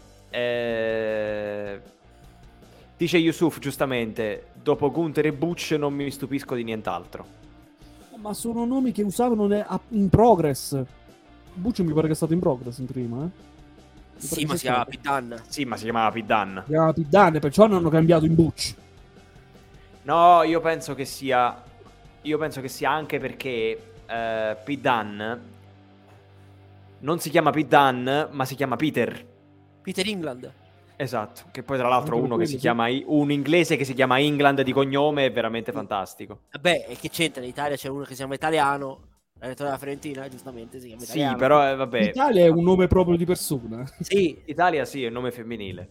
Dice Yusuf giustamente, dopo Gunther e Butch non mi stupisco di nient'altro. Ma sono nomi che usavano in Progress. Butch mi pare che è stato in Progress in prima, Sì, ma si chiama Pitan. Sì, ma si chiamava Pete Dunne. Si chiama Pete Dunne, perciò non hanno cambiato in Butch. No, io penso che sia anche perché Pete Dunne non si chiama Pete Dunne, ma si chiama Peter. Peter England. Esatto, che poi tra l'altro Anche uno per che si quello, chiama un inglese che si chiama England di cognome è veramente fantastico. Vabbè, e che c'entra? In Italia c'è uno che si chiama italiano, l'allenatore della Fiorentina, giustamente si chiama Sì, italiano. però vabbè. L'Italia è un nome proprio di persona. Sì, Italia sì, è un nome femminile.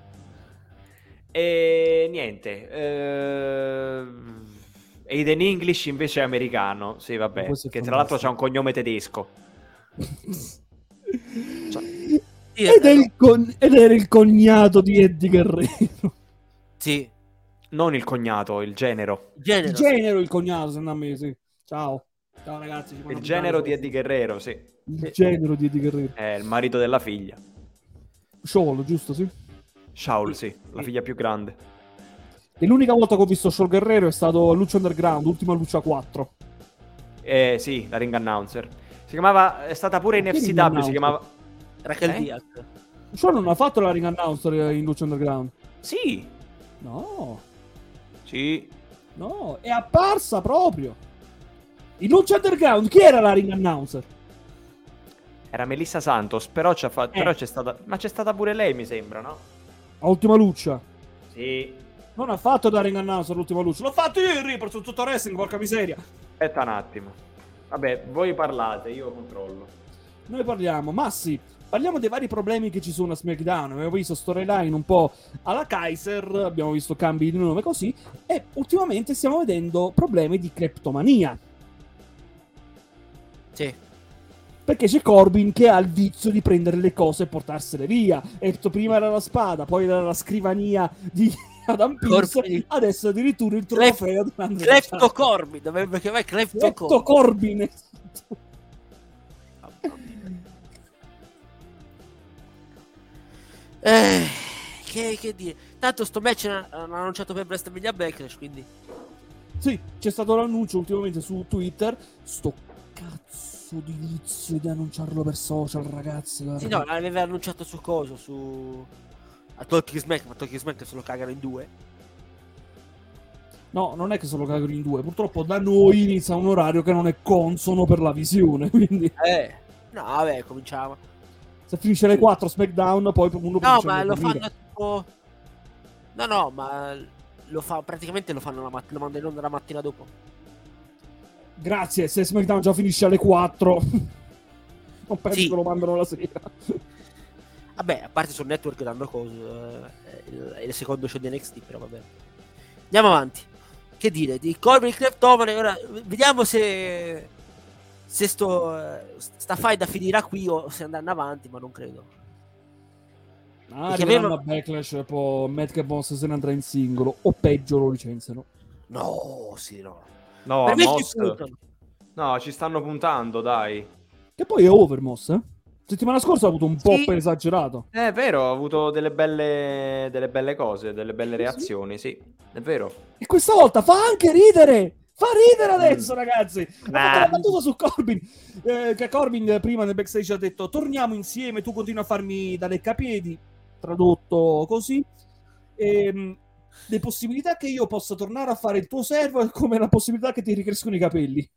E niente. Aiden English invece è americano. Sì, vabbè. Questo è Che tra l'altro c'ha fantastico. un cognome tedesco. Ed era il cognato di Eddie Guerrero. Sì. Non il cognato, il genero. Il genero, il cognato, se non a me, sì. Ciao ragazzi. Il genero di Eddie Guerrero, sì. Il genero di Eddie Guerrero. È il marito della figlia. Shaul, giusto, sì? Shaul, sì, la figlia più grande. E l'unica volta che ho visto Shaul Guerrero è stato a Lucha Underground, ultima Lucha 4. Sì, la ring announcer. Si chiamava, è stata pure in Perché ring FCW, si announcer? chiamava... Raquel Diaz. Shaul non ha fatto la ring announcer in Lucha Underground. Sì, No, sì. no, è apparsa proprio. In Lucha Underground, chi era la ring announcer? Era Melissa Santos, però però c'è stata... Ma c'è stata pure lei, mi sembra, no? A Ultima Lucha. Sì. Non ha fatto da ring announcer l'ultima luce. L'ho fatto io il Reaper su tutto wrestling, porca miseria. Aspetta un attimo. Vabbè, voi parlate, io controllo. Noi parliamo, Massi, parliamo dei vari problemi che ci sono a SmackDown. Abbiamo visto storyline un po' alla Kaiser, abbiamo visto cambi di nome così, e ultimamente stiamo vedendo problemi di kleptomania. Sì. Perché c'è Corbin che ha il vizio di prendere le cose e portarsele via. E prima era la spada, poi era la scrivania di Adam Pearce, adesso addirittura il trofeo di Andre Klepto Corbin, dovrebbe chiamare Klepto Corbin. Che dire. Tanto sto match l'hanno annunciato per WrestleMania Backlash, quindi sì, c'è stato l'annuncio ultimamente su Twitter. Sto cazzo di vizio di annunciarlo per social, ragazzi, guarda. sì, no, l'aveva annunciato su coso, a Talking Smack, ma Talking Smack se lo cagano in due. No, non è che se lo cagano in due, purtroppo da noi inizia un orario che non è consono per la visione, quindi No, vabbè, cominciamo. se finisce alle 4 SmackDown, poi uno No, ma lo fanno tipo... No, ma praticamente lo fanno lo mandano in onda la mattina dopo. Grazie, se SmackDown già finisce alle 4 non penso Sì. che lo mandano la sera. Vabbè, a parte sul network danno coso, è il secondo show di NXT, però vabbè. Andiamo avanti. Che dire, di Corbin Kleptomane, ora vediamo se sta fight finirà qui o se andranno avanti, ma non credo. Arriveranno a Backlash, poi Matt Boss se ne andrà in singolo, o peggio lo licenziano. No, sì, no. No, Per me Moss... ci puntano. No, ci stanno puntando, dai. Che poi è over, Moss, eh? Settimana scorsa ha avuto un po' Sì. per esagerato. È vero, ha avuto delle belle cose, delle belle reazioni, sì, è vero. E questa volta fa anche ridere! Fa ridere adesso, ragazzi! Ha fatto la battuta su Corbin. Che Corbin prima nel backstage ha detto: torniamo insieme, tu continui a farmi da leccapiedi. Tradotto così. Le possibilità che io possa tornare a fare il tuo servo è come la possibilità che ti ricrescono i capelli.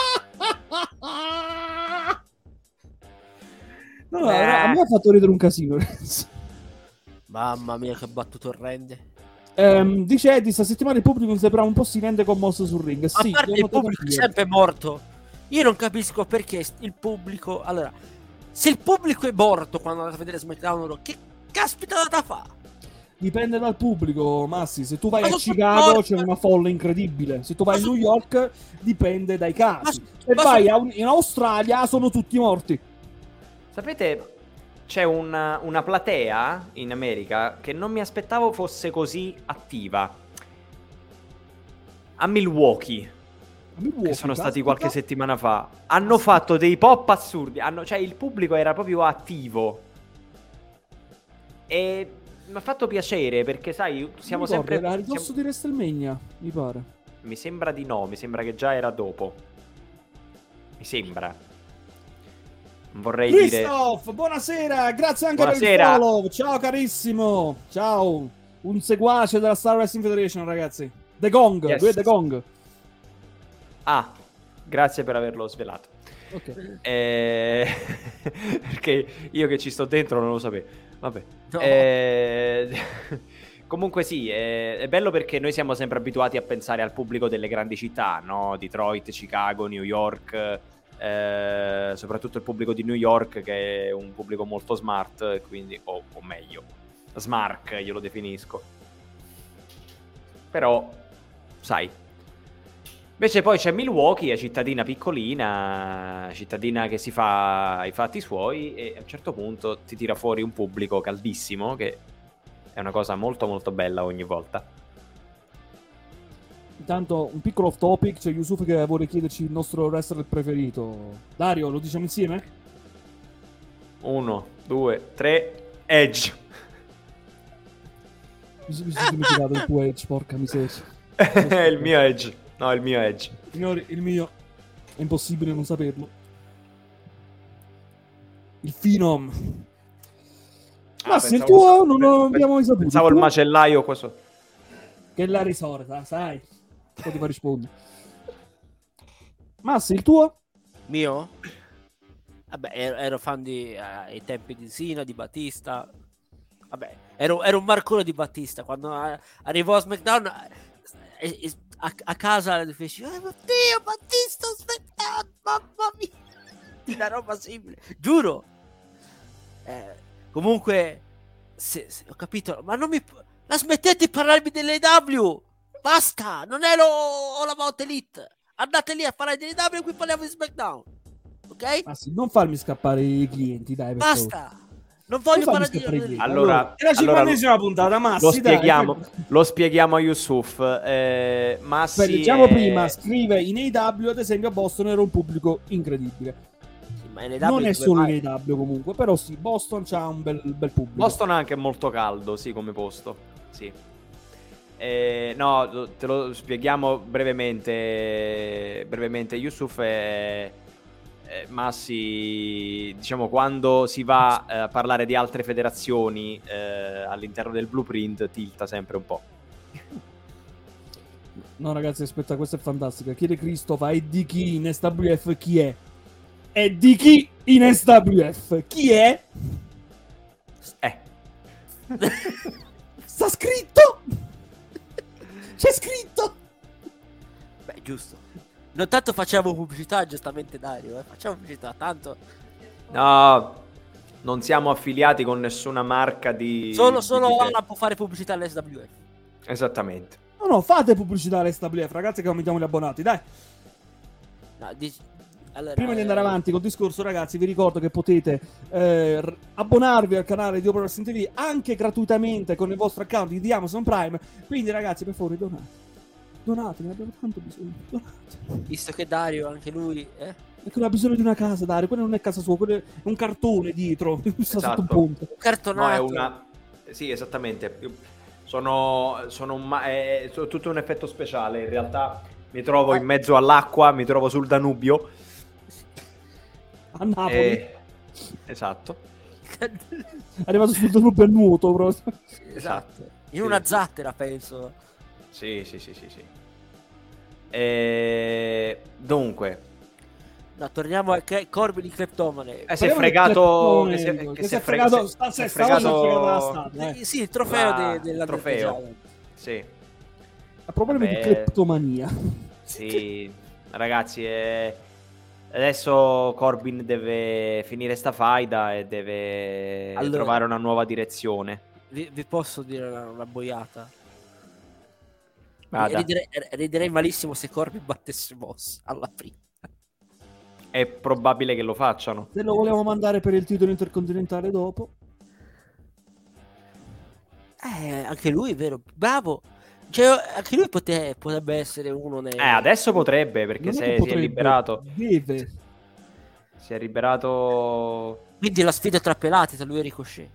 No, a me ha fatto ridere un casino. Mamma mia, che battute orrende. Dice Eddie, sta settimana il pubblico sembrava un po' si rende commosso sul ring. A Sì, parte il pubblico è sempre morto. Io non capisco perché il pubblico... Allora, se il pubblico è morto quando andate a vedere SmackDown, che caspita da fa? Dipende dal pubblico, Massi. Se tu vai Ma a sono Chicago tutti c'è una folla incredibile. Se tu vai a New York dipende dai casi. Se ma vai in Australia sono tutti morti. Sapete, c'è una platea in America che non mi aspettavo fosse così attiva. A Milwaukee, che sono stati qualche settimana fa. Hanno fatto dei pop assurdi. Cioè, il pubblico era proprio attivo. E mi ha fatto piacere perché, sai, siamo sempre... Era a ridosso di WrestleMania, mi pare. Mi sembra di no, mi sembra che già era dopo. Mi sembra. Vorrei Christoph, dire... buonasera, grazie anche Buonasera. per il follow. Ciao carissimo, ciao. Un seguace della Star Wrestling Federation, ragazzi. The Gong, Yes. lui è The Gong. Ah, grazie per averlo svelato. Ok. Perché io che ci sto dentro non lo sapevo. Vabbè. No. Comunque sì, è bello perché noi siamo sempre abituati a pensare al pubblico delle grandi città, no? Detroit, Chicago, New York, soprattutto il pubblico di New York che è un pubblico molto smart, quindi, o meglio, smart io lo definisco. Però, sai, Invece poi c'è Milwaukee, è cittadina piccolina, cittadina che si fa i fatti suoi e a un certo punto ti tira fuori un pubblico caldissimo, che è una cosa molto molto bella ogni volta. Intanto un piccolo off topic, c'è Yusuf che vuole chiederci il nostro wrestler preferito. Dario, lo diciamo insieme? 1, 2, 3, Edge. Mi sono dimenticato il tuo Edge, porca miseria. È il mio Edge. No, il mio Edge. Signori, il mio è impossibile non saperlo. Il Phenom. Ma se il tuo non lo abbiamo mai saputo. Pensavo il macellaio questo. Che è la risorta, sai? Poteva rispondere. Massi, il tuo? Mio? Vabbè, ero fan ai tempi di Cena, di Battista. Vabbè, ero un marcone di Battista. Quando arrivò a SmackDown, a casa feci, oddio, Battista, SmackDown, mamma mia. Una roba simile, giuro. Comunque, ho capito, ma non mi... La smettete di parlarmi dell'AEW! Basta! Non ero All About Elite! Andate lì a parlare dell'AEW e qui parliamo di SmackDown! Ok? Ma sì, non farmi scappare i clienti, dai. Basta! Non voglio parlare di clienti. Allora, è la 50ª puntata, Massi, lo spieghiamo a Yusuf. Massi leggiamo prima, scrive in AEW, ad esempio a Boston era un pubblico incredibile. Non è solo in AEW comunque, però sì, Boston c'ha un bel pubblico. Boston è anche molto caldo, sì, come posto. Sì. No, te lo spieghiamo brevemente. Yusuf Massi, diciamo, quando si va a parlare di altre federazioni all'interno del Blueprint tilta sempre un po'. No ragazzi, aspetta, questa è fantastica. Chiede Christopher, e di chi in SWF chi è? E di chi in SWF chi è? Sta scritto! C'è scritto! Beh, giusto. Non tanto facciamo pubblicità, giustamente Dario, facciamo pubblicità, tanto... No, non siamo affiliati con nessuna marca di... Solo Alan può fare pubblicità all'SWF. Esattamente. No, fate pubblicità all'SWF, ragazzi, che aumentiamo gli abbonati, dai! No, allora, prima di andare avanti col discorso, ragazzi, vi ricordo che potete abbonarvi al canale di Opera Wrestling TV anche gratuitamente con il vostro account di Amazon Prime. Quindi, ragazzi, per favore, donate, ne abbiamo tanto bisogno. Donate. Visto che Dario, anche lui, Perché ha bisogno di una casa, Dario. Quella non è casa sua, quello è un cartone dietro. Sta sotto un ponte. Un cartonato. No, è una... Sì, esattamente. Sono tutto un effetto speciale. In realtà mi trovo in mezzo all'acqua, mi trovo sul Danubio. A Napoli. Esatto. È arrivato sul Danubio a nuoto proprio. Esatto. In una zattera, penso. Sì. Dunque, no, torniamo a Corbin il cleptomane. Si è fregato. Si è fregato la statua. Sì, il trofeo della trofeo. Sì. Ha problemi di cleptomania. Sì, ragazzi, adesso Corbin deve finire sta faida e deve trovare una nuova direzione. Vi posso dire una boiata? Vada. Riderei malissimo se Corbin battesse Moss alla prima. È probabile che lo facciano. Se lo volevamo mandare per il titolo intercontinentale dopo. Anche lui, vero? Bravo. Cioè, anche lui potrebbe essere uno nei... adesso potrebbe, perché si è liberato. Deve. Si è liberato. Quindi la sfida tra pelati tra lui e Ricochet.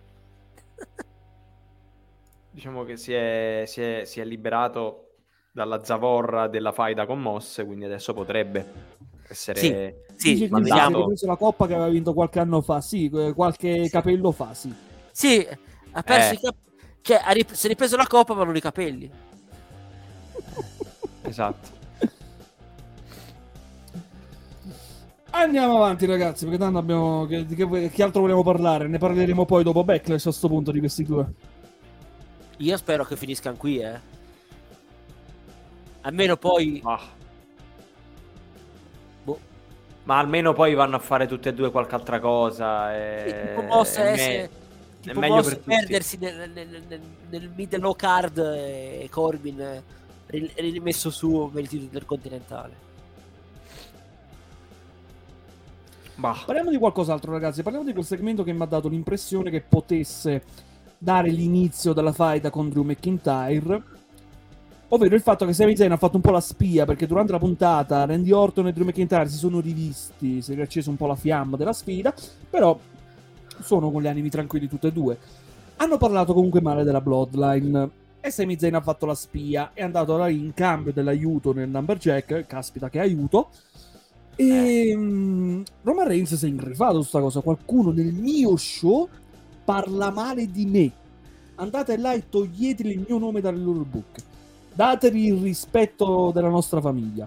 Diciamo che si è liberato dalla zavorra della faida con Moss, quindi adesso potrebbe essere mandato. Ha preso la coppa che aveva vinto qualche anno fa, qualche capello fa, Sì, ha perso i capelli. Cioè, si è ripreso la coppa ma non i capelli. Esatto. Andiamo avanti, ragazzi, perché tanto abbiamo... Che altro vogliamo parlare? Ne parleremo poi dopo Backlash a sto punto di questi due. Io spero che finiscano qui, Almeno poi... Ma almeno poi vanno a fare tutte e due qualche altra cosa. Tipo meglio per perdersi nel middle low card e Corbin rimesso su per il titolo intercontinentale. Parliamo di qualcos'altro, ragazzi. Parliamo di quel segmento che mi ha dato l'impressione che potesse dare l'inizio della faida con Drew McIntyre, ovvero il fatto che Sami Zayn ha fatto un po' la spia, perché durante la puntata Randy Orton e Drew McIntyre si sono rivisti, si è riaccesa un po' la fiamma della sfida, però sono con gli animi tranquilli tutti e due. Hanno parlato comunque male della Bloodline e Sami Zayn ha fatto la spia, è andato là in cambio dell'aiuto nel Lumberjack, caspita che aiuto. E Roman Reigns si è ingrifato su sta cosa. Qualcuno nel mio show parla male di me. Andate là e toglieteli il mio nome dal loro book. Datevi il rispetto della nostra famiglia.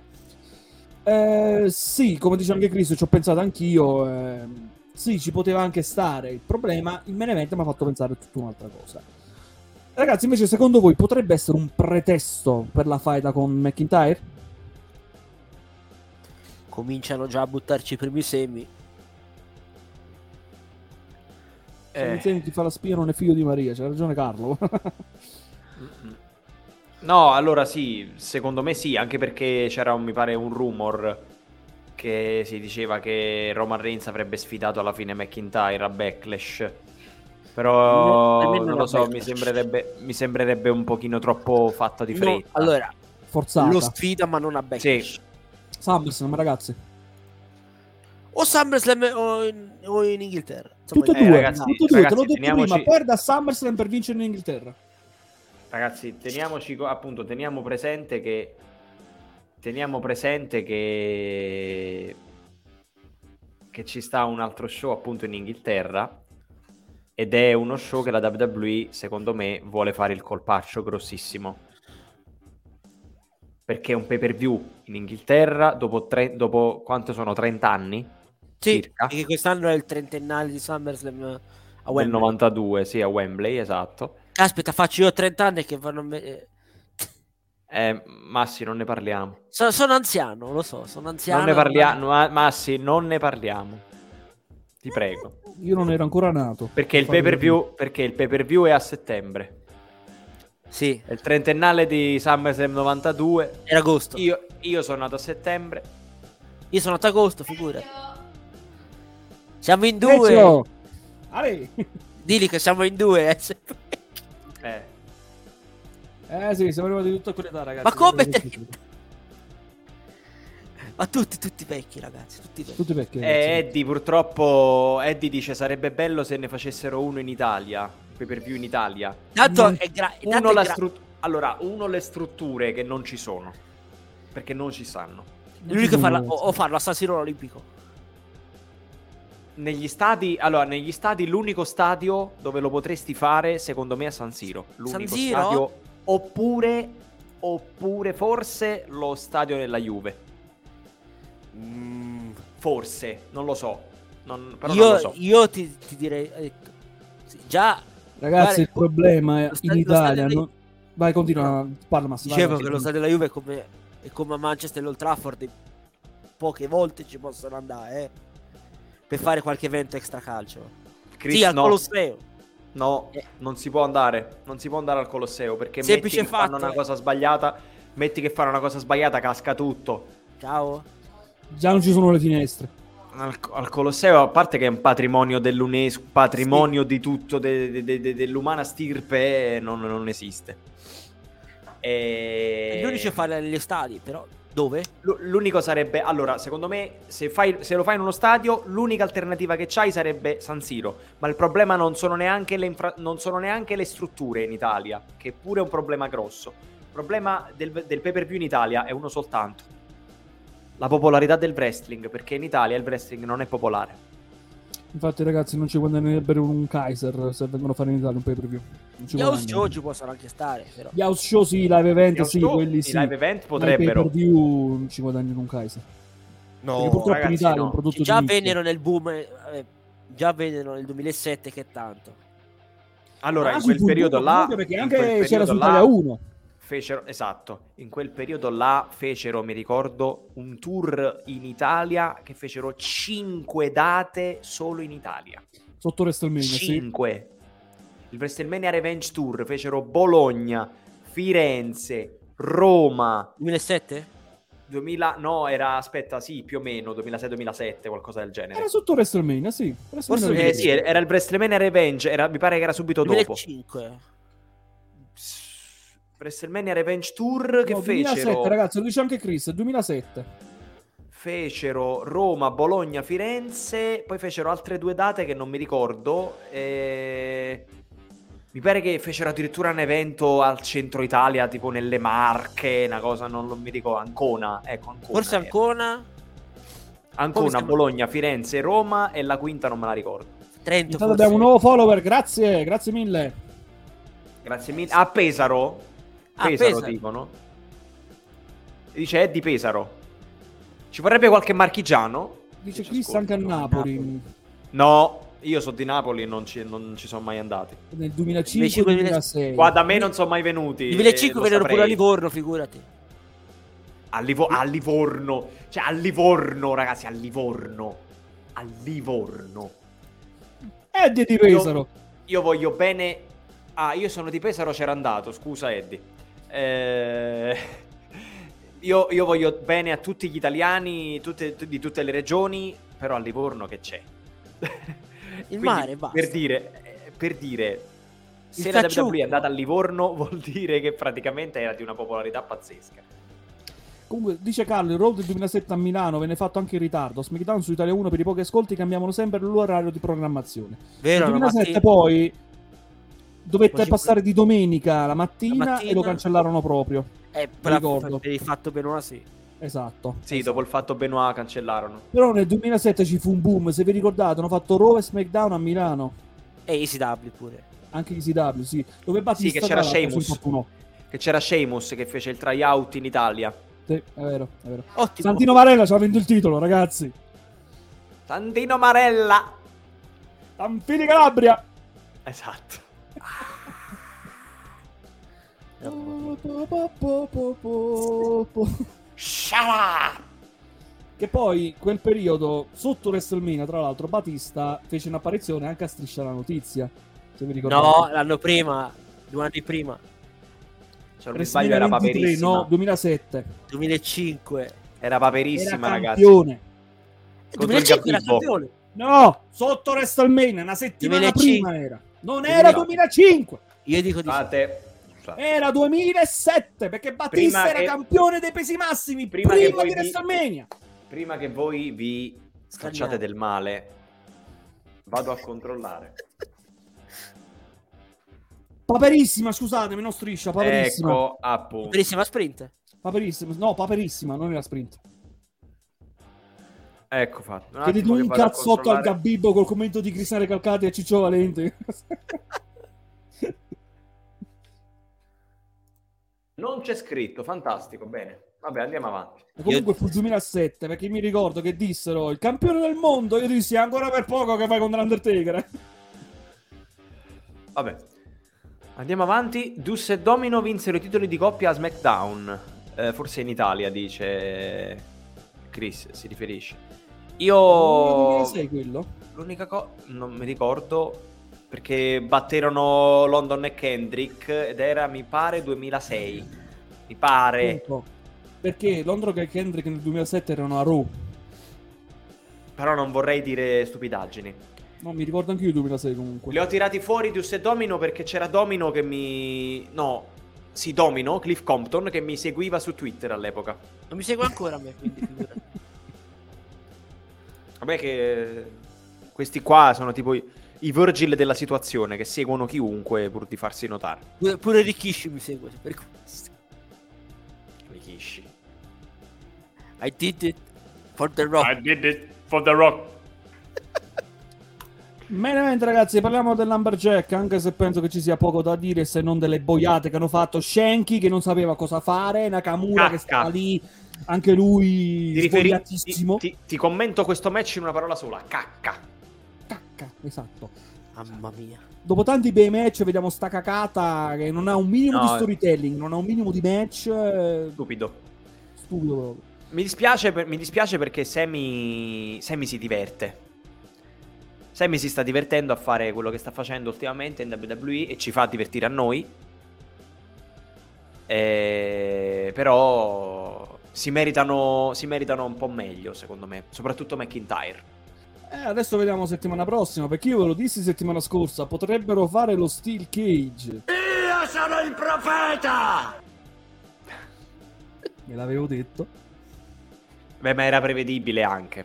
Sì, come dice anche Chris, ci ho pensato anch'io. Sì, ci poteva anche stare. Il problema, il main event mi ha fatto pensare a tutta un'altra cosa. Ragazzi, invece, secondo voi potrebbe essere un pretesto per la faida con McIntyre? Cominciano già a buttarci i primi semi. Se ti fa la spia non è figlio di Maria, c'ha ragione Carlo. No, allora sì, secondo me sì, anche perché c'era mi pare un rumor che si diceva che Roman Reigns avrebbe sfidato alla fine McIntyre a Backlash. Però non lo so, mi sembrerebbe un pochino troppo fatta di fretta. No, allora, forzata. Lo sfida ma non a Backlash. Sì. SummerSlam, ragazzi. O SummerSlam o in Inghilterra. Tutte e due, ragazzi, tutte e due, te l'ho detto teniamoci... prima, perda SummerSlam per vincere in Inghilterra. Ragazzi, teniamo presente che ci sta un altro show appunto in Inghilterra, ed è uno show che la WWE secondo me vuole fare il colpaccio grossissimo, perché è un pay per view in Inghilterra dopo quanto sono 30 anni? Sì, circa? perché quest'anno è il trentennale di SummerSlam a Wembley. Del 92, sì, a Wembley, esatto. Aspetta, faccio io 30 anni che vanno... Massi, non ne parliamo. Sono anziano, lo so, sono anziano. Non ne parliamo, Massi, non ne parliamo. Ti prego. Io non ero ancora nato. Perché il pay per view è a settembre. Sì. È il trentennale di SummerSlam 92. Era agosto. Io sono nato a settembre. Io sono nato agosto, figura. Siamo in due. Dili che siamo in due. Sì, siamo arrivati tutto a quell'età, ragazzi. Ma come te? Ma tutti vecchi, ragazzi. Tutti vecchi. Eddie, purtroppo, Eddie dice sarebbe bello se ne facessero uno in Italia. Pay per view in Italia. Tanto uno le strutture che non ci sono, perché non ci stanno. L'unico o farlo a San Siro Olimpico. Negli stadi, l'unico stadio dove lo potresti fare, secondo me, è San Siro. L'unico San Siro? stadio, oppure forse lo stadio della Juve. Forse, non lo so. Però non lo so. Io ti direi già. Ragazzi, il problema è in Italia. Vai, continua, parla Massimo. Dicevo che lo stadio della Juve è come a Manchester e Old Trafford. Poche volte ci possono andare, per fare qualche evento extra calcio. Sì, al Colosseo. No, non si può andare. Non si può andare al Colosseo, perché semplice metti che fanno una cosa sbagliata. Metti che fanno una cosa sbagliata, casca tutto. Ciao. Già non ci sono le finestre. Al Colosseo, a parte che è un patrimonio dell'UNESCO, patrimonio di tutto dell'umana stirpe, non esiste. Gli unici a fare negli stadi, però dove? L'unico sarebbe, allora, secondo me, se lo fai in uno stadio, l'unica alternativa che c'hai sarebbe San Siro. Ma il problema non sono neanche le strutture in Italia, che pure è un problema grosso. Il problema del pay per view in Italia è uno soltanto: la popolarità del wrestling, perché in Italia il wrestling non è popolare. Infatti, ragazzi, non ci guadagnerebbero un Kaiser se vengono a fare in Italia un pay per view. Gli house show ci possono anche stare, però. Gli house show sì, live event sì, quelli sì. I live event potrebbero. Ma i pay per view non ci guadagnano un Kaiser. No, perché purtroppo ragazzi, in Italia no. è un prodotto Già di vennero nel boom, già vennero nel 2007 che tanto. Allora, in quel periodo là, perché anche c'era su Italia 1. In quel periodo là fecero, mi ricordo, un tour in Italia che fecero 5 date solo in Italia. Sotto WrestleMania, 5. Sì. Il WrestleMania Revenge Tour fecero Bologna, Firenze, Roma 2007? 2000, no, era, aspetta, sì, più o meno 2006-2007, qualcosa del genere. Era sotto WrestleMania, sì. Forse Sì, era il WrestleMania Revenge, mi pare che era subito dopo. 2005. WrestleMania Revenge Tour che No, 2007, fecero, ragazzi, lo dice anche Chris, 2007. fecero Roma, Bologna, Firenze, poi fecero altre 2 date che non mi ricordo. Mi pare che fecero addirittura un evento al centro Italia, tipo nelle Marche, una cosa, non mi ricordo, Ancona, ecco, Ancona. Forse Ancona. Ancona, Bologna, Firenze, Roma e la quinta non me la ricordo. Trento. Intanto Forse. abbiamo un nuovo follower, grazie mille. Grazie mille. A Pesaro. Pesaro dicono. Dice Eddie Pesaro. Ci vorrebbe qualche marchigiano? Dice Chris anche a Napoli. No, io sono di Napoli e non ci sono mai andati. Nel 2005-2006. Qua da me non sono mai venuti. 2005 vennero pure a Livorno, figurati. A Livorno. Cioè a Livorno, ragazzi, a Livorno. Eddie di Pesaro. Io voglio bene. Ah, io sono di Pesaro, c'era andato, scusa Eddie. Io voglio bene a tutti gli italiani, di tutte le regioni, però a Livorno che c'è? Il Quindi, mare, basta. per dire, se Il la cacciucco. WWE è andata a Livorno vuol dire che praticamente era di una popolarità pazzesca. Comunque, dice Carlo, il Raw del 2007 a Milano venne fatto anche in ritardo. SmackDown su Italia 1 per i pochi ascolti cambiavano sempre l'orario di programmazione. Vero, Nel la 2007 mattina. poi dovette Poi ci- passare di domenica la mattina, La mattina. e lo cancellarono proprio. ricordo. Per il fatto Benoit, sì. Esatto. Sì, dopo il fatto Benoit cancellarono. Però nel 2007 ci fu un boom, se vi ricordate, hanno fatto Raw e SmackDown a Milano. E ECW pure. Anche ECW, sì. Dove Battista Sì, che c'era tra l'altro, Sheamus. si infortunò. Che c'era Sheamus che fece il tryout in Italia. Sì, è vero, è vero. Ottimo. Santino Marella ci ha vinto il titolo, ragazzi. Santino Marella. Tanfini Calabria. Esatto. Shut up! Che poi quel periodo sotto WrestleMania, tra l'altro, Batista fece un'apparizione anche a Striscia la Notizia. Se vi ricordate. No, l'anno prima. 2 anni prima. Se non mi sbaglio era WrestleMania 23, paperissima. no, 2007. 2005. Era paperissima, Era ragazzi. campione. Contro il 2005 era Gabibbo. campione. No, sotto WrestleMania, una settimana 2005. prima era. Non era 2005. Io dico di sì. Scusate. Era 2007, perché Batista Prima era che- campione dei pesi massimi prima prima, che voi di vi- WrestleMania. Prima che voi vi facciate del male, vado a controllare. Paperissima, scusatemi, non Striscia, paperissima. Ecco, appunto. Bellissima sprint. Paperissima, no, paperissima, non era sprint. Ecco fatto. Un Chiedete attimo che un vado a cazzotto al controllare. Gabibbo col commento di Cristiano Recalcati e Ciccio Valente. Non c'è scritto, fantastico, bene. Vabbè, andiamo avanti. E comunque fu il 2007, perché mi ricordo che dissero il campione del mondo. Io dissi ancora per poco che vai contro l'Undertaker. Vabbè. Andiamo avanti. Dus e Domino vinsero i titoli di coppia a SmackDown. Forse in Italia, dice Chris, si riferisce. Io... sei quello? L'unica cosa... Non mi ricordo... Perché batterono London e Kendrick ed era, mi pare, 2006. Mi pare. Punto. Perché Londra e Kendrick nel 2007 erano a Raw. Però non vorrei dire stupidaggini. No, mi ricordo anche io il 2006 comunque. Li ho tirati fuori Dus e Domino perché c'era Domino che mi... No, sì, Domino, Cliff Compton, che mi seguiva su Twitter all'epoca. Non mi segue ancora a me, quindi figurati. Vabbè che... Questi qua sono tipo i Virgil della situazione, che seguono chiunque pur di farsi notare. Pure Rikishi mi segue per questo. Rikishi. I did it for the Rock. did it for The Rock. Menamente ragazzi, parliamo dell'Lumberjack, anche se penso che ci sia poco da dire se non delle boiate che hanno fatto Shanky che non sapeva cosa fare, Nakamura che stava lì, anche lui svogliatissimo. Ti commento questo match in una parola sola, cacca. Cacca, esatto. Mamma mia. Dopo tanti bei match vediamo sta cacata che non ha un minimo No. di storytelling, non ha un minimo di match. Stupido. Stupido proprio. Mi dispiace perché Sammy si diverte. Sammy si sta divertendo a fare quello che sta facendo ultimamente in WWE e ci fa divertire a noi. Però si meritano un po' meglio, secondo me, soprattutto McIntyre. Adesso vediamo settimana prossima, perché io ve lo dissi settimana scorsa, potrebbero fare lo Steel Cage. Io sono il profeta! Me l'avevo detto. Beh, ma era prevedibile anche.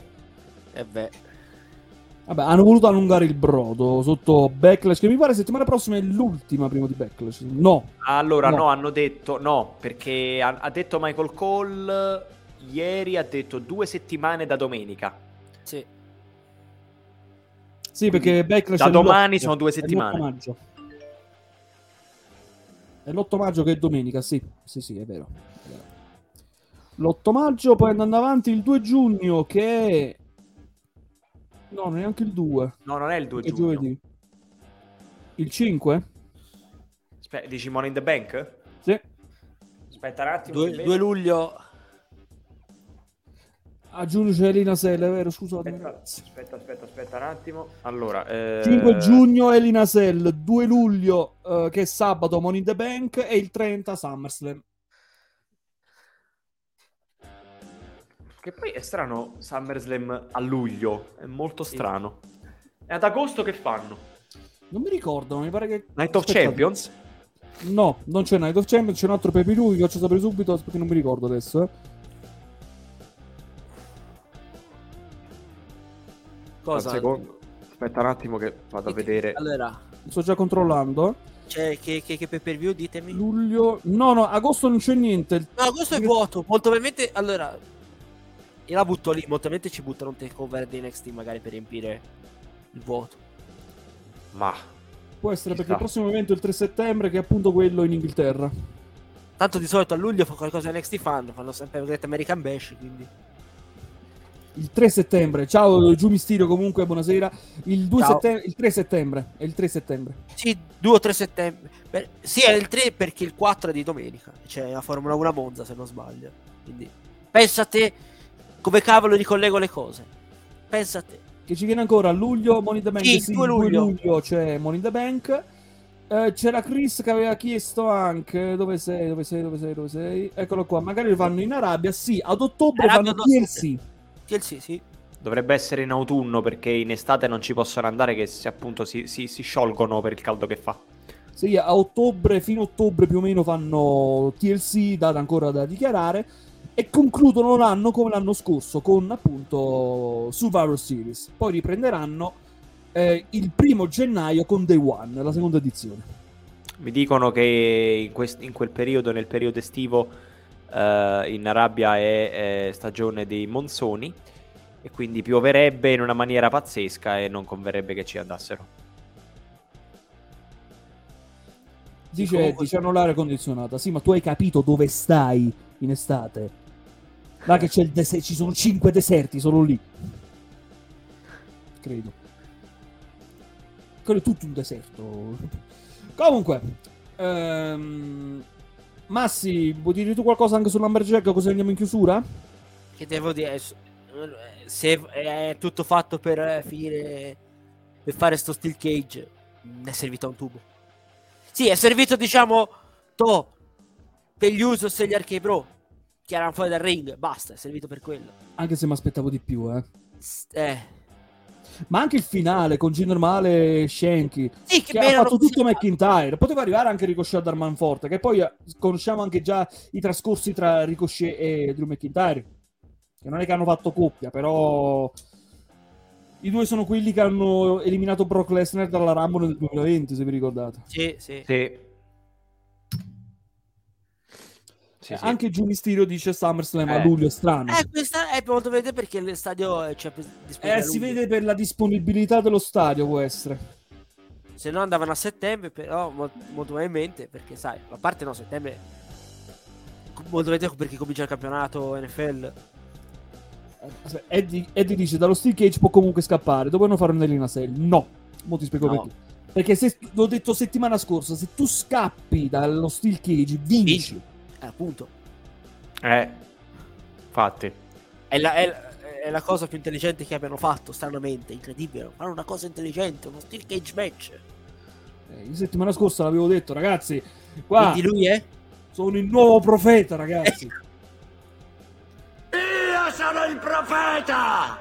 Vabbè, hanno voluto allungare il brodo sotto Backlash, che mi pare settimana prossima è l'ultima prima di Backlash. No. Allora, no, hanno detto no, perché ha detto Michael Cole ieri, ha detto 2 settimane da domenica. Sì, perché Backlash da è domani l'8, sono 2 è settimane. l'8 maggio. È l'8 maggio che è domenica, sì, è vero. L'8 maggio, poi andando avanti il 2 giugno che è... No, neanche il 2. No, non è il 2 È giugno. giovedì. Il 5? Aspetta, dici Money in the Bank? Sì. Aspetta un attimo. 2 luglio. A giugno c'è Elina Sella, è vero? Scusate. Aspetta un attimo. Allora, 5 giugno Elina Sell, 2 luglio che è sabato Money in the Bank e il 30 SummerSlam. Che poi è strano SummerSlam a luglio, è molto strano. E ad agosto che fanno? Non mi ricordo, mi pare che... Night of Champions? No, non c'è Night of Champions, c'è un altro pay-per-view che faccio sapere subito, perché non mi ricordo adesso. Cosa? Un secondo. Aspetta un attimo che vado a vedere. Allora, Sto già controllando. c'è che pay per view, ditemi. Luglio... No, agosto non c'è niente. No, agosto è vuoto. Molto probabilmente, allora, io la butto lì. Molto probabilmente ci buttano un takeover di NXT magari per riempire il vuoto. Ma Può essere Ci perché sta. il prossimo evento è il 3 settembre, che è appunto quello in Inghilterra. Tanto di solito a luglio fa qualcosa NXT fanno sempre Great American Bash, quindi... Il 3 settembre. Ciao Giù Mysterio, comunque, buonasera. Il 2 Ciao. settembre, il 3 settembre. È il 3 settembre. Sì, 2 o 3 settembre. Sì, è il 3 perché il 4 è di domenica. C'è la Formula 1 a Monza, se non sbaglio. Quindi pensa a te come cavolo ricollego le cose. Pensa a te. Che ci viene ancora a luglio Money in the Bank. Sì, Sì, 2 il 2 luglio. luglio c'è Money in the Bank. C'era Chris che aveva chiesto anche dove sei? Eccolo qua. Magari lo fanno in Arabia. Sì, ad ottobre Arabia fanno do- TLC. TLC, sì. dovrebbe essere in autunno perché in estate non ci possono andare che appunto si sciolgono per il caldo che fa. Sì, a ottobre, fino a ottobre più o meno fanno TLC, data ancora da dichiarare, e concludono l'anno come l'anno scorso con appunto Survivor Series. Poi riprenderanno il 1 gennaio con Day One, la seconda edizione. Mi dicono che in quel periodo, nel periodo estivo, in Arabia è stagione dei monsoni e quindi pioverebbe in una maniera pazzesca e non converrebbe che ci andassero. Dice comunque- Eddie, c'hanno l'aria condizionata. Sì, ma tu hai capito dove stai in estate? Là che c'è il ci sono 5 deserti solo lì. Credo. Quello è tutto un deserto. Comunque, Massi, vuoi dire tu qualcosa anche sull'Amberjack, così andiamo in chiusura? Che devo dire, se è tutto fatto per finire, per fare sto steel cage, ne è servito un tubo. Sì, è servito, diciamo, per gli Usos e gli Arcade Pro, che erano fuori dal ring, basta, è servito per quello. Anche se mi aspettavo di più, Eh. Ma anche il finale con Jinder Mahal e Shanky, Sì, che che ha bene fatto hanno tutto funzionato. McIntyre. Poteva arrivare anche Ricochet ad Armanforte, che poi conosciamo anche già i trascorsi tra Ricochet e Drew McIntyre, che non è che hanno fatto coppia, però i due sono quelli che hanno eliminato Brock Lesnar dalla Rumble del 2020, se vi ricordate. Sì, sì. Sì. Sì. Anche Giù Mysterio dice SummerSlam a Eh. luglio, è strano. Questa è molto vedere perché il stadio c'è disponibile a Si luglio. vede per la disponibilità dello stadio, può essere. Se no andavano a settembre, però molto probabilmente, perché sai, a parte no, settembre molto vedere perché comincia il campionato NFL. Eddie dice dallo Steel Cage può comunque scappare, dovevano fare un'Elina Cell. No, mo ti spiego No. perché se l'ho detto settimana scorsa, se tu scappi dallo Steel Cage vinci. Appunto. Infatti. È la cosa più intelligente che abbiano fatto, stranamente, incredibile. Fanno una cosa intelligente, uno steel cage match. Io settimana scorsa l'avevo detto, ragazzi, qua Quindi lui è? Sono il nuovo profeta, ragazzi. Io sono il profeta!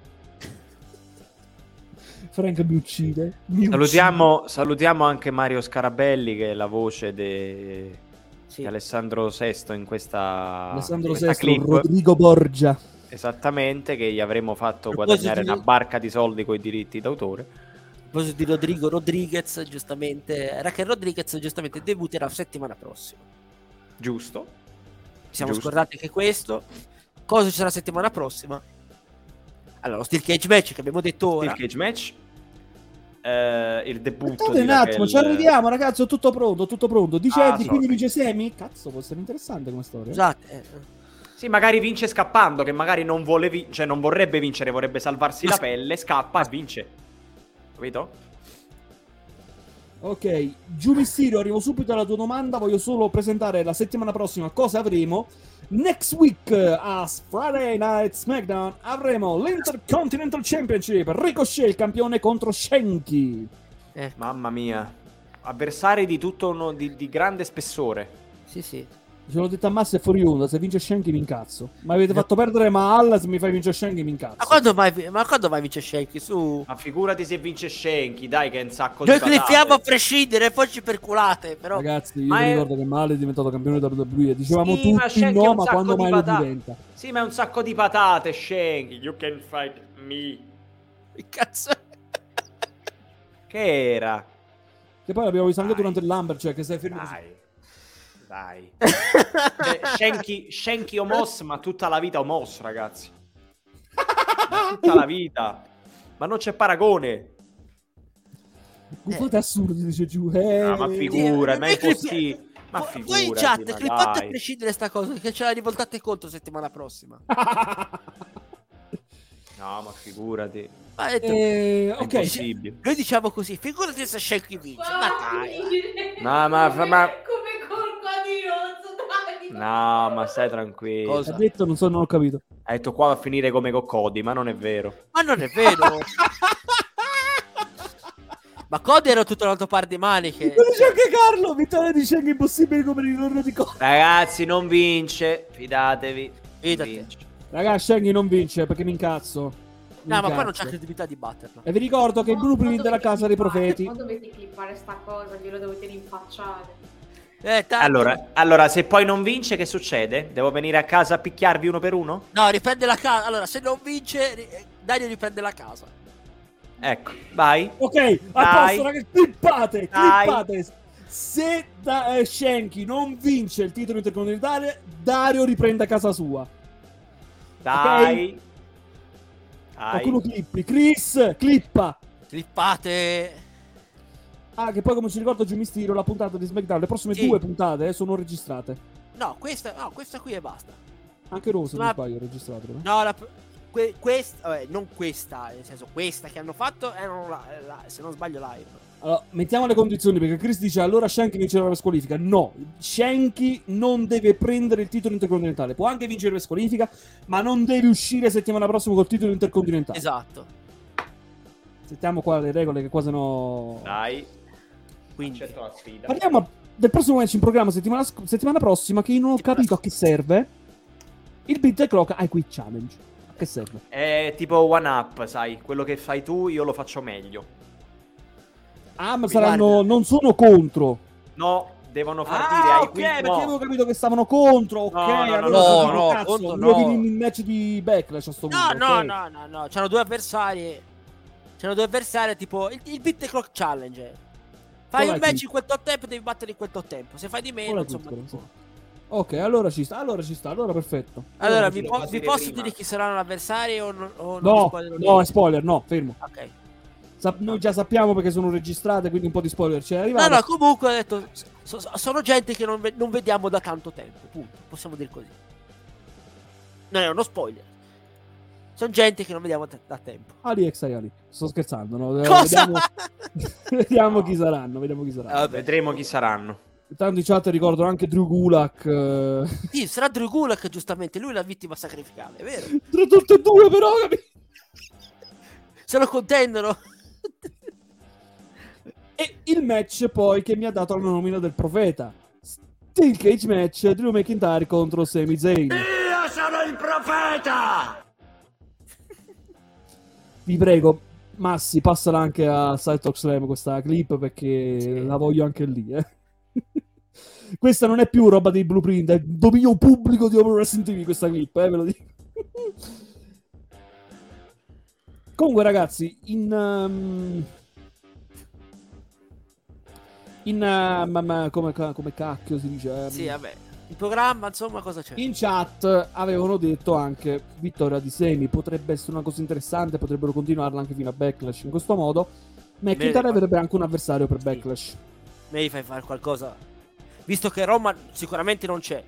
Frank mi uccide. Salutiamo anche Mario Scarabelli, che è la voce di Sì. Alessandro VI in questa, Alessandro in questa VI, clip. Rodrigo Borgia. Esattamente, che gli avremmo fatto A proposito guadagnare di- una barca di soldi con i diritti d'autore. A proposito di Rodrigo Rodriguez, giustamente, Raquel Rodriguez giustamente debutterà settimana prossima. Giusto? Ci siamo Giusto. scordati anche questo. Cosa ci sarà settimana prossima? Allora, lo Steel Cage match che abbiamo detto ora. Steel Cage match. Il debutto Aspettate di un attimo, ci Raquel. arriviamo, ragazzi, ho tutto pronto, tutto pronto. Dicevi, sorry. quindi vince Semi? Cazzo, può essere interessante come storia. Scusate, Sì, magari vince scappando, che magari non vuole cioè non vorrebbe vincere, vorrebbe salvarsi Ma la s- pelle, scappa e vince. Capito? Ok, Giù Mysterio, arrivo subito alla tua domanda. Voglio solo presentare la settimana prossima cosa avremo. Next week a Friday Night SmackDown avremo l'Intercontinental Championship. Ricochet, il campione, contro Shanky. Mamma mia. Avversari di tutto di grande spessore. sì. Ce l'ho detto a Massa e fuori onda, se vince Shanky mi incazzo. Ma avete fatto perdere Mahal, se mi fai vincere Shanky mi incazzo. Ma quando mai vince Shanky? Su. Ma figurati se vince Shanky, dai, che è un sacco Noi di patate. cliffiamo a prescindere, poi ci perculate, però. Ragazzi, io Ma mi è- ricordo che Mahal è diventato campione della WWE e dicevamo Sì, ma tutti Shanky è no, un ma sacco quando di mai lo patate. diventa? Sì, ma è un sacco di patate, Shanky. You can fight me. Che cazzo? Che era? Che poi l'abbiamo visto anche Dai. durante il Lumberjack, che sei fermo così. Dai. Shanky Omos, ma tutta la vita Omos, ragazzi. Ma tutta la vita. Ma non c'è paragone. Buffate assurdi, dice giù. Ma figura, ma è impossibile. Ma Voi in figurati, chat, ma clippate a dai. prescindere sta cosa, che ce la rivoltate contro settimana prossima. No, ma figurati. Ma ha detto- È Ok, impossibile. Noi diciamo così, figurati se Shanky vince. Ma dai. Ma- Come colpa di rozzo, dai. No, ma stai tranquillo. Cosa? ha detto, non ho capito. Ha detto qua va a finire come con Cody, ma non è vero. Ma non è vero. Ma Cody era tutto un altro par di maniche. Lo dice anche Carlo, vittoria di Shanky impossibile come il ritorno di Cody. Ragazzi, non vince. Fidatevi. Non Fidati. vince. Ragazzi, Shanky non vince perché mi incazzo. Mi No, ma qua non incazzo. c'è credibilità di batterla. E vi ricordo che il blueprint della casa dei profeti. Ma dovete clippare sta cosa, glielo dovete rinfacciare. Tanto- Allora, se poi non vince, che succede? Devo venire a casa a picchiarvi uno per uno? No, riprende la casa. Allora, se non vince, Dario riprende la casa. Ecco, vai. Ok, a Dai. posto, ragazzi, clippate, Dai. clippate. Se Shanky non vince il titolo intercontinentale, Dario riprende a casa sua. Dai. Qualcuno clippi. Chris, clippa. Clippate. Ah, che poi come ci ricordo Giù Mysterio, la puntata di SmackDown, le prossime Sì. 2 puntate sono registrate. No, questa qui e basta. Anche Rose, se Ma- non sbaglio, è registrato. No? No, questa, vabbè, non questa, nel senso questa che hanno fatto erano se non sbaglio live. Allora, mettiamo le condizioni, perché Chris dice allora Shanky vincerà la squalifica. No, Shanky non deve prendere il titolo intercontinentale. Può anche vincere la squalifica, ma non deve uscire settimana prossima col titolo intercontinentale. Esatto. Sentiamo qua le regole, che qua se no... Dai. Quindi Accetto la sfida. Parliamo del prossimo match in programma settimana prossima, che io non ho capito a che serve. Il Beat the Clock ai Quick Challenge. A che serve? È tipo one up, sai. Quello che fai tu, io lo faccio meglio. Ah, ma Mi saranno... guarda. non sono contro. No, devono far dire Ah, ai ok, Quick perché no. avevo capito che stavano contro. Ok, No, no, allora no, sono no, cazzo, contro mi no. rovini il match di Backlash a sto No, punto. no, ok. no. C'hanno due avversari. C'hanno due avversari tipo il Beat the Clock Challenge. Fai Qual un è match qui? in quel tot tempo, devi battere in quel tot tempo. Se fai di meno, Qual è insomma. qui, tipo. Ok, allora ci sta, allora perfetto. Allora, vi vi, lo posso vi dire posso prima. dire chi saranno avversari o non vi No, spoilerò no, niente? è spoiler, no, fermo. Ok. Noi già sappiamo perché sono registrate, quindi un po' di spoiler c'è No, arrivato. no, comunque ho detto, sono gente che non vediamo da tanto tempo, punto, possiamo dire così. Non è uno spoiler. Sono gente che non vediamo da tempo. Ali ex Ali. Sto scherzando, no? Cosa? Vediamo chi saranno, vediamo chi saranno. Vabbè. Vedremo chi saranno. Tanto in chat ricordano anche Drew Gulak. Sì, sarà Drew Gulak, giustamente, lui è la vittima sacrificale, è vero? Tra tutte e due però, capito? Se lo contendono. E il match poi che mi ha dato la nomina del profeta. Steel Cage match, Drew McIntyre contro Sami Zayn. Io sono il profeta! Vi prego, Massi, passala anche a Side Talk Slam questa clip, perché la voglio anche lì, Questa non è più roba dei Blueprint, è dominio pubblico di Open Wrestling TV questa clip, ve lo dico. Comunque ragazzi, come cacchio si dice? Sì, vabbè. Il programma, insomma, cosa c'è? In chat avevano detto anche vittoria di Sami, potrebbe essere una cosa interessante, potrebbero continuarla anche fino a Backlash in questo modo. McIntyre avrebbe anche un avversario per Backlash. Me gli fai fare qualcosa, visto che Roman sicuramente non c'è.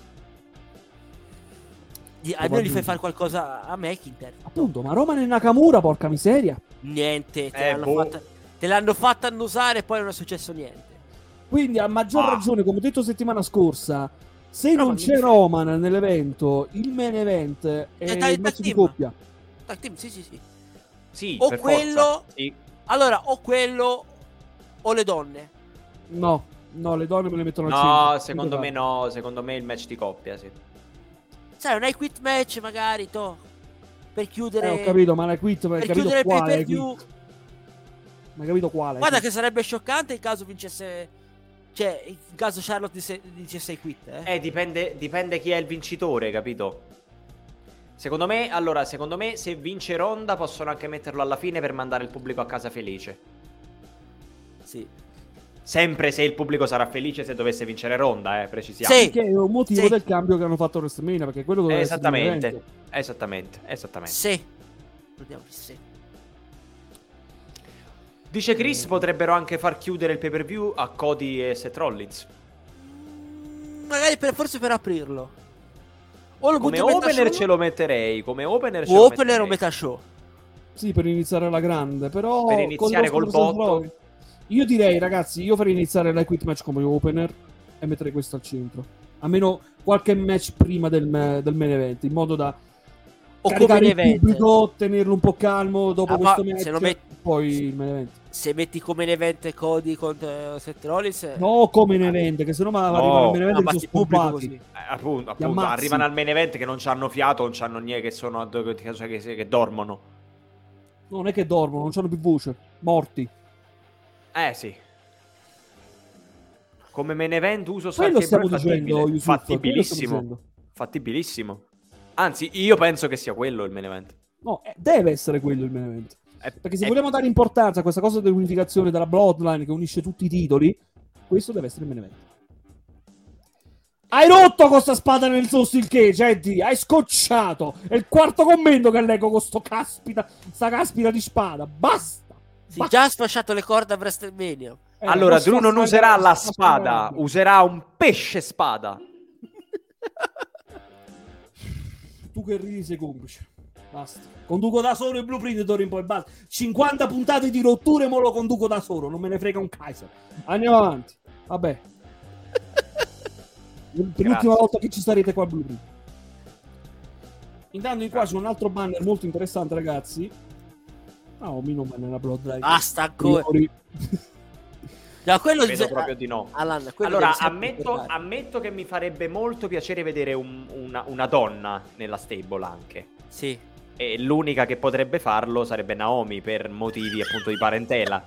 Almeno gli fai fare qualcosa a McIntyre. Appunto, ma Roman e Nakamura, porca miseria. Niente, te l'hanno fatta annusare e poi non è successo niente. Quindi a maggior ragione, come ho detto settimana scorsa, se Roman non c'è Roman nell'evento, il main event è il match di coppia. Tag team, sì. Sì, O per quello, forza. Sì. allora, o quello o le donne. No, le donne me le mettono al centro. No, secondo me no, secondo me il match di coppia, sì. Sai, un quit match magari, per chiudere. Ho capito, ma la quit, ma hai per capito chiudere quale? pay per view. Ma hai capito quale? Guarda che sarebbe scioccante in caso vincesse. Cioè, in caso Charlotte dicesse quit, Dipende chi è il vincitore, capito? Secondo me se vince Ronda possono anche metterlo alla fine per mandare il pubblico a casa felice. Sì. Sempre se il pubblico sarà felice se dovesse vincere Ronda, precisiamo. Sì. Che è un motivo del cambio che hanno fatto a WrestleMania, perché quello doveva essere un evento. Esattamente. Sì. Andiamo, sì. Dice Chris, potrebbero anche far chiudere il pay-per-view a Cody e Seth Rollins. Magari forse per aprirlo. O lo Come butto a metà opener show, ce lo metterei. Come opener ce o lo opener metterei. o metà show. Sì, per iniziare alla grande, però Per iniziare con col lo Seth botto. Rollins, io direi, ragazzi, io farei iniziare la quit match come opener e metterei questo al centro. Almeno qualche match prima del main event, in modo da O caricare come il event. pubblico, tenerlo un po' calmo dopo questo ma match, se lo metti- poi il main event. Se metti come event Cody contro Seth Rollins, No, come in event, che sennò arrivano al main event e ammazzi sono il pubblico spompati. così. Appunto, ammazzi. arrivano al main event che non c'hanno fiato, non c'hanno niente, che sono che dormono. No, non è che dormono, non c'hanno più voce, morti. Sì. Come main event uso Quello Saki stiamo Bro, dicendo, Yusuf, quello stiamo fattibilissimo. dicendo. Fattibilissimo. Anzi, io penso che sia quello il main event. No, deve essere quello il main event. Perché se è- vogliamo dare importanza a questa cosa dell'unificazione della Bloodline che unisce tutti i titoli, questo deve essere il main event. Hai rotto con sta spada nel suo Steel Cage, Eddie! Hai scocciato! È il quarto commento che leggo con sta caspita di spada. Basta! Sì, già ha sfasciato le corde a WrestleMania. Allora, non Drew non so userà se- la so se- spada, userà un pesce spada. Tu che ridi sei complice. Basta. Conduco da solo il Blueprint d'ora in poi, basta. 50 puntate di rotture, mo lo conduco da solo. Non me ne frega un Kaiser. Andiamo avanti. Vabbè. Per l'ultima volta che ci starete qua al Blueprint. Intanto qua c'è un altro banner molto interessante, ragazzi. Mino man nella Bloodline. Basta ancora. Signori. No, quello Credo proprio di no. Alan, quello Allora, devi sempre ricordare. ammetto che mi farebbe molto piacere vedere una donna nella stable anche. Sì. E l'unica che potrebbe farlo sarebbe Naomi per motivi appunto di parentela.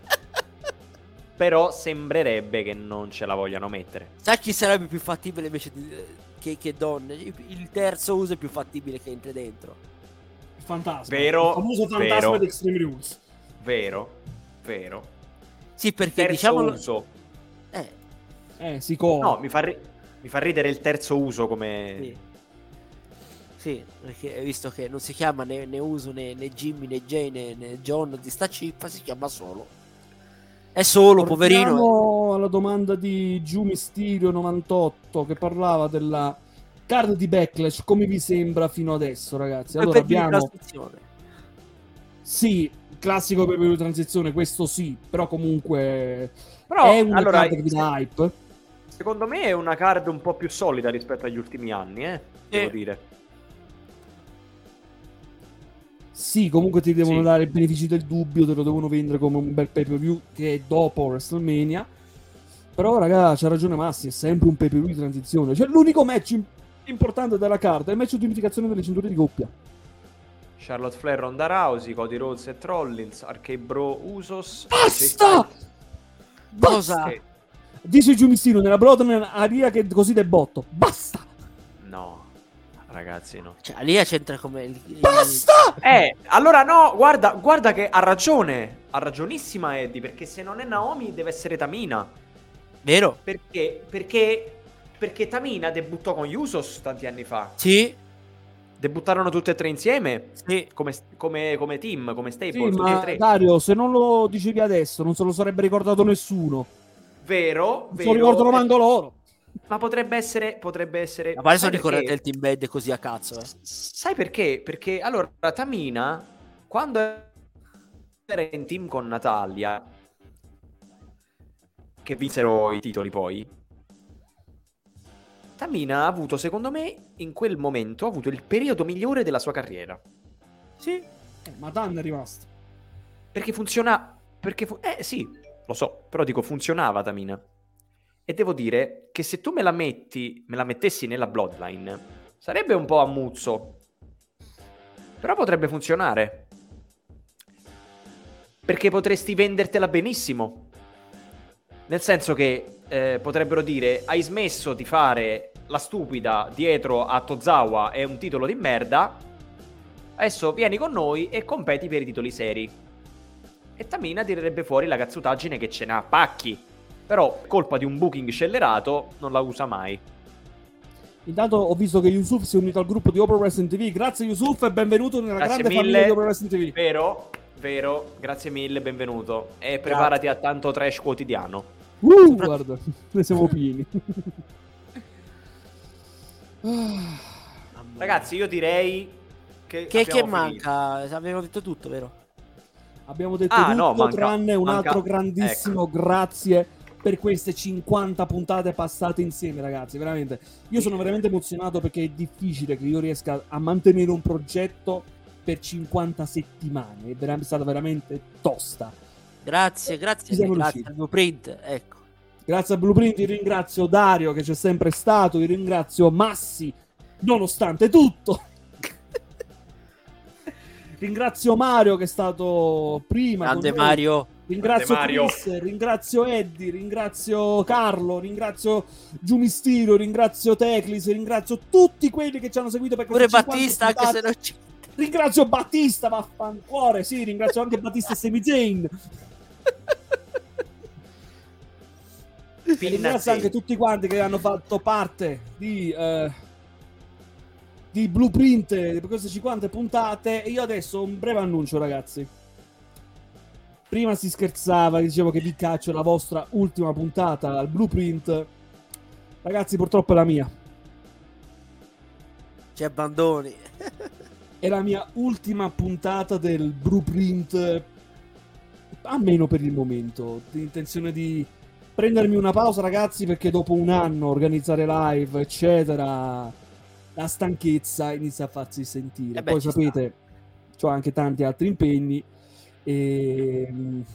Però sembrerebbe che non ce la vogliano mettere. Sai chi sarebbe più fattibile invece che donne? Il terzo uso è più fattibile che entri dentro. Il fantasma. Vero, Il famoso fantasma vero. di Extreme Rules. Vero. Sì, perché Terzo diciamo uso. Si cova. No, mi fa ridere il terzo uso come... Sì, perché visto che non si chiama né Uso né Jimmy né Jay né John di sta cippa, si chiama solo. È solo, poverino. Torniamo alla domanda di Giù Mysterio 98 che parlava della card di Backlash. Come vi sembra fino adesso, ragazzi? Allora abbiamo... Sì, classico per di transizione, questo sì, però comunque è una card che vi dà hype. Secondo me è una card un po' più solida rispetto agli ultimi anni, devo dire. Sì, comunque ti devono dare i benefici del dubbio, te lo devono vendere come un bel pay-per-view che è dopo WrestleMania. Però, raga, c'ha ragione Massi, è sempre un pay-per-view di transizione. Cioè, l'unico match importante della carta è il match di unificazione delle cinture di coppia. Charlotte Flair, Ronda Rousey, Cody Rhodes e Rollins, Arcade Bro, Usos. Basta! Cosa? Che- Dice Giumistino nella Bloodline Aria che così del botto. Basta! No, ragazzi, no. Cioè, Alia c'entra come Basta! Allora no, guarda che ha ragione. Ha ragionissima Eddie, perché se non è Naomi deve essere Tamina. Vero? Perché Tamina debuttò con gli Usos tanti anni fa. Sì. Debuttarono tutte e tre insieme. Sì. Come team, come stable, Sì, tutti e ma tre. Dario, se non lo dicevi adesso, non se lo sarebbe ricordato nessuno. Vero, Non se lo ricordano manco loro. Ma potrebbe essere. Ma pare sono sai ricordati perché? del team bed così a cazzo. Sai perché? Perché allora Tamina, quando era in team con Natalia, che vinsero i titoli poi, Tamina ha avuto, secondo me, in quel momento, ha avuto il periodo migliore della sua carriera. Sì. Ma Dan è rimasto. Perché funziona. Sì, lo so, però dico funzionava Tamina. E devo dire che se tu me la mettessi nella Bloodline, sarebbe un po' ammuzzo. Però potrebbe funzionare. Perché potresti vendertela benissimo. Nel senso che potrebbero dire: hai smesso di fare la stupida dietro a Tozawa e un titolo di merda, adesso vieni con noi e competi per i titoli seri. E Tamina tirerebbe fuori la cazzutaggine che ce n'ha a pacchi. Però, colpa di un booking scellerato, non la usa mai. Intanto ho visto che Yusuf si è unito al gruppo di Open Wrestling TV. Grazie Yusuf e benvenuto nella Grazie grande mille. famiglia di Open Wrestling TV. Vero, grazie mille, benvenuto. E preparati a tanto trash quotidiano. Guarda, ne siamo pieni. Ragazzi, io direi che Che abbiamo manca? Abbiamo detto tutto, vero? Abbiamo detto Ah, tutto, no, manca- tranne un manca- altro grandissimo grazie per queste 50 puntate passate insieme, ragazzi. Veramente, io sono veramente emozionato perché è difficile che io riesca a mantenere un progetto per 50 settimane. È stata veramente tosta. Grazie Ci siamo grazie riusciti. al Blueprint, ecco. Grazie a Blueprint, io ringrazio Dario che c'è sempre stato, io ringrazio Massi, nonostante tutto. Ringrazio Mario che è stato prima. Grande con noi. Mario. Ringrazio Grande Mario. Chris, ringrazio Eddie, ringrazio Carlo, ringrazio Giumistiro, ringrazio Teclis, ringrazio tutti quelli che ci hanno seguito per Pure queste 50 Battista, anche puntate. se non c'è. Ringrazio Battista, vaffancuore, sì, ringrazio anche Battista e Sami Zayn. E ringrazio anche tutti quanti che hanno fatto parte di Blueprint per queste 50 puntate. E io adesso un breve annuncio, ragazzi. Prima si scherzava, dicevo che vi caccio la vostra ultima puntata al Blueprint. Ragazzi, purtroppo è la mia. Ci abbandoni. È la mia ultima puntata del Blueprint, almeno per il momento. Ho intenzione di prendermi una pausa, ragazzi, perché dopo un anno organizzare live, eccetera, la stanchezza inizia a farsi sentire. Beh, Poi ci sapete, ho anche tanti altri impegni. E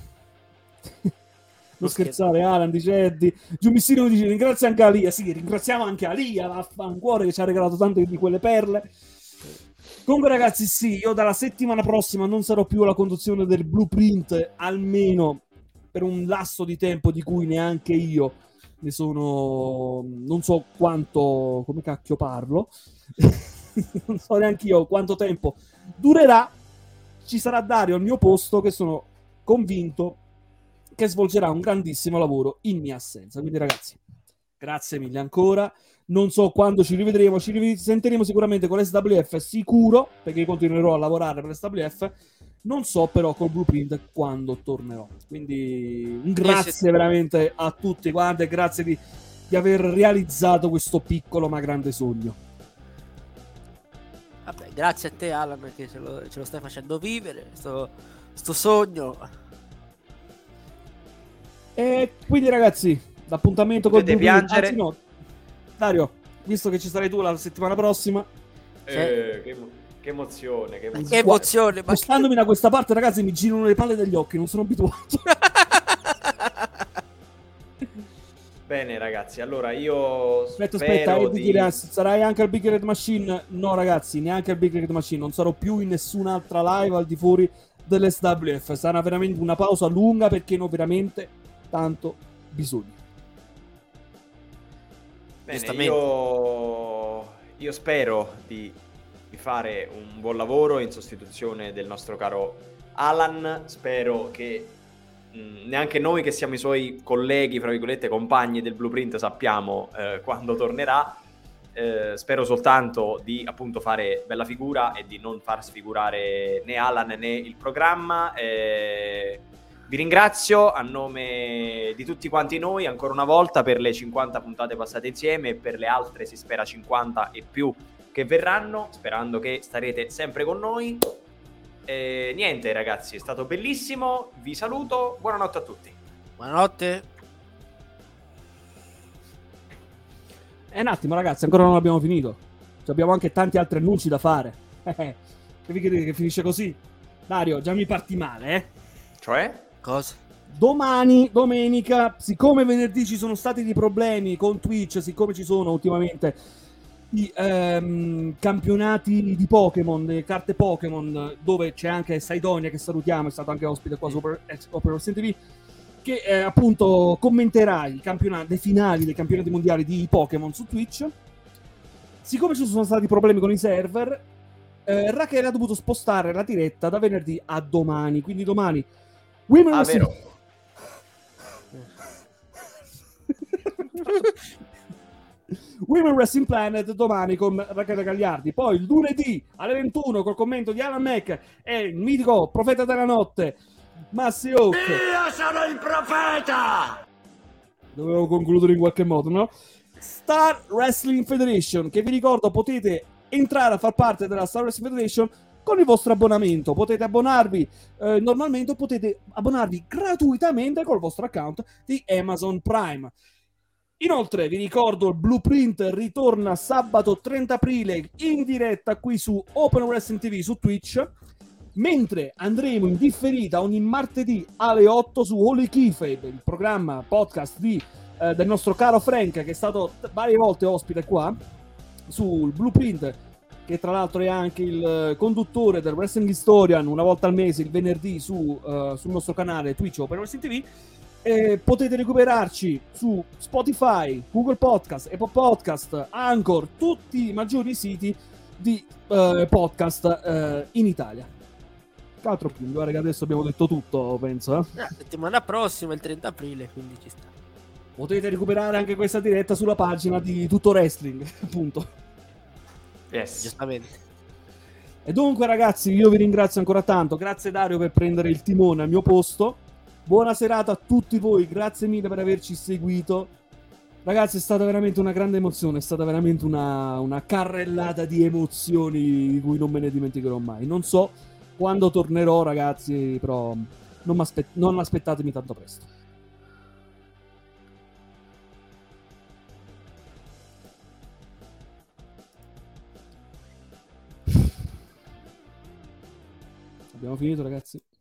non scherzare, Alan dice Eddie. Giumissino dice ringrazia anche Alia. Sì, ringraziamo anche Alia, vaffancuore, che ci ha regalato tante di quelle perle. Comunque, ragazzi, sì, io dalla settimana prossima non sarò più alla conduzione del Blueprint, almeno per un lasso di tempo di cui neanche io ne sono, non so quanto, come cacchio parlo, non so neanche io quanto tempo durerà. Ci sarà Dario al mio posto, che sono convinto che svolgerà un grandissimo lavoro in mia assenza. Quindi, ragazzi, grazie mille ancora. Non so quando ci rivedremo, ci risentiremo sicuramente con l'SWF, sicuro, perché continuerò a lavorare per l'SWF. Non so però col Blueprint quando tornerò. Quindi un grazie veramente a tutti quanti, grazie di aver realizzato questo piccolo ma grande sogno. Vabbè, grazie a te, Alan, che ce lo stai facendo vivere, sto sogno. E quindi, ragazzi, l'appuntamento col Potete Blueprint. piangere. Anzi, no, Dario, visto che ci sarai tu la settimana prossima, Che emozione, che emozione. Che emozione, ma spostandomi da questa parte, ragazzi, mi girano le palle degli occhi, non sono abituato. Bene ragazzi, allora io Aspetta, spero di... sarai anche al Big Red Machine? No ragazzi, neanche al Big Red Machine, non sarò più in nessun'altra live al di fuori dell'SWF, sarà veramente una pausa lunga perché ne ho veramente tanto bisogno. Bene, io spero di fare un buon lavoro in sostituzione del nostro caro Alan, spero che neanche noi che siamo i suoi colleghi, fra virgolette, compagni del Blueprint sappiamo quando tornerà. Spero soltanto di appunto fare bella figura e di non far sfigurare né Alan né il programma. Vi ringrazio a nome di tutti quanti noi ancora una volta per le 50 puntate passate insieme e per le altre si spera 50 e più che verranno, sperando che starete sempre con noi. Niente ragazzi, è stato bellissimo, vi saluto, buonanotte a tutti. Buonanotte. Un attimo ragazzi, ancora non abbiamo finito, abbiamo anche tanti altri annunci da fare. Che finisce così? Dario, già mi parti male, Cioè? Cosa? Domani, domenica, siccome venerdì ci sono stati dei problemi con Twitch, siccome ci sono ultimamente i campionati di Pokémon, le carte Pokémon, dove c'è anche Saidonia che salutiamo, è stato anche ospite qua su Open Wrestling TV, che appunto commenterà i campionati, le finali dei campionati mondiali di Pokémon su Twitch. Siccome ci sono stati problemi con i server, Rachele ha dovuto spostare la diretta da venerdì a domani, quindi domani Women Wrestling... vero. Women Wrestling Planet domani con Rachele Gagliardi, poi il lunedì alle 21 col commento di Alan Mac e il mitico profeta della notte Massi Oak. Io sono il profeta! Dovevo concludere in qualche modo, no? Star Wrestling Federation, che vi ricordo potete entrare a far parte della Star Wrestling Federation con il vostro abbonamento. Potete abbonarvi normalmente o potete abbonarvi gratuitamente col vostro account di Amazon Prime. Inoltre vi ricordo il Blueprint ritorna sabato 30 aprile in diretta qui su Open Wrestling TV su Twitch, mentre andremo in differita ogni martedì alle 8 su Holy Kayfabe, il programma podcast del nostro caro Frank, che è stato varie volte ospite qua sul Blueprint, che tra l'altro è anche il conduttore del Wrestling Historian una volta al mese il venerdì sul nostro canale Twitch Open Wrestling TV. Potete recuperarci su Spotify, Google Podcast, Apple Podcast, Anchor, tutti i maggiori siti di podcast in Italia. Che altro più? Guarda che adesso abbiamo detto tutto, penso. La settimana prossima, il 30 aprile, quindi ci sta. Potete recuperare anche questa diretta sulla pagina di Tutto Wrestling, appunto. Yes. Giustamente. E dunque ragazzi, io vi ringrazio ancora tanto. Grazie Dario per prendere il timone al mio posto. Buona serata a tutti voi, grazie mille per averci seguito. Ragazzi, è stata veramente una grande emozione, è stata veramente una carrellata di emozioni di cui non me ne dimenticherò mai. Non so quando tornerò, ragazzi, però non aspettatemi tanto presto. Abbiamo finito, ragazzi?